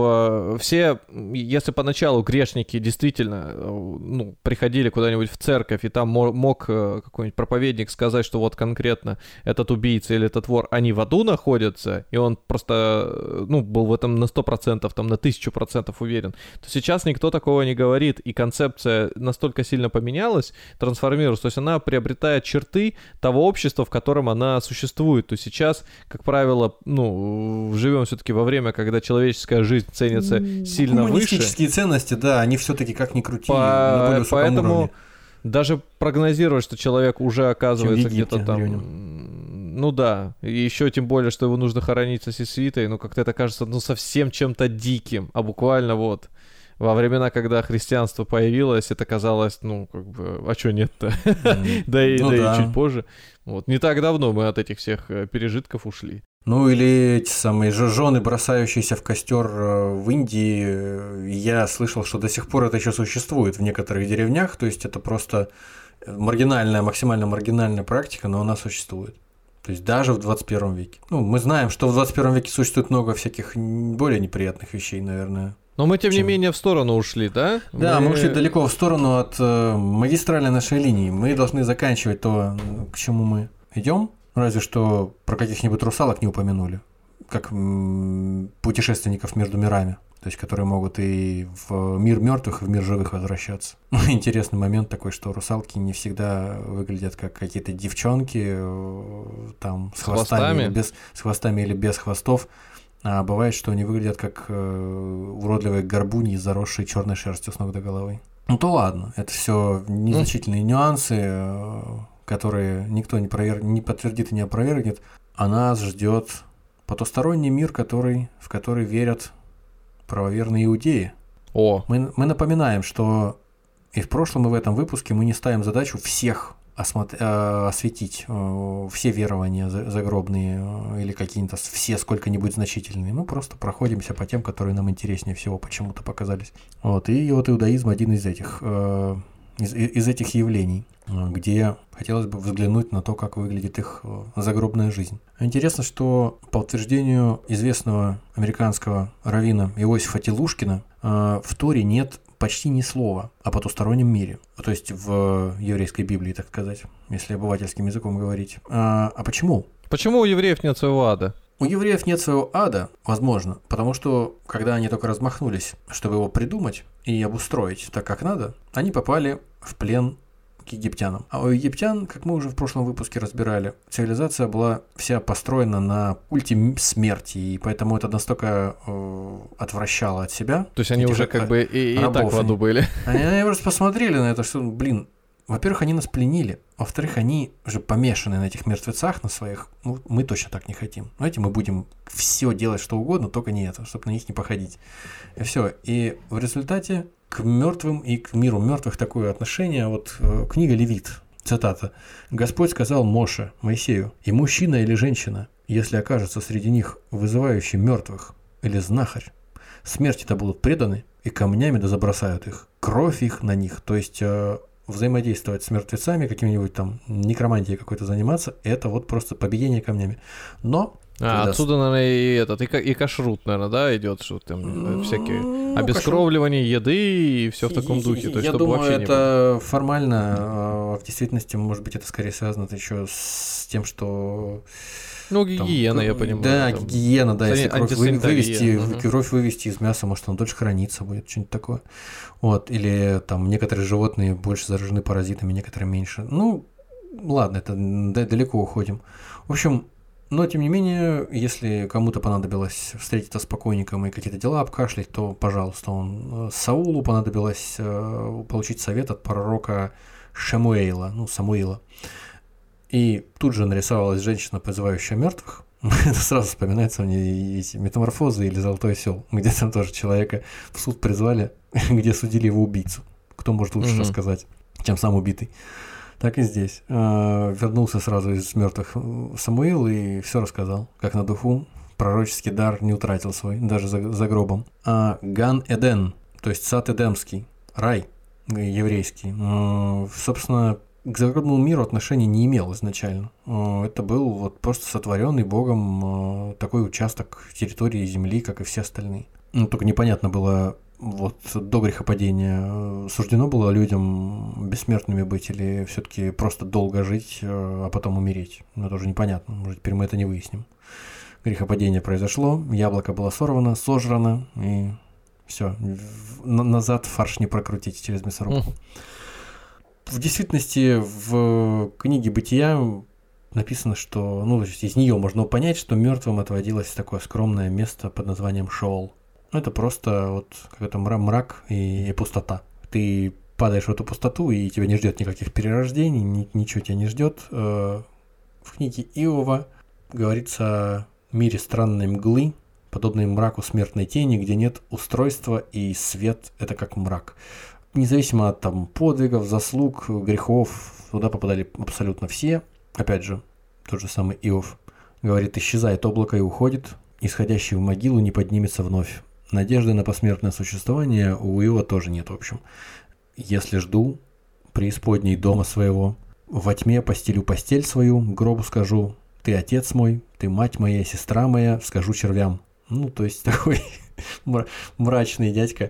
в, все, если поначалу грешники действительно ну, приходили куда-нибудь в церковь, и там мог какой-нибудь проповедник сказать, что вот конкретно этот убийца или этот вор, они в аду находятся, и он просто ну, был в этом на сто процентов, там, на тысячу процентов уверен, то сейчас никто такого не говорит, и концепция настолько сильно поменялась, трансформируется, то есть она приобретает черты того общества, в котором она существует. То есть сейчас, как правило, ну, живем все-таки во время, когда человеческая жизнь ценится сильно выше. Гуманистические ценности, да, они все-таки как ни крути, По... на более высоком Поэтому уровне. Даже прогнозировать, что человек уже оказывается где-то там... древнем. Ну да, и еще тем более, что его нужно хоронить со свитой, ну как-то это кажется ну совсем чем-то диким, а буквально вот... Во времена, когда христианство появилось, это казалось, ну, как бы, а что нет-то? Mm. да и, ну, да да. и чуть позже. Вот. Не так давно мы от этих всех пережитков ушли. Ну, или эти самые жены, бросающиеся в костер в Индии. Я слышал, что до сих пор это еще существует в некоторых деревнях. То есть это просто маргинальная, максимально маргинальная практика, но она существует. То есть даже в двадцать первом веке. Ну, мы знаем, что в двадцать первом веке существует много всяких более неприятных вещей, наверное. Но мы, тем Чем? не менее, в сторону ушли, да? Да, мы, мы ушли далеко в сторону от э, магистрали нашей линии. Мы должны заканчивать то, к чему мы идем. Разве что про каких-нибудь русалок не упомянули. Как м- путешественников между мирами. То есть, которые могут и в мир мертвых, и в мир живых возвращаться. Интересный момент такой, что русалки не всегда выглядят как какие-то девчонки, э, там, с, с хвостами, хвостами? Или без, с хвостами или без хвостов. А бывает, что они выглядят как э, уродливые горбуньи, заросшие черной шерстью с ног до головы. Ну то ладно, это все незначительные нюансы, э, которые никто не, провер... не подтвердит и не опровергнет. А нас ждет потусторонний мир, который... в который верят правоверные иудеи. О. Мы, мы напоминаем, что и в прошлом, и в этом выпуске мы не ставим задачу всех осмотр... осветить, все верования загробные или какие-то все сколько-нибудь значительные. Мы просто проходимся по тем, которые нам интереснее всего почему-то показались. Вот. И вот иудаизм один из этих, из, из этих явлений, где хотелось бы взглянуть на то, как выглядит их загробная жизнь. Интересно, что по утверждению известного американского раввина Иосифа Телушкина в Торе нет почти ни слова о потустороннем мире. То есть в еврейской Библии, так сказать, если обывательским языком говорить. А, а почему? Почему у евреев нет своего ада? У евреев нет своего ада, возможно, потому что, когда они только размахнулись, чтобы его придумать и обустроить так, как надо, они попали в плен к египтянам. А у египтян, как мы уже в прошлом выпуске разбирали, цивилизация была вся построена на культе смерти, и поэтому это настолько э, отвращало от себя. То есть они уже как бы и, и так в аду были. Они, они просто посмотрели на это, что, блин, во-первых, они нас пленили, во-вторых, они же помешаны на этих мертвецах, на своих. Ну, мы точно так не хотим. Знаете, мы будем все делать, что угодно, только не это, чтобы на них не походить. И все. И в результате к мертвым и к миру мертвых такое отношение. Вот э, книга Левит, цитата. «Господь сказал Моше, Моисею, и мужчина или женщина, если окажется среди них вызывающий мертвых или знахарь, смерти-то будут преданы, и камнями да забросают их, кровь их на них». То есть э, взаимодействовать с мертвецами, каким-нибудь там некромантией какой-то заниматься, это вот просто побиение камнями. Но А, Когда отсюда, наверное, и этот, и, ка- и кашрут, наверное, да, идет, что там Ну, всякие кашрут. обескровливание еды и все в таком духе. То есть, Я чтобы думаю, вообще не было. это формально, а в действительности, может быть, это скорее связано еще с тем, что... Ну, там, гигиена, я к- понимаю. Да, там. гигиена, да, если Сани- кровь вы- антисанитария, вывести, мгм. кровь вывести из мяса, может, оно дольше храниться будет, что-нибудь такое. Вот, или там некоторые животные больше заражены паразитами, некоторые меньше. Ну, ладно, это д- далеко уходим. В общем, но тем не менее, если кому-то понадобилось встретиться с покойником и какие-то дела обкашлять, то, пожалуйста, он Саулу понадобилось э, получить совет от пророка Шамуэла, ну, Самуила. И тут же нарисовалась женщина, призывающая мертвых. Это сразу вспоминается мне эти метаморфозы или Золотой осел, где там тоже человека в суд призвали, где судили его убийцу. Кто может лучше Мгм. рассказать, чем сам убитый. Так и здесь. А, Вернулся сразу из мертвых Самуил и все рассказал, как на духу. Пророческий дар не утратил свой, даже за, за гробом. А Ган-Эден, то есть сад Эдемский, рай еврейский, м, собственно, к загробному миру отношения не имел изначально. Э, Это был вот просто сотворенный Богом э, такой участок территории Земли, как и все остальные. Ну, только непонятно было, вот до грехопадения э, суждено было людям бессмертными быть или все-таки просто долго жить, э, а потом умереть. Ну, это уже непонятно, может, теперь мы это не выясним. Грехопадение произошло, яблоко было сорвано, сожрано, и все, назад фарш не прокрутить через мясорубку. В действительности в книге «Бытия» написано, что, ну, то есть из нее можно понять, что мертвым отводилось такое скромное место под названием Шеол. Это просто вот какой-то мра- мрак и, и пустота. Ты падаешь в эту пустоту, и тебя не ждет никаких перерождений, ни- ничего тебя не ждет. Э, В книге Иова говорится о мире странной мглы, подобной мраку смертной тени, где нет устройства, и свет — это как мрак. Независимо от там подвигов, заслуг, грехов, туда попадали абсолютно все. Опять же, тот же самый Иов говорит: исчезает облако и уходит, исходящий в могилу не поднимется вновь. Надежды на посмертное существование у Иова тоже нет, в общем. Если жду преисподней дома своего, во тьме постелю постель свою, гробу скажу: ты отец мой, ты мать моя, сестра моя, скажу червям. Ну, то есть такой мрачный дядька.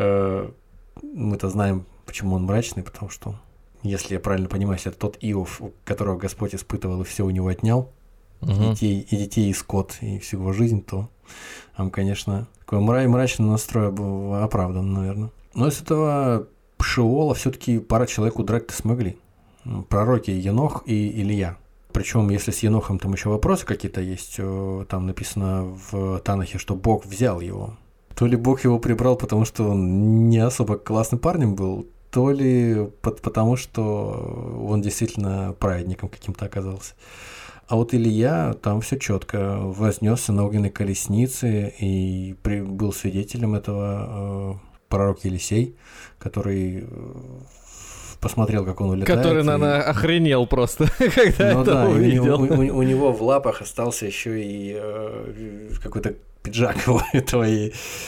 Мы-то знаем, почему он мрачный, потому что, если я правильно понимаю, это тот Иов, которого Господь испытывал и все у него отнял, Мгм. детей, и детей, и скот, и всю его жизнь, то там, конечно, такой мра- мрачный настрой был оправдан, наверное. Но из этого Шеола все-таки пара человек удрать-то смогли. Пророки Енох и Илия. Причем, если с Енохом там еще вопросы какие-то есть, э, там написано в Танахе, что Бог взял его. То ли Бог его прибрал, потому что он не особо классным парнем был, то ли под- потому что он действительно праведником каким-то оказался. А вот Илья, там все четко, вознесся на огненной колеснице и при- был свидетелем этого э, пророк Елисей, который э, посмотрел, как он улетает. Который, и- наверное, охренел просто, когда Ну это да, и у, увидел. него, у- у него в лапах остался еще и э, какой-то пиджак его, этого и,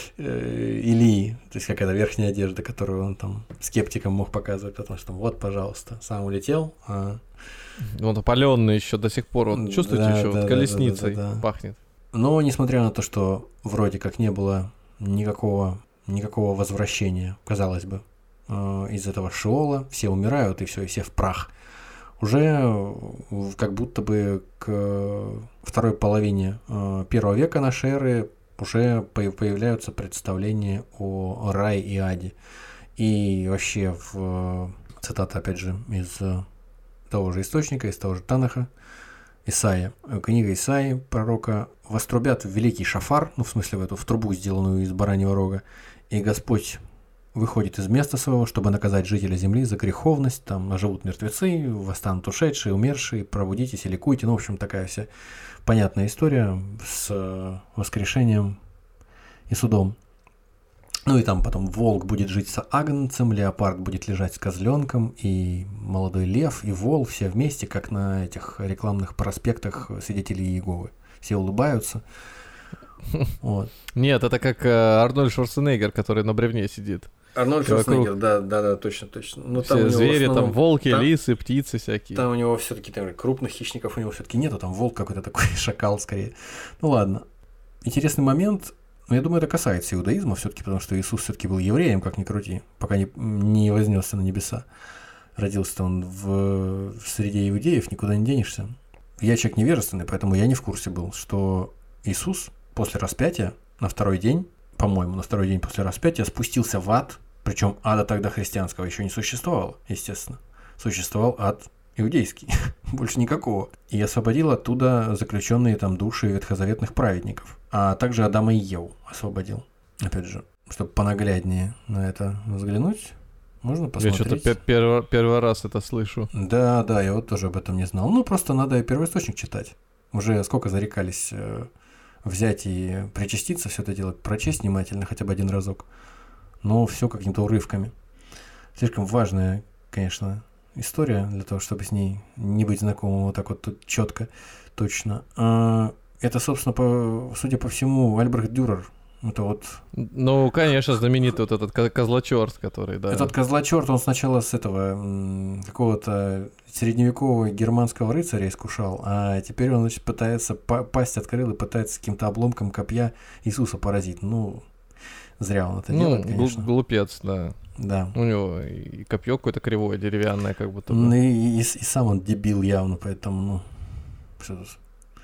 э, Илии, то есть какая-то верхняя одежда, которую он там скептикам мог показывать, потому что вот, пожалуйста, сам улетел, а... Он опаленный еще до сих пор. Вот чувствуете, Да, еще да, вот да, колесницей да, да, да. пахнет. Но несмотря на то, что вроде как не было никакого, никакого возвращения, казалось бы, э, из этого Шеола, все умирают и все, и все в прах. Уже э, как будто бы к второй половине э, первого века нашей эры уже по- появляются представления о рае и аде. И вообще, в, цитата опять же из того же источника, из того же Танаха, Исаия, книга Исаии, пророка: «Вострубят в великий шафар», ну, в смысле, в эту, в трубу, сделанную из бараньего рога, и Господь выходит из места своего, чтобы наказать жителей земли за греховность, там оживут мертвецы, восстанут ушедшие, умершие, пробудитесь и ликуйте». Ну, в общем, такая вся понятная история с воскрешением и судом. Ну и там потом волк будет жить с агнцем, леопард будет лежать с козленком, и молодой лев, и вол все вместе, как на этих рекламных проспектах свидетелей Иеговы. Все улыбаются. Вот. Нет, это как э, Арнольд Шварценеггер, который на бревне сидит. Арнольд Шварценеггер, да, да, да, точно, точно. Но все там звери, основном, там волки, там, лисы, птицы всякие. Там у него все-таки крупных хищников у него все-таки нету, там волк какой-то такой, шакал скорее. Ну ладно. Интересный момент, но я думаю, это касается иудаизма все-таки, потому что Иисус все-таки был евреем, как ни крути, пока не, не вознесся на небеса. Родился-то он в, в среде иудеев, никуда не денешься. Я человек невежественный, поэтому я не в курсе был, что Иисус после распятия на второй день, по-моему, на второй день после распятия спустился в ад, причем ада тогда христианского еще не существовало, естественно. Существовал ад иудейский, больше никакого. И освободил оттуда заключенные там души ветхозаветных праведников, а также Адама и Еву освободил. Опять же, чтобы понагляднее на это взглянуть, можно посмотреть. Я что-то пер- первый раз это слышу. Да, да, я вот тоже об этом не знал. Ну, просто надо первоисточник читать. Уже сколько зарекались э, взять и причаститься, все это дело, прочесть внимательно хотя бы один разок. Но все какими-то урывками. Слишком важная, конечно, история для того, чтобы с ней не быть знакомым вот так вот тут четко, точно. А это, собственно, по, судя по всему, Альбрехт Дюрер. Это вот... Ну, конечно, знаменитый вот этот козлочёрт, который, да. Этот козлочёрт, он сначала с этого какого-то средневекового германского рыцаря искушал, а теперь он, значит, пытается, пасть открыл и пытается каким-то обломком копья Иисуса поразить. Ну, зря он это ну, делает, конечно. Ну, глупец, да. Да. У него и копье какое-то кривое, деревянное, как будто бы. Ну, и, и, и сам он дебил явно, поэтому, ну, что тут...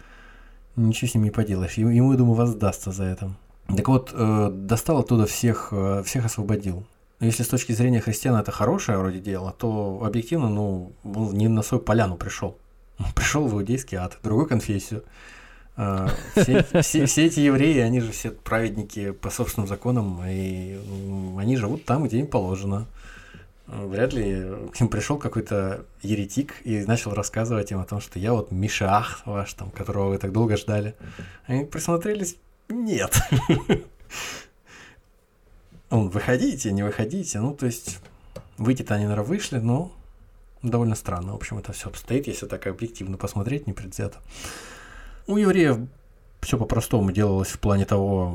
Ничего с ним не поделаешь. Ему, ему, я думаю, воздастся за это. Так вот, э, достал оттуда всех, э, всех освободил. Если с точки зрения христиан это хорошее вроде дело, то объективно, ну, он не на свою поляну пришел. Пришел в иудейский ад, в другую конфессию. Э, все, все, все эти евреи, они же все праведники по собственным законам, и они живут там, где им положено. Вряд ли к ним пришел какой-то еретик и начал рассказывать им о том, что я вот Мишиах ваш, там, которого вы так долго ждали. Они присмотрелись. Нет. Он, выходите, не выходите. Ну, то есть, выйти-то они, наверное, вышли, но довольно странно. В общем, это все обстоит, если так объективно посмотреть, непредвзято. У евреев все по-простому делалось в плане того,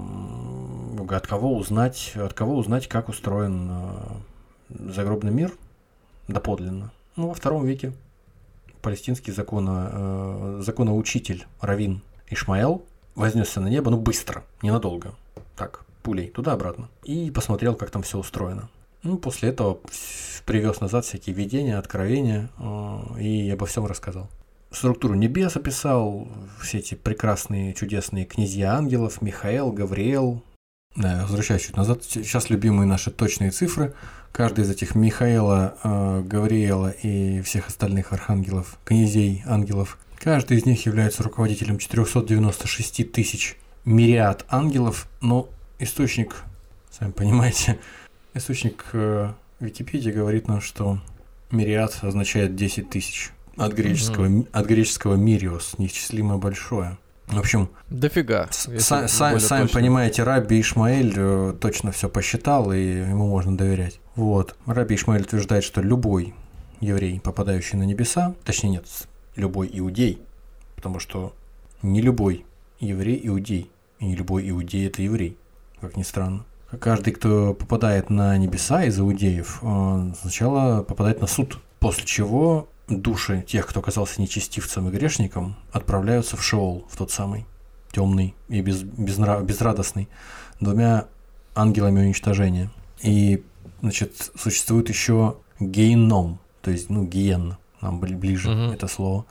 от кого узнать, от кого узнать, как устроен загробный мир доподлинно. Ну, во втором веке палестинский закона, законоучитель раввин Ишмаэл вознесся на небо, ну, быстро, ненадолго, так, пулей, туда-обратно, и посмотрел, как там все устроено. Ну, после этого привез назад всякие видения, откровения, и обо всем рассказал. Структуру небес описал, все эти прекрасные, чудесные князья ангелов, Михаил, Гавриэл. Да, я возвращаюсь чуть назад, сейчас любимые наши точные цифры. Каждый из этих Михаила, Гавриэла и всех остальных архангелов, князей, ангелов, каждый из них является руководителем четыреста девяносто шесть тысяч мириад ангелов, но источник, сами понимаете, источник э, Википедии говорит нам, что мириад означает десять тысяч. От греческого, mm-hmm. от греческого мириос, неисчислимо большое. В общем, дофига. Са- са- сами понимаете, Рабби Ишмаэль э, точно все посчитал, и ему можно доверять. Вот. Рабби Ишмаэль утверждает, что любой еврей, попадающий на небеса, точнее нет, любой иудей, потому что не любой еврей иудей, и не любой иудей это еврей, как ни странно. Каждый, кто попадает на небеса из иудеев, он сначала попадает на суд, после чего души тех, кто оказался нечестивцем и грешником, отправляются в Шеол, в тот самый темный и без, безнрав, безрадостный, двумя ангелами уничтожения. И, значит, существует еще гейном, то есть, ну, гиенна, нам ближе uh-huh. это слово,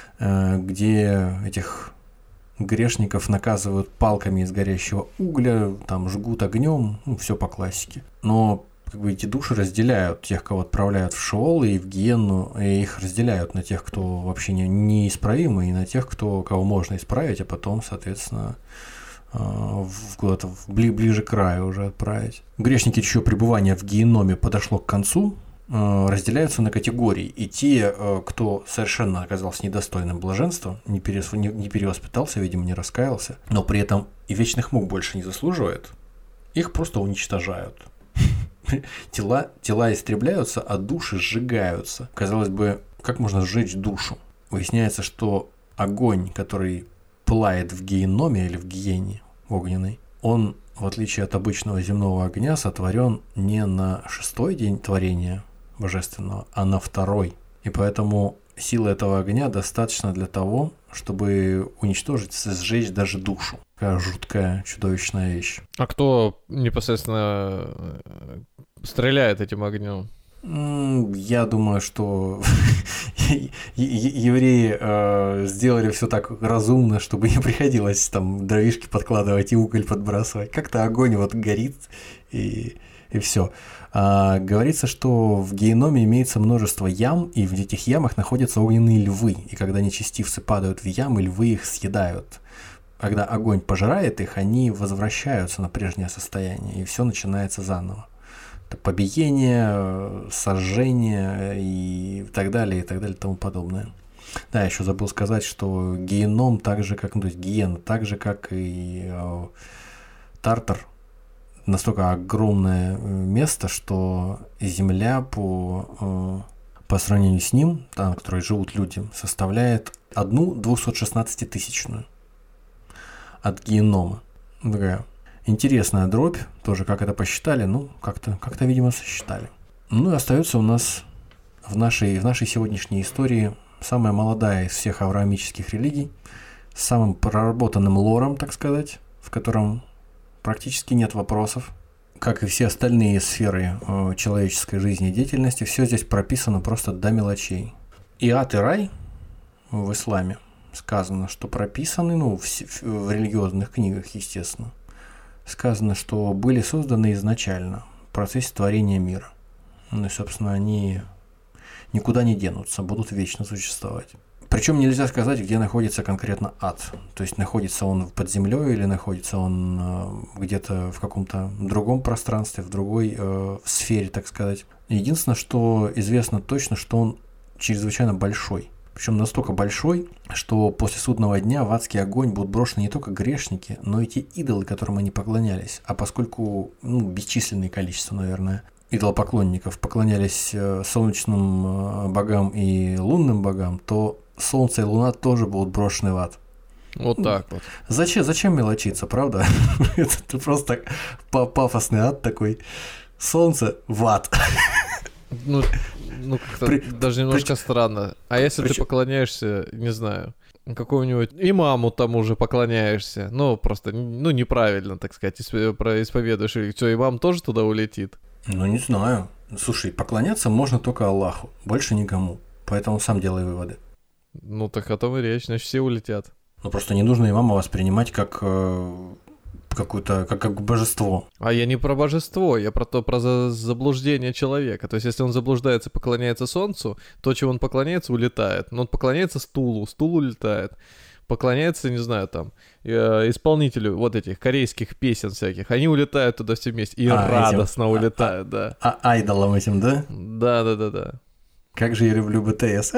где этих грешников наказывают палками из горящего угля, там жгут огнем, ну, все по классике. Но как бы эти души разделяют тех, кого отправляют в Шеол и в Гиенну, и их разделяют на тех, кто вообще не, неисправимый, и на тех, кто, кого можно исправить, а потом, соответственно, куда-то бли, ближе к краю уже отправить. Грешники, чье пребывание в геноме подошло к концу, разделяются на категории. И те, кто совершенно оказался недостойным блаженства, не, перес, не, не перевоспитался, видимо, не раскаялся, но при этом и вечных мук больше не заслуживает, их просто уничтожают. Тела, тела истребляются, а души сжигаются. Казалось бы, как можно сжечь душу? Выясняется, что огонь, который пылает в геноме или в гиене огненной, он в отличие от обычного земного огня, сотворен не на шестой день творения божественного, а на второй. И поэтому сила этого огня достаточно для того, чтобы уничтожить, сжечь даже душу. Такая жуткая, чудовищная вещь. А кто непосредственно стреляет этим огнем? Я думаю, что евреи э, сделали все так разумно, чтобы не приходилось там дровишки подкладывать и уголь подбрасывать. Как-то огонь вот горит и, и все. А, говорится, что в геноме имеется множество ям, и в этих ямах находятся огненные львы. И когда нечестивцы падают в ямы, львы их съедают. Когда огонь пожирает их, они возвращаются на прежнее состояние, и все начинается заново. Побиение, сожжение и так далее, и так далее, и тому подобное. Да, еще забыл сказать, что геном так же, как, ну, то есть гиена, так же, как и э, Тартар, настолько огромное место, что Земля по, э, по сравнению с ним, там, на которой живут люди, составляет одну двухсотшестнадцатитысячную от генома. Такая интересная дробь, тоже как это посчитали, ну, как-то, как-то видимо, сосчитали. Ну и остается у нас в нашей, в нашей сегодняшней истории самая молодая из всех авраамических религий, с самым проработанным лором, так сказать, в котором практически нет вопросов. Как и все остальные сферы э, человеческой жизни и деятельности, все здесь прописано просто до мелочей. И ад, и рай в исламе сказано, что прописаны, ну, в, в религиозных книгах, естественно, сказано, что были созданы изначально в процессе творения мира. Ну и, собственно, они никуда не денутся, будут вечно существовать. Причем нельзя сказать, где находится конкретно ад. То есть находится он под землей или находится он где-то в каком-то другом пространстве, в другой э, сфере, так сказать. Единственное, что известно точно, что он чрезвычайно большой. Причем настолько большой, что после судного дня в адский огонь будут брошены не только грешники, но и те идолы, которым они поклонялись. А поскольку, ну, бесчисленное количество, наверное, идолопоклонников поклонялись солнечным богам и лунным богам, то солнце и луна тоже будут брошены в ад. Вот так вот. Зачем, зачем мелочиться, правда? Это просто пафосный ад такой. Солнце в ад. Ну, ну как-то При... даже немножко При... странно. А если Причем... ты поклоняешься, не знаю, какому-нибудь имаму тому же поклоняешься, ну, просто, ну, неправильно, так сказать, исповедуешь, и что, имам тоже туда улетит? Ну, не знаю. Слушай, поклоняться можно только Аллаху, больше никому. Поэтому сам делай выводы. Ну, так о том и речь, значит, все улетят. Ну, просто не нужно имама воспринимать как... Э... какое-то, как, как божество. А я не про божество, я про то, про за- заблуждение человека. То есть, если он заблуждается, поклоняется солнцу, то, чего он поклоняется, улетает. Но он поклоняется стулу, стул улетает. Поклоняется, не знаю, там, э, исполнителю вот этих корейских песен всяких. Они улетают туда все вместе и а, радостно этим, улетают, а, да. А, а айдолом этим, да? Да-да-да-да. Как же я люблю БТС.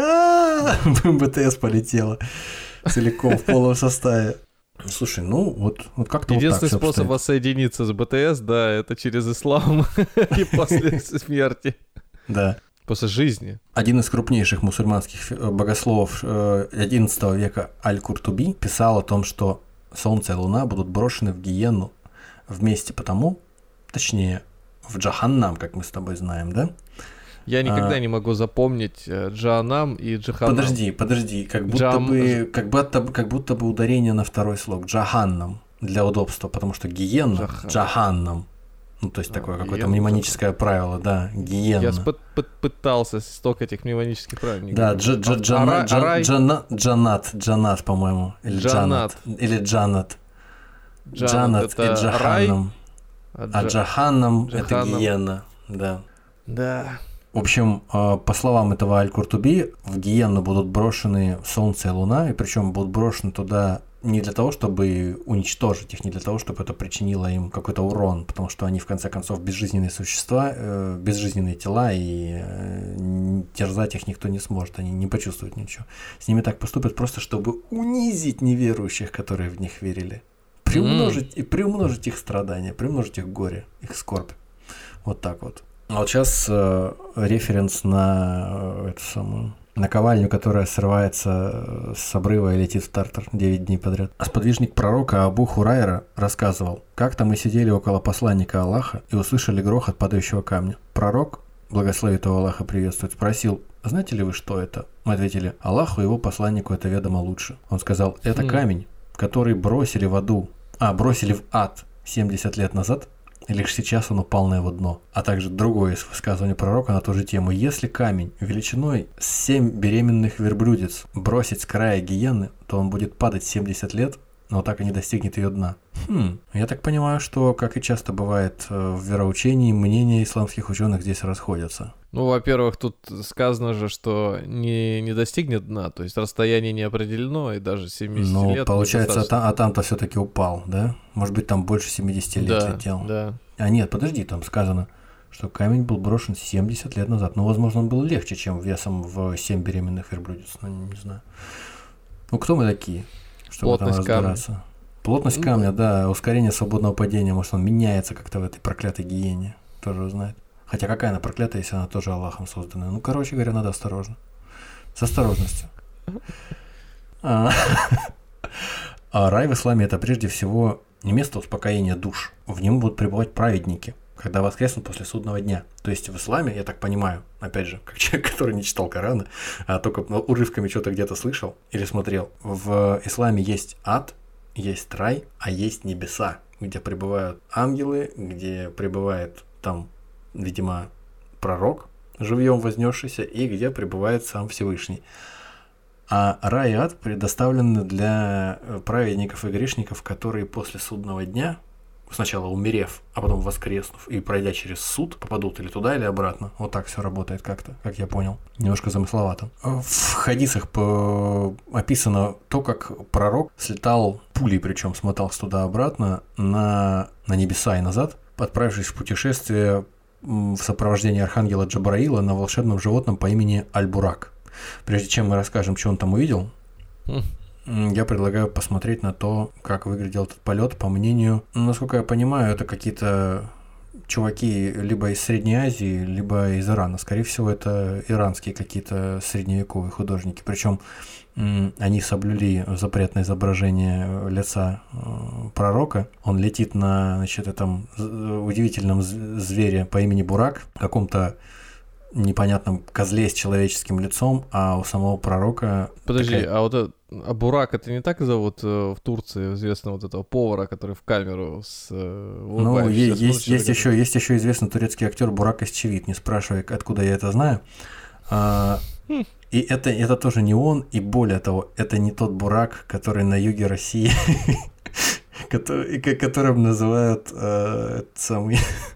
БТС полетела целиком в полном составе. Слушай, ну вот, вот как-то единственный вот так способ воссоединиться с БТС, да, это через ислам и после смерти. Да. После жизни. Один из крупнейших мусульманских богословов одиннадцатого века Аль-Куртуби писал о том, что Солнце и Луна будут брошены в гиенну вместе потому, точнее, в Джаханнам, как мы с тобой знаем, да? Я никогда а... не могу запомнить Джаханнам и Джаханнам. Подожди, подожди, как будто Джам... бы, как будто, как будто бы ударение на второй слог. Джаханнам для удобства, потому что гиенна, Джахан. Джаханнам. Ну, то есть а, такое какое-то мнемоническое правило, да, гиенна. Я спы- пытался столько этих мнемонических правил. Да, Джанат, Джанат, Джанат, по-моему, или Джанат, или Джанат. Джанат и Джаханнам. А Джаханнам это гиенна, да. Да. В общем, по словам этого Аль-Куртуби, в гиенну будут брошены Солнце и Луна, и причем будут брошены туда не для того, чтобы уничтожить их, не для того, чтобы это причинило им какой-то урон, потому что они, в конце концов, безжизненные существа, э, безжизненные тела, и э, терзать их никто не сможет, они не почувствуют ничего. С ними так поступят просто, чтобы унизить неверующих, которые в них верили, приумножить, mm. и приумножить их страдания, приумножить их горе, их скорбь. Вот так вот. А вот сейчас э, референс на э, эту самую, наковальню, которая срывается с обрыва и летит в Тартар девять дней подряд. А сподвижник пророка Абу Хурайра рассказывал: «Как-то мы сидели около посланника Аллаха и услышали грохот падающего камня. Пророк, благословит его Аллаха приветствует, спросил: знаете ли вы, что это? Мы ответили: Аллаху и его посланнику это ведомо лучше. Он сказал: это камень, который бросили в аду, а, бросили в ад семьдесят лет назад, и лишь сейчас он упал на его дно. А также другое из высказываний пророка на ту же тему: если камень величиной с семь беременных верблюдец бросить с края гиены, то он будет падать семьдесят лет, но так и не достигнет ее дна. Хм, я так понимаю, что, как и часто бывает в вероучении, мнения исламских ученых здесь расходятся. Ну, во-первых, тут сказано же, что не, не достигнет дна, то есть расстояние не определено, и даже семьдесят ну, лет... Ну, получается, а, там, а там-то все-таки упал, да? Может быть, там больше семьдесят лет да, летел. Да, А нет, подожди, там сказано, что камень был брошен семьдесят лет назад. Ну, возможно, он был легче, чем весом в семь беременных верблюдец, ну, не знаю. Ну, кто мы такие, чтобы плотность там разбираться? Камня. Плотность ну, камня, да, ускорение свободного падения, может, он меняется как-то в этой проклятой гиене, тоже узнает. Хотя какая она проклятая, если она тоже Аллахом создана? Ну, короче говоря, надо осторожно. С осторожностью. А рай в исламе — это прежде всего не место успокоения душ. В нем будут пребывать праведники, когда воскреснут после судного дня. То есть в исламе, я так понимаю, опять же, как человек, который не читал Корана, а только урывками что-то где-то слышал или смотрел, в исламе есть ад, есть рай, а есть небеса, где пребывают ангелы, где пребывает там, видимо, пророк, живьем вознесшийся, и где пребывает сам Всевышний. А рай и ад предоставлены для праведников и грешников, которые после судного дня, сначала умерев, а потом воскреснув и пройдя через суд, попадут или туда, или обратно. Вот так все работает как-то, как я понял. Немножко замысловато. В хадисах по... описано то, как пророк слетал пулей, причем смотался туда-обратно, на... на небеса и назад, отправившись в путешествие в сопровождении архангела Джабраила на волшебном животном по имени Аль-Бурак. Прежде чем мы расскажем, что он там увидел, mm. я предлагаю посмотреть на то, как выглядел этот полет. По мнению, насколько я понимаю, это какие-то чуваки либо из Средней Азии, либо из Ирана. Скорее всего, это иранские какие-то средневековые художники. Причем они соблюли запрет на изображение лица пророка. Он летит на, значит, этом удивительном звере по имени Бурак, каком-то непонятном козле с человеческим лицом, а у самого пророка... Подожди, такая... а вот это, а Бурак, это не так зовут в Турции известного вот этого повара, который в камеру с... Ну, есть, есть, есть, еще, есть еще известный турецкий актер Бурак Исчевит, не спрашивай, откуда я это знаю. А, хм. И это, это тоже не он, и более того, это не тот Бурак, который на юге России, которым называют самый...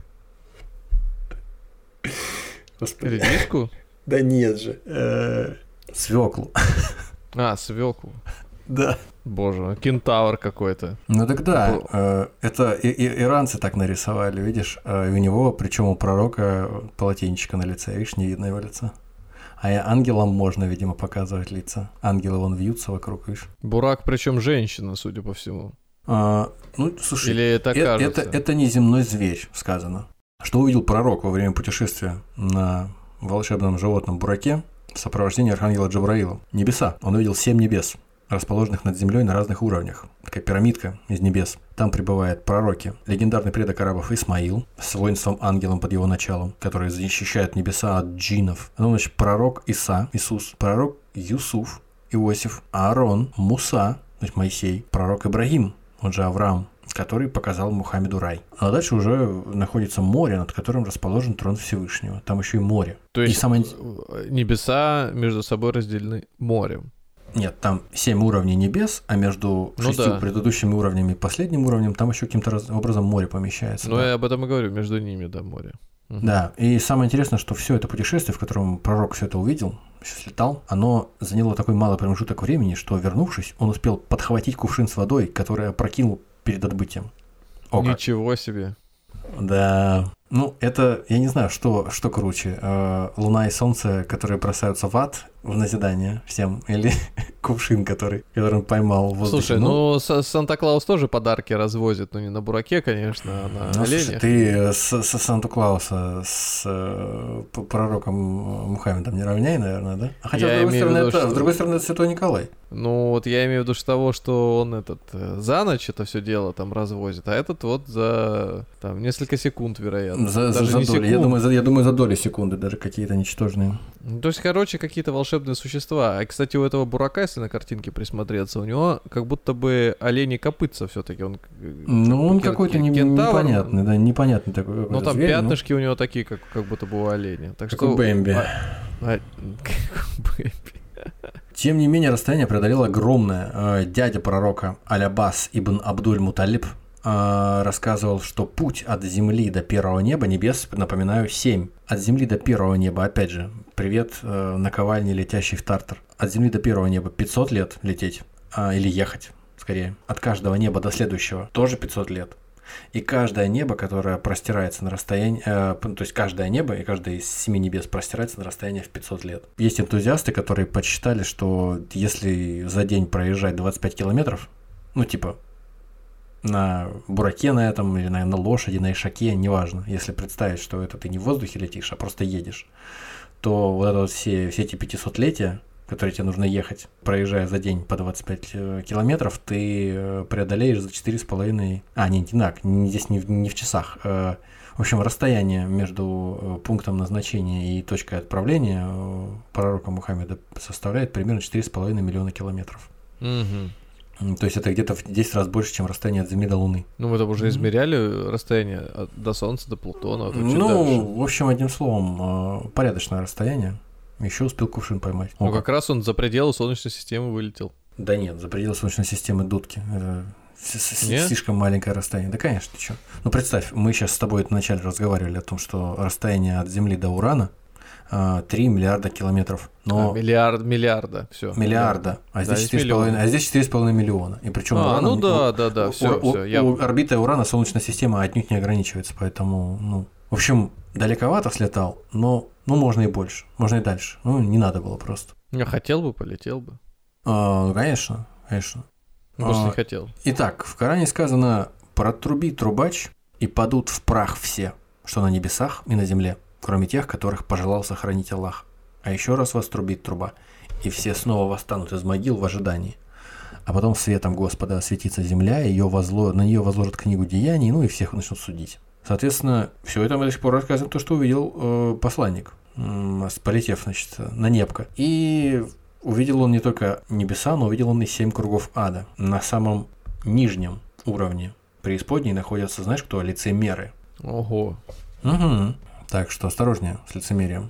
Редиску? Да нет же. Свеклу. А, свеклу. Да. Боже, кентавр какой-то. Ну тогда, э, это и, и, иранцы так нарисовали, видишь, э, и у него, причем у пророка полотенечко на лице, видишь, не видно его лица. А ангелам можно, видимо, показывать лица. Ангелы вон вьются вокруг, видишь. Бурак, причем женщина, судя по всему. А, ну, слушай, или это, э, это, это не земной зверь, сказано. Что увидел пророк во время путешествия на волшебном животном Бураке в сопровождении архангела Джабраила? Небеса. Он увидел семь небес, расположенных над землей на разных уровнях. Такая пирамидка из небес. Там пребывают пророки. Легендарный предок арабов Исмаил с воинством ангелом под его началом, который защищает небеса от джиннов. Ну, значит, пророк Иса, Иисус, пророк Юсуф, Иосиф, Аарон, Муса, значит, Моисей, пророк Ибрагим, он же Авраам, который показал Мухаммеду рай. А дальше уже находится море, над которым расположен трон Всевышнего. Там еще и море. То есть и самое... небеса между собой разделены морем? Нет, там семь уровней небес, а между ну шестью да. предыдущими уровнями и последним уровнем там еще каким-то раз... образом море помещается. Ну, да. я об этом и говорю, между ними, да, море. Угу. Да, и самое интересное, что все это путешествие, в котором пророк все это увидел, все слетал, оно заняло такой малый промежуток времени, что, вернувшись, он успел подхватить кувшин с водой, который опрокинул перед отбытием. О, ничего как. себе. Да. Ну, это, я не знаю, что, что круче. Э, Луна и Солнце, которые бросаются в ад в назидание всем, или кувшин, который, который он поймал в воздухе. Слушай, ну, ну Санта-Клаус тоже подарки развозит, ну не на бураке, конечно, а на ну, оленях. Слушай, ты с, с Санта-Клауса с э, пророком Мухаммедом не равняй, наверное, да? А хотя, с другой, стороны, виду, это, что... с другой стороны, это Святой Николай. Ну, вот я имею в виду что того, что он этот за ночь это все дело там развозит, а этот вот за там несколько секунд, вероятно. За, даже за, не за доли. секунд. Я думаю, за, я думаю, за доли секунды, даже какие-то ничтожные. То есть, короче, какие-то волшебные существа. А, кстати, у этого бурака, если на картинке присмотреться, у него как будто бы олени копытца все-таки. Он, ну, он кен- какой-то не, непонятный, да, непонятный такой. Ну, там зверь, пятнышки ну... у него такие, как, как будто бы у оленя. Так как что... у Бэмби. А... А... Бэмби. Тем не менее, расстояние преодолело огромное. Дядя пророка Аль-Аббас ибн Абдуль-Муталиб рассказывал, что путь от земли до первого неба небес, напоминаю, семь. От земли до первого неба, опять же, привет наковальне, летящий в Тартар. От земли до первого неба пятьсот лет лететь, или ехать, скорее. От каждого неба до следующего тоже пятьсот лет. И каждое небо, которое простирается на расстоянии, э, то есть каждое небо и каждое из семи небес простирается на расстояние в пятьсот лет. Есть энтузиасты, которые подсчитали, что если за день проезжать двадцать пять километров, ну типа на бураке на этом, или на, на лошади, на ишаке, неважно, если представить, что это ты не в воздухе летишь, а просто едешь, то вот это вот все, все эти пятисотлетия, которые тебе нужно ехать, проезжая за день по двадцать пять километров, ты преодолеешь за четыре с половиной... А, не, не так, не, здесь не в, не в часах. В общем, расстояние между пунктом назначения и точкой отправления пророка Мухаммеда составляет примерно четыре с половиной миллиона километров. Угу. То есть это где-то в десять раз больше, чем расстояние от Земли до Луны. Ну, мы там уже измеряли расстояние от, до Солнца, до Плутона. Ну, дальше. В общем, одним словом, порядочное расстояние. Еще успел кувшин поймать. Ну, как раз он за пределы Солнечной системы вылетел. Да нет, за пределы Солнечной системы дудки. Это нет? Слишком маленькое расстояние. Да, конечно, ты чё. Ну, представь, мы сейчас с тобой вначале разговаривали о том, что расстояние от Земли до Урана три миллиарда километров. Но... А, миллиард, миллиарда, все. Миллиарда. А здесь, да, четыре с половиной, а здесь четыре с половиной миллиона. И причем а, Уран, ну он, да, у, да, да, все, у, все. У, я... у орбиты Урана Солнечная система отнюдь не ограничивается, поэтому, ну... В общем, далековато слетал, но ну, можно и больше, можно и дальше. Ну, не надо было просто. Я хотел бы, полетел бы. А, конечно, конечно. Может, а, не хотел. Итак, в Коране сказано: «Протруби трубач, и падут в прах все, что на небесах и на земле, кроме тех, которых пожелал сохранить Аллах. А еще раз вострубит труба, и все снова восстанут из могил в ожидании. А потом светом Господа осветится земля, и ее возло... на нее возложат книгу деяний, ну и всех начнут судить». Соответственно, все это мы до сих пор рассказываем то, что увидел э, посланник, э, полетев, значит, на небко. И увидел он не только небеса, но увидел он и семь кругов ада. На самом нижнем уровне преисподней находятся, знаешь, кто? Лицемеры. Ого. Угу. Так что осторожнее с лицемерием.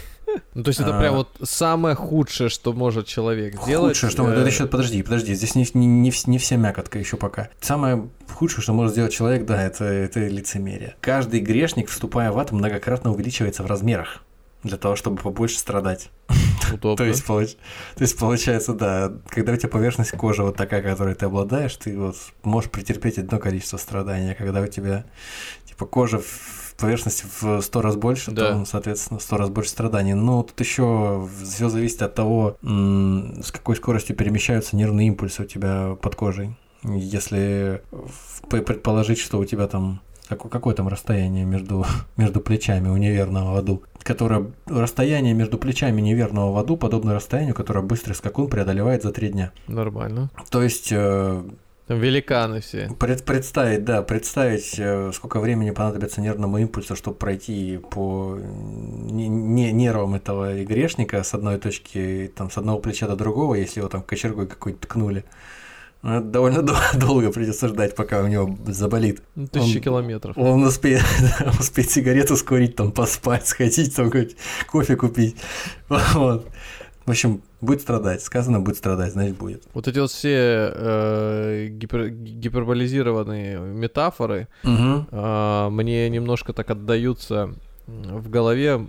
Ну, то есть это а... прям вот самое худшее, что может человек сделать. Худшее, что... Это еще... Подожди, подожди, здесь не, не, не, не вся мякотка еще пока. Самое худшее, что может сделать человек, да, это, это лицемерие. Каждый грешник, вступая в ад, многократно увеличивается в размерах для того, чтобы побольше страдать. Удобно. То есть, получ... То есть, получается, да, когда у тебя поверхность кожи вот такая, которой ты обладаешь, ты вот можешь претерпеть одно количество страданий, а когда у тебя типа кожа в поверхности в сто раз больше, да, то, соответственно, в сто раз больше страданий. Но тут еще все зависит от того, с какой скоростью перемещаются нервные импульсы у тебя под кожей. Если предположить, что у тебя там какое, какое там расстояние между, между плечами у неверного в аду, которое расстояние между плечами неверного в аду подобно расстоянию, которое быстрый скакун преодолевает за три дня. Нормально. То есть... Там великаны все. Пред, представить, да, представить, сколько времени понадобится нервному импульсу, чтобы пройти по не, не, нервам этого грешника с одной точки, там, с одного плеча до другого, если его там кочергой какой-то ткнули. Это довольно дол- долго придется ждать, пока у него заболит. Тысячи он, километров. Он успеет, успеет сигарету скурить, там, поспать, сходить, там, кофе купить. Вот. В общем, будет страдать. Сказано, будет страдать, значит, будет. Вот эти вот все э, гипер, гиперболизированные метафоры угу. э, мне немножко так отдаются в голове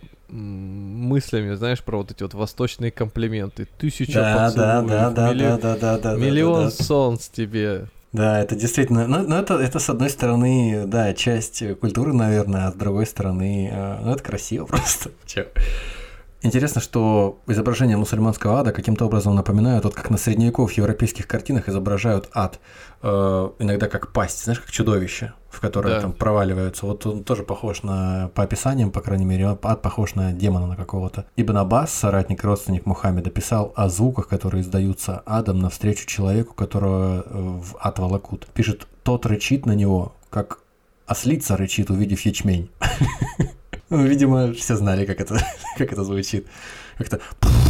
мыслями, знаешь, про вот эти вот восточные комплименты. Тысяча да, поцелуев, да, да, милли... да, да, да, да, миллион да, да. солнц тебе. Да, это действительно, ну, ну это, это с одной стороны, да, часть культуры, наверное, а с другой стороны, ну это красиво просто. Чё? Интересно, что изображения мусульманского ада каким-то образом напоминают, вот как на средневековых европейских картинах изображают ад, э, иногда как пасть, знаешь, как чудовище, в которое Да. там проваливаются. Вот он тоже похож на, по описаниям, по крайней мере, ад похож на демона на какого-то. Ибн Аббас, соратник и родственник Мухаммеда, писал о звуках, которые издаются адом навстречу человеку, которого в ад волокут. Пишет, тот рычит на него, как ослица рычит, увидев ячмень. Ну, видимо, все знали, как это, как это звучит. Как-то...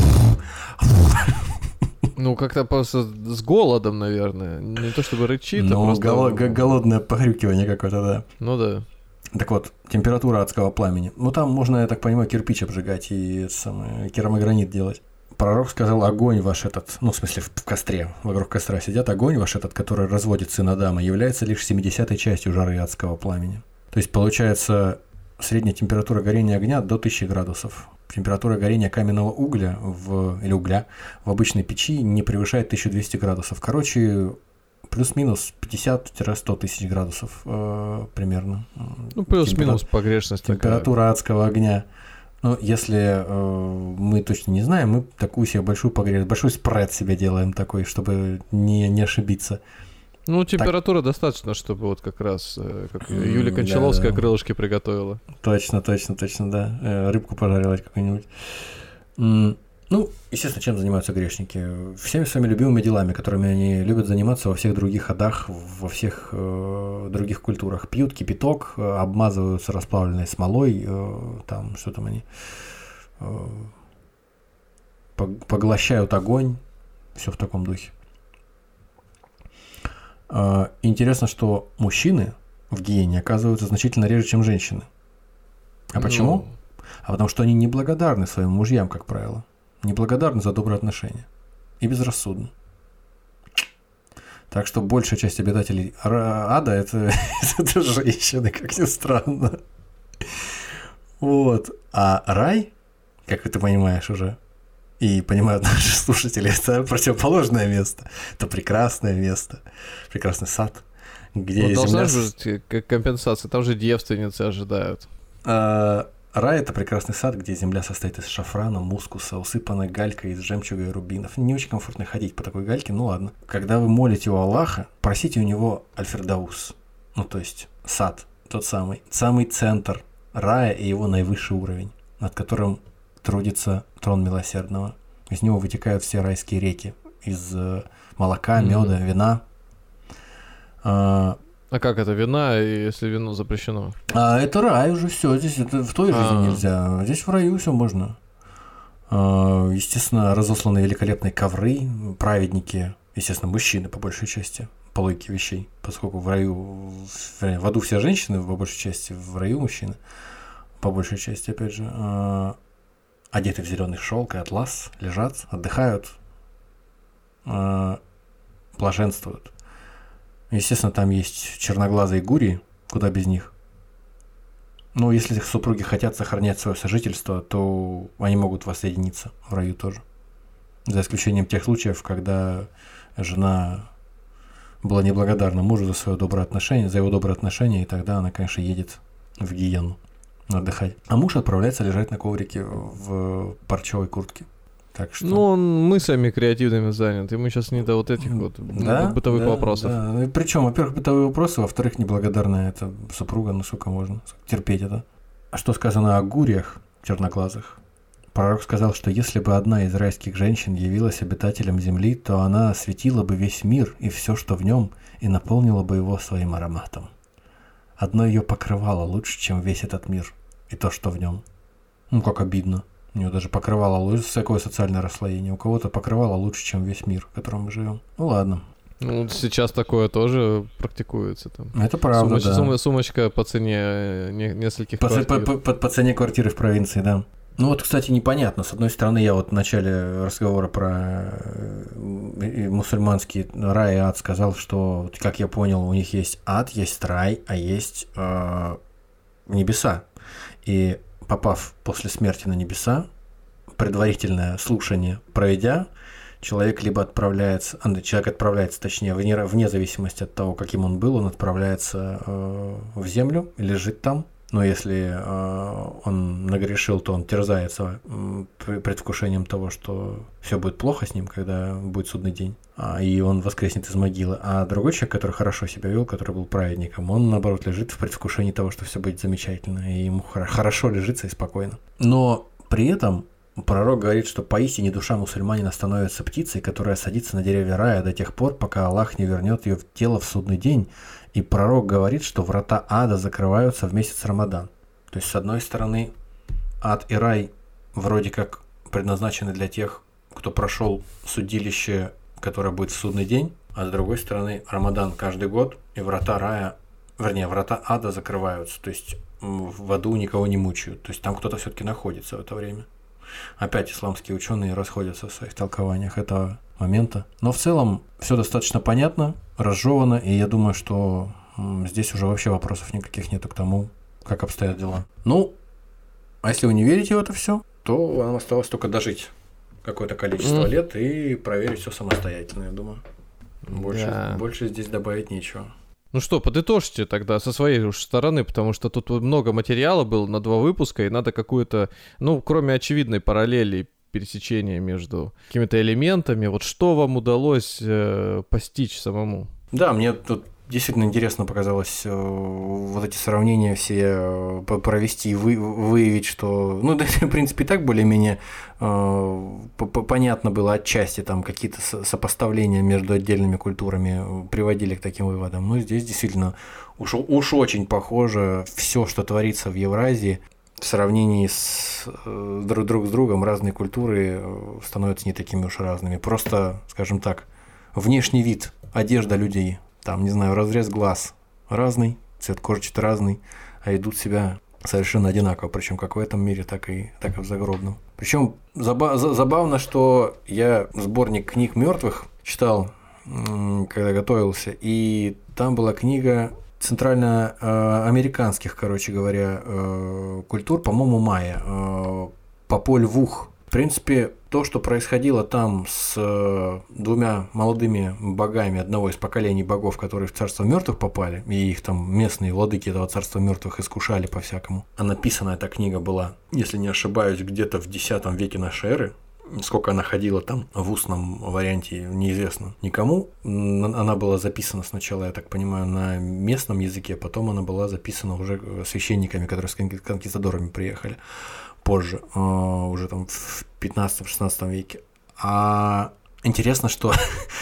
Ну, как-то просто с голодом, наверное. Не то чтобы рычит, а Ну, просто... голо- г- голодное похрюкивание какое-то, да. Ну да. Так вот, температура адского пламени. Ну, там можно, я так понимаю, кирпич обжигать и самое, керамогранит делать. Пророк сказал, огонь ваш этот, ну, в смысле, в костре, вокруг костра сидят, огонь ваш этот, который разводит сын Адама, является лишь семидесятой частью жары адского пламени. То есть, получается, средняя температура горения огня до тысячи градусов. Температура горения каменного угля в, или угля в обычной печи не превышает тысячу двести градусов. Короче, плюс-минус пятьдесят-сто тысяч градусов э, примерно. Ну, плюс-минус Темпера- погрешность Температура такая. адского огня. Но если э, мы точно не знаем, мы такую себе большую погрешность, большой спред себе делаем такой, чтобы не, не ошибиться. Ну, температура достаточно, чтобы вот как раз, э, как Юлия М, Кончаловская да. крылышки приготовила. Точно, точно, точно, да. Э, рыбку пожарилать какую-нибудь. М, Ну, естественно, чем занимаются грешники? Всеми своими любимыми делами, которыми они любят заниматься во всех других адах, во всех э, других культурах. Пьют кипяток, э, обмазываются расплавленной смолой, э, там, что там они, э, пог- поглощают огонь, все в таком духе. Э, интересно, что мужчины в гиене оказываются значительно реже, чем женщины. А почему? Ну, А потому что они неблагодарны своим мужьям, как правило. Неблагодарны за добрые отношения. И безрассудны. Так что большая часть обитателей ра- ада это, это женщины, как ни странно. Вот. А рай, как ты понимаешь уже, и понимают наши слушатели, это противоположное место. Это прекрасное место. Прекрасный сад, где ну, должна земля... же быть как компенсация, там же девственницы ожидают. А, рай – это прекрасный сад, где земля состоит из шафрана, мускуса, усыпанной галькой из жемчуга и рубинов. Не очень комфортно ходить по такой гальке, ну ладно. Когда вы молите у Аллаха, просите у него аль-Фирдаус, ну то есть сад, тот самый, самый центр рая и его наивысший уровень, над которым трудится трон милосердного. Из него вытекают все райские реки из э, молока, меда, Мгм. вина. А, А как это, вина, если вино запрещено? А это рай уже все, здесь это в той жизни А. нельзя, здесь в раю все можно. А, естественно, разосланы великолепные ковры, праведники, естественно, мужчины по большей части, по логике вещей, поскольку в раю, в, в аду все женщины, по большей части, в раю мужчины, по большей части, опять же, а, одеты в зеленый шелк и атлас, лежат, отдыхают, а, блаженствуют. Естественно, там есть черноглазые гурии, куда без них. Но если их супруги хотят сохранять свое сожительство, то они могут воссоединиться в раю тоже. За исключением тех случаев, когда жена была неблагодарна мужу за свое доброе отношение, за его доброе отношение, и тогда она, конечно, едет в гиену отдыхать. А муж отправляется лежать на коврике в парчевой куртке. Так что... Ну, он мыслями креативными занят, ему сейчас не до вот этих вот Да, бытовых да, вопросов. Да. Причем, во-первых, бытовые вопросы, во-вторых, неблагодарная это супруга, ну сколько можно терпеть это. А что сказано о гуриях черноглазых? Пророк сказал, что если бы одна из райских женщин явилась обитателем земли, то она осветила бы весь мир и все, что в нем, и наполнила бы его своим ароматом. Одно ее покрывало лучше, чем весь этот мир и то, что в нем. Ну, как обидно. У нее даже покрывало лучше, всякое социальное расслоение. У кого-то покрывало лучше, чем весь мир, в котором мы живем. Ну ладно. Ну, сейчас такое тоже практикуется. Там. Это правда, Сумоч- да. сум- Сумочка по цене э, не- нескольких По, ц- квартир. по, по, по цене квартиры в провинции, да. Ну вот, кстати, непонятно. С одной стороны, я вот в начале разговора про э, мусульманский рай и ад сказал, что, как я понял, у них есть ад, есть рай, а есть э, небеса. И попав после смерти на небеса, предварительное слушание проведя, человек либо отправляется, а, человек отправляется, точнее, вне, вне зависимости от того, каким он был, он отправляется э, в землю, лежит там Но если э, он нагрешил, то он терзается э, предвкушением того, что все будет плохо с ним, когда будет судный день, а, и он воскреснет из могилы. А другой человек, который хорошо себя вел, который был праведником, он, наоборот, лежит в предвкушении того, что все будет замечательно, и ему хорошо лежится и спокойно. Но при этом пророк говорит, что поистине душа мусульманина становится птицей, которая садится на деревья рая до тех пор, пока Аллах не вернет ее в тело в судный день. И пророк говорит, что врата ада закрываются в месяц Рамадан. То есть, с одной стороны, ад и рай вроде как предназначены для тех, кто прошел судилище, которое будет в судный день, а с другой стороны, Рамадан каждый год, и врата рая, вернее, врата ада закрываются. То есть, в аду никого не мучают. То есть, там кто-то все-таки находится в это время. Опять исламские ученые расходятся в своих толкованиях этого момента. Но в целом все достаточно понятно, разжевано, и я думаю, что здесь уже вообще вопросов никаких нету к тому, как обстоят дела. Ну, а если вы не верите в это все, то вам осталось только дожить какое-то количество mm. лет и проверить все самостоятельно, я думаю. Больше, да. больше здесь добавить нечего. Ну что, подытожьте тогда со своей уж стороны, потому что тут много материала было на два выпуска, и надо какую-то, ну, кроме очевидной параллели, пересечения между какими-то элементами, вот что вам удалось э, постичь самому? Да, мне тут действительно интересно показалось э, вот эти сравнения все э, провести и вы, выявить, что, ну, да, в принципе, и так более-менее э, понятно было отчасти, там какие-то сопоставления между отдельными культурами приводили к таким выводам. Но здесь действительно уж, уж очень похоже все, что творится в Евразии. В сравнении с э, друг, друг с другом разные культуры э, становятся не такими уж разными. Просто, скажем так, внешний вид, одежда людей, там, не знаю, разрез глаз разный, цвет кожи чуть разный, а идут себя совершенно одинаково, причем как в этом мире, так и, так и в загробном. Причем заба- забавно, что я сборник книг мертвых читал, когда готовился, и там была книга центральноамериканских, короче говоря, культур, по-моему, майя, Пополь Вух. В принципе, то, что происходило там с двумя молодыми богами одного из поколений богов, которые в царство мертвых попали, и их там местные владыки этого царства мертвых искушали по-всякому. А написана эта книга была, если не ошибаюсь, где-то в десятом веке нашей эры. Сколько она ходила там в устном варианте, неизвестно никому. Она была записана сначала, я так понимаю, на местном языке, потом она была записана уже священниками, которые с конкистадорами приехали позже, уже там в пятнадцатом-шестнадцатом веке. А интересно, что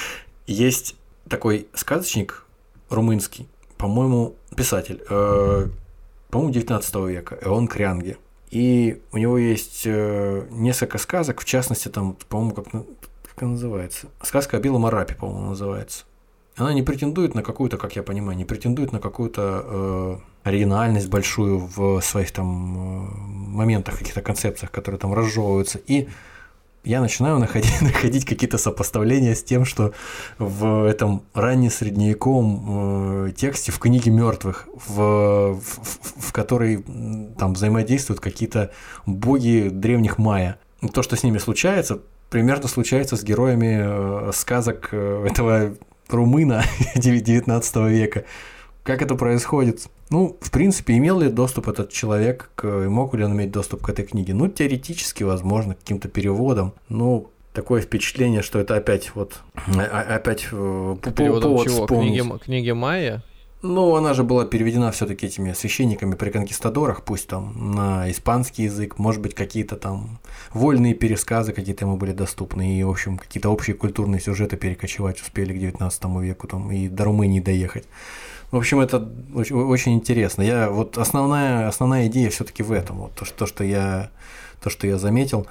есть такой сказочник румынский, по-моему, писатель, по-моему, девятнадцатого века, Ион Крянге. И у него есть э, несколько сказок, в частности, там, по-моему, как, как она называется? Сказка о белом арапе, по-моему, называется. Она не претендует на какую-то, как я понимаю, не претендует на какую-то э, оригинальность большую в своих там э, моментах, каких-то концепциях, которые там разжевываются. И я начинаю находить, находить какие-то сопоставления с тем, что в этом раннесредневековом э, тексте в книге мертвых, в, в, в которой там взаимодействуют какие-то боги древних майя. То, что с ними случается, примерно случается с героями э, сказок э, этого румына девятнадцатого века. Как это происходит? Ну, в принципе, имел ли доступ этот человек, к, мог ли он иметь доступ к этой книге? Ну, теоретически, возможно, каким-то переводом. Ну, такое впечатление, что это опять вот, опять переводом повод чего? вспомнить. Книги, книги майя? Ну, она же была переведена все-таки этими священниками при конкистадорах, пусть там на испанский язык, может быть, какие-то там вольные пересказы какие-то ему были доступны, и, в общем, какие-то общие культурные сюжеты перекочевать успели к девятнадцатому веку там, и до Румынии доехать. В общем, это очень, очень интересно. Я, вот основная, основная идея все-таки в этом. Вот, то, что, то, что я, то, что я заметил,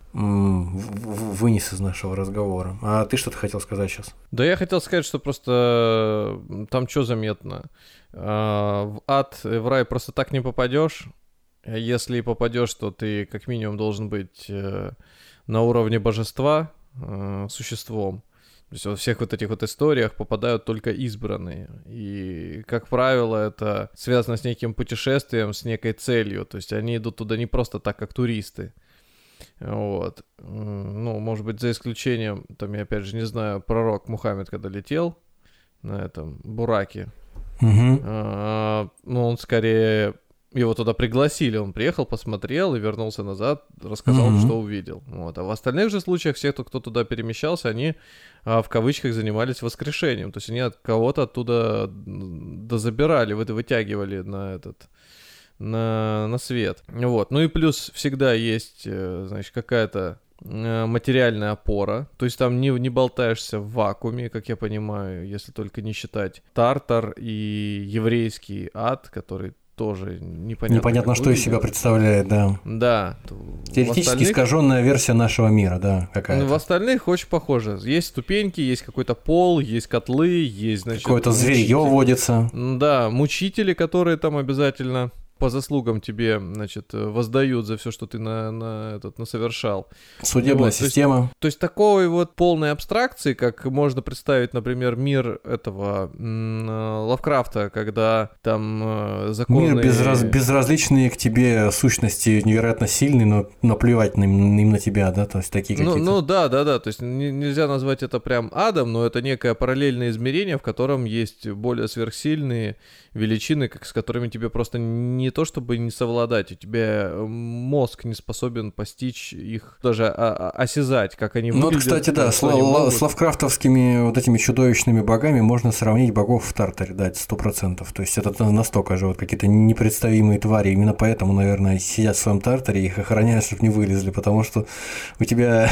вынес из нашего разговора. А ты что-то хотел сказать сейчас? Да я хотел сказать, что просто там что заметно? В ад, в рай просто так не попадешь. Если и попадешь, то ты как минимум должен быть на уровне божества существом. То есть во всех вот этих вот историях попадают только избранные. И, как правило, это связано с неким путешествием, с некой целью. То есть они идут туда не просто так, как туристы. Вот. Ну, может быть, за исключением, там, я опять же не знаю, пророк Мухаммед, когда летел на этом бураке, угу. а, ну, он скорее его туда пригласили, он приехал, посмотрел и вернулся назад, рассказал, mm-hmm. что увидел. Вот. А в остальных же случаях все, кто, кто туда перемещался, они а, в кавычках занимались воскрешением. То есть они от кого-то оттуда дозабирали, вы- вытягивали на этот... На, на свет. Вот. Ну и плюс всегда есть, значит, какая-то материальная опора. То есть там не, не болтаешься в вакууме, как я понимаю, если только не считать Тартар и еврейский ад, который тоже непонятно. Непонятно, что из себя представляет, да. Да. Теоретически остальных... искаженная версия нашего мира, да, какая-то. В остальных очень похоже. Есть ступеньки, есть какой-то пол, есть котлы, есть, значит... Какое-то зверье водится. Да, мучители, которые там обязательно... по заслугам тебе, значит, воздают за все, что ты на, на этот, на совершал. Судебная вот, система. То есть, то есть такой вот полной абстракции, как можно представить, например, мир этого м- Лавкрафта, когда там законы... Мир безраз... безразличные к тебе сущности невероятно сильные, но наплевать на им, им на тебя, да, то есть такие ну, какие-то... Ну да, да, да, то есть н- нельзя назвать это прям адом, но это некое параллельное измерение, в котором есть более сверхсильные величины, как, с которыми тебе просто не то чтобы не совладать, у тебя мозг не способен постичь их, даже а- а- осязать, как они выглядят. Ну, вот, кстати, да, с, л- с лавкрафтовскими вот этими чудовищными богами можно сравнить богов в Тартаре, да, это сто процентов. То есть это настолько же вот какие-то непредставимые твари, именно поэтому, наверное, сидят в своем Тартаре и их охраняют, чтобы не вылезли, потому что у тебя...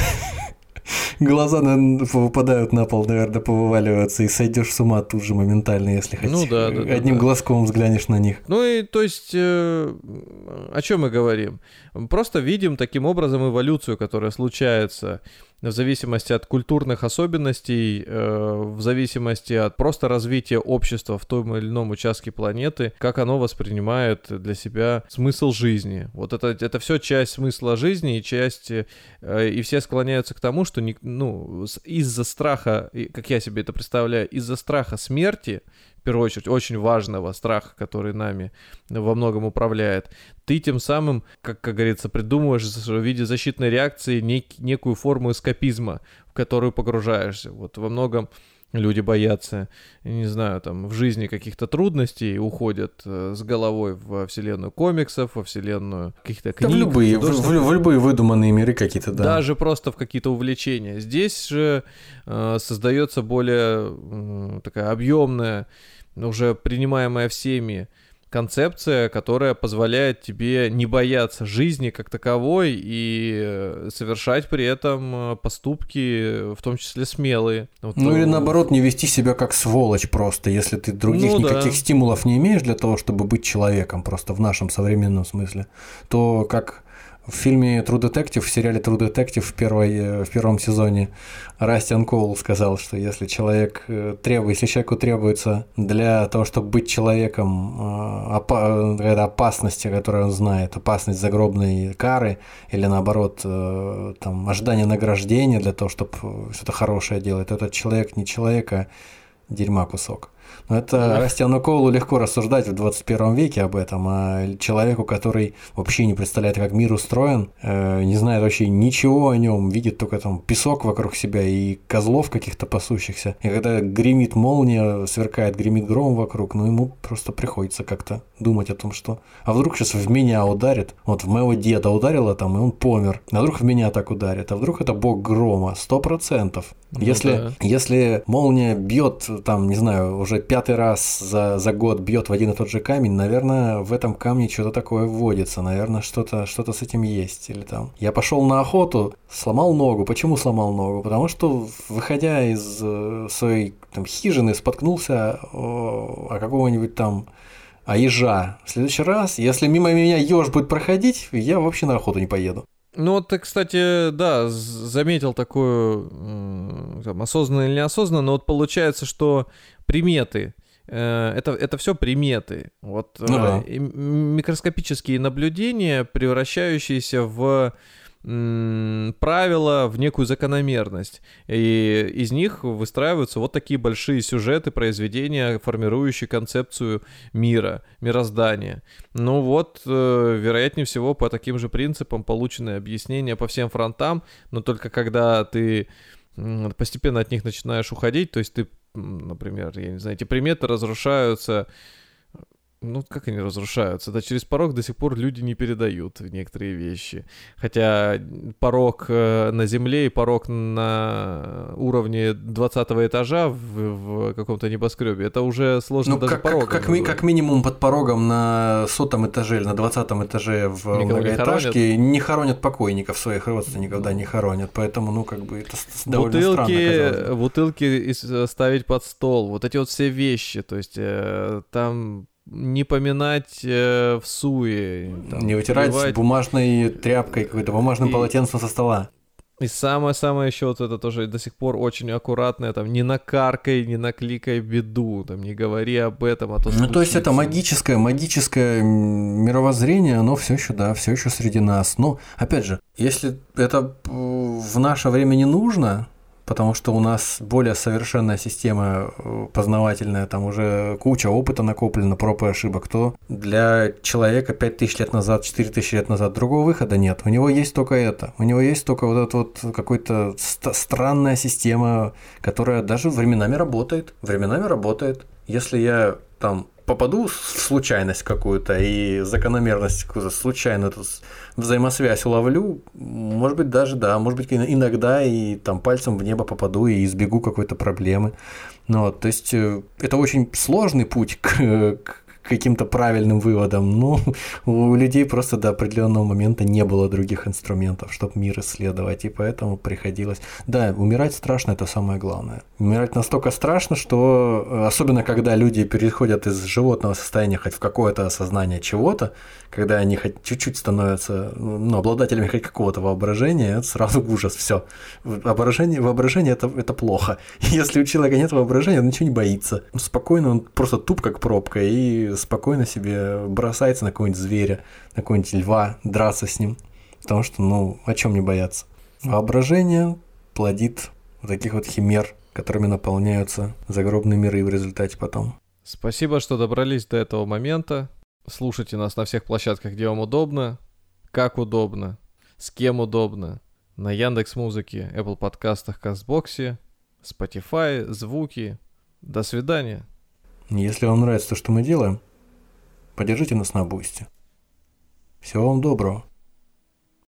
Глаза выпадают на пол, наверное, повываливаются, и сойдешь с ума тут же моментально, если хоть ну, да, да, одним да, глазком взглянешь на них. Ну и то есть, э, о чем мы говорим? Просто видим таким образом эволюцию, которая случается в зависимости от культурных особенностей, э, в зависимости от просто развития общества в том или ином участке планеты, как оно воспринимает для себя смысл жизни. Вот это, это все часть смысла жизни и часть... Э, и все склоняются к тому, что не, ну, из-за страха, как я себе это представляю, из-за страха смерти, в первую очередь, очень важного страха, который нами во многом управляет, ты тем самым, как, как говорится, придумываешь в виде защитной реакции нек, некую форму эскапизма, в которую погружаешься. Вот во многом люди боятся, не знаю, там, в жизни каких-то трудностей, уходят э, с головой во вселенную комиксов, во вселенную каких-то книг. Да в любые, в, в, в любые выдуманные миры какие-то, да. Даже просто в какие-то увлечения. Здесь же э, создается более э, такая объемная, уже принимаемая всеми концепция, которая позволяет тебе не бояться жизни как таковой и совершать при этом поступки, в том числе смелые. Вот, ну или наоборот, не вести себя как сволочь просто, если ты других ну, никаких да. стимулов не имеешь для того, чтобы быть человеком, просто в нашем современном смысле, то как... В фильме True Detective, в сериале True Detective в, первой, в первом сезоне Растиан Коул сказал, что если человек требует, если человеку требуется для того, чтобы быть человеком, какая-то опасность, которую он знает, опасность загробной кары или наоборот там, ожидание награждения для того, чтобы что-то хорошее делать, то этот человек не человек, а дерьма кусок. Но это Растиану Коулу легко рассуждать в двадцать первом веке об этом, а человеку, который вообще не представляет, как мир устроен, э, не знает вообще ничего о нем, видит только там песок вокруг себя и козлов каких-то пасущихся. И когда гремит молния, сверкает, гремит гром вокруг, ну ему просто приходится как-то думать о том, что... А вдруг сейчас в меня ударит? Вот в моего деда ударило там, и он помер. А вдруг в меня так ударит? А вдруг это бог грома? Сто процентов. Ну, если, да. если молния бьет, там, не знаю, уже пятый раз за, за год бьет в один и тот же камень, наверное, в этом камне что-то такое вводится, наверное, что-то, что-то с этим есть. Или там. Я пошел на охоту, сломал ногу. Почему сломал ногу? Потому что, выходя из своей там, хижины, споткнулся о, о какого-нибудь там о ежа. В следующий раз, если мимо меня еж будет проходить, я вообще на охоту не поеду. Ну, вот ты, кстати, да, заметил такую, там, осознанно или неосознанно, но вот получается, что приметы, э, это, это все приметы. Вот ну, да. э, микроскопические наблюдения, превращающиеся в м, правила, в некую закономерность. И из них выстраиваются вот такие большие сюжеты, произведения, формирующие концепцию мира, мироздания. Ну вот, э, вероятнее всего, по таким же принципам получены объяснения по всем фронтам, но только когда ты м, постепенно от них начинаешь уходить, то есть ты, например, я не знаю, эти приметы разрушаются Ну, как они разрушаются? Да, через порог до сих пор люди не передают некоторые вещи. Хотя порог э, на земле и порог на уровне двадцатого этажа в, в каком-то небоскребе, это уже сложно ну, даже как, порогом как, как, ми, как минимум под порогом на сотом этаже или на двадцатом этаже в Никого многоэтажке не не хоронят покойников, своих родственников, да, не хоронят. Поэтому, ну, как бы это довольно бутылки, странно казалось. бутылки ставить под стол, вот эти вот все вещи, то есть э, там... Не поминать э, в суе. Там, не вытирать плевать. Бумажной тряпкой, какой-то бумажным и... полотенцем со стола. И самое-самое еще вот это тоже до сих пор очень аккуратное, там, не накаркай, не накликай беду, там, не говори об этом, а то случится. Ну, то есть это магическое, магическое мировоззрение, оно все еще, да, все еще среди нас. Но, опять же, если это в наше время не нужно, потому что у нас более совершенная система познавательная, там уже куча опыта накоплена, проб и ошибок, то для человека пять тысяч лет назад, четыре тысячи лет назад другого выхода нет. У него есть только это. У него есть только вот эта вот какая-то ст- странная система, которая даже временами работает. Временами работает. Если я там попаду в случайность какую-то и закономерность какую-то, случайно тут взаимосвязь уловлю, может быть, даже, да, может быть, иногда и там пальцем в небо попаду и избегу какой-то проблемы. Ну, вот, то есть это очень сложный путь к, к каким-то правильным выводам, но у людей просто до определенного момента не было других инструментов, чтобы мир исследовать, и поэтому приходилось... Да, умирать страшно, это самое главное. Умирать настолько страшно, что, особенно когда люди переходят из животного состояния хоть в какое-то осознание чего-то, когда они хоть чуть-чуть становятся, ну, обладателями хоть какого-то воображения, это сразу ужас, все. Воображение, воображение это, это плохо. Если у человека нет воображения, он ничего не боится. Спокойно, он просто туп, как пробка, и спокойно себе бросается на какого-нибудь зверя, на какого-нибудь льва, драться с ним. Потому что, ну, о чем не бояться? Воображение плодит вот таких вот химер, которыми наполняются загробные миры в результате потом. Спасибо, что добрались до этого момента. Слушайте нас на всех площадках, где вам удобно, как удобно, с кем удобно. На Яндекс.Музыке, Apple подкастах, Кастбоксе, Spotify, звуки. До свидания. Если вам нравится то, что мы делаем, поддержите нас на Бусти. Всего вам доброго.